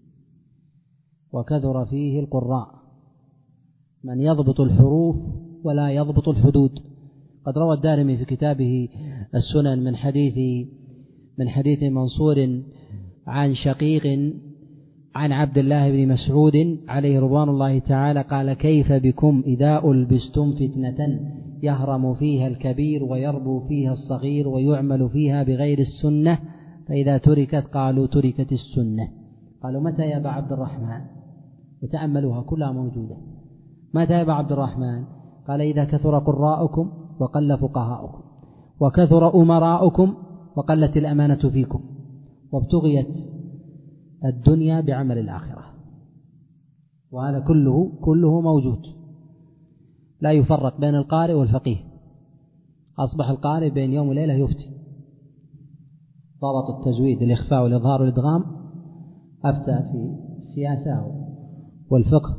وكثر فيه القراء، من يضبط الحروف ولا يضبط الحدود. قد روى الدارمي في كتابه السنن من حديث منصور عن شقيق عن عبد الله بن مسعود عليه رضوان الله تعالى قال: كيف بكم إذا ألبستم فتنة يهرم فيها الكبير ويربو فيها الصغير ويعمل فيها بغير السنة، فإذا تركت قالوا تركت السنة. قالوا: متى يا أبا عبد الرحمن؟ وتأملوها كلها موجودة. متى يا أبا عبد الرحمن؟ قال: إذا كثر قراءكم وقل فقهاؤكم وكثر أمراؤكم وقلت الأمانة فيكم وابتغيت الدنيا بعمل الآخرة. وهذا كله موجود، لا يفرق بين القارئ والفقيه. أصبح القارئ بين يوم وليلة يفتي، ضابط التزويد الإخفاء والإظهار والإدغام، أفتى في السياسة والفقه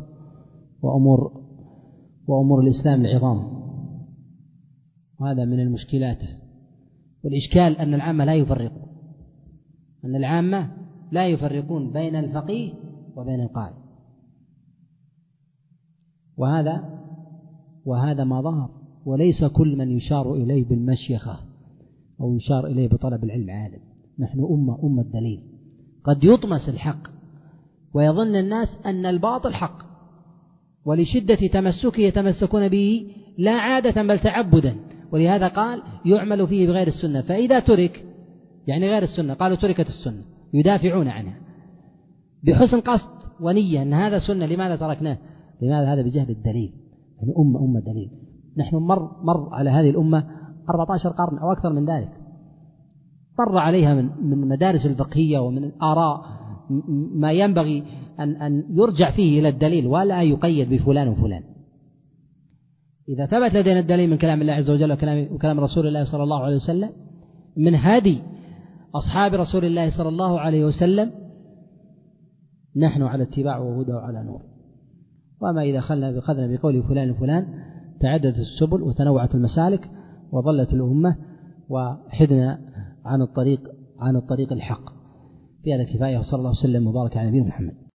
وأمور الإسلام العظام. وهذا من المشكلات. والإشكال أن العامة لا يفرقون بين الفقيه وبين القارئ، وهذا ما ظهر. وليس كل من يشار إليه بالمشيخة أو يشار إليه بطلب العلم عالم. نحن أمة دليل. قد يطمس الحق ويظن الناس أن الباطل حق، ولشدة تمسكه يتمسكون به لا عادة بل تعبدا. ولهذا قال: يعمل فيه بغير السنة. فإذا ترك يعني غير السنة قالوا تركت السنة، يدافعون عنها بحسن قصد ونية أن هذا سنة، لماذا تركناه؟ لماذا؟ هذا بجهل الدليل. يعني أمة دليل. نحن مر على هذه الأمة 14 قرن أو أكثر من ذلك، مر عليها من مدارس الفقهية ومن الآراء ما ينبغي أن يرجع فيه إلى الدليل ولا يقيد بفلان وفلان. إذا ثبت لدينا الدليل من كلام الله عز وجل وكلام رسول الله صلى الله عليه وسلم، من هدي أصحاب رسول الله صلى الله عليه وسلم، نحن على اتباع وهدى وعلى نور. وما إذا أخذنا بقول فلان وفلان تعددت السبل وتنوعت المسالك وضلت الأمة وحدنا عن الطريق الحق. في هذا كفاية، وصلى الله وسلم وبارك على نبينا محمد.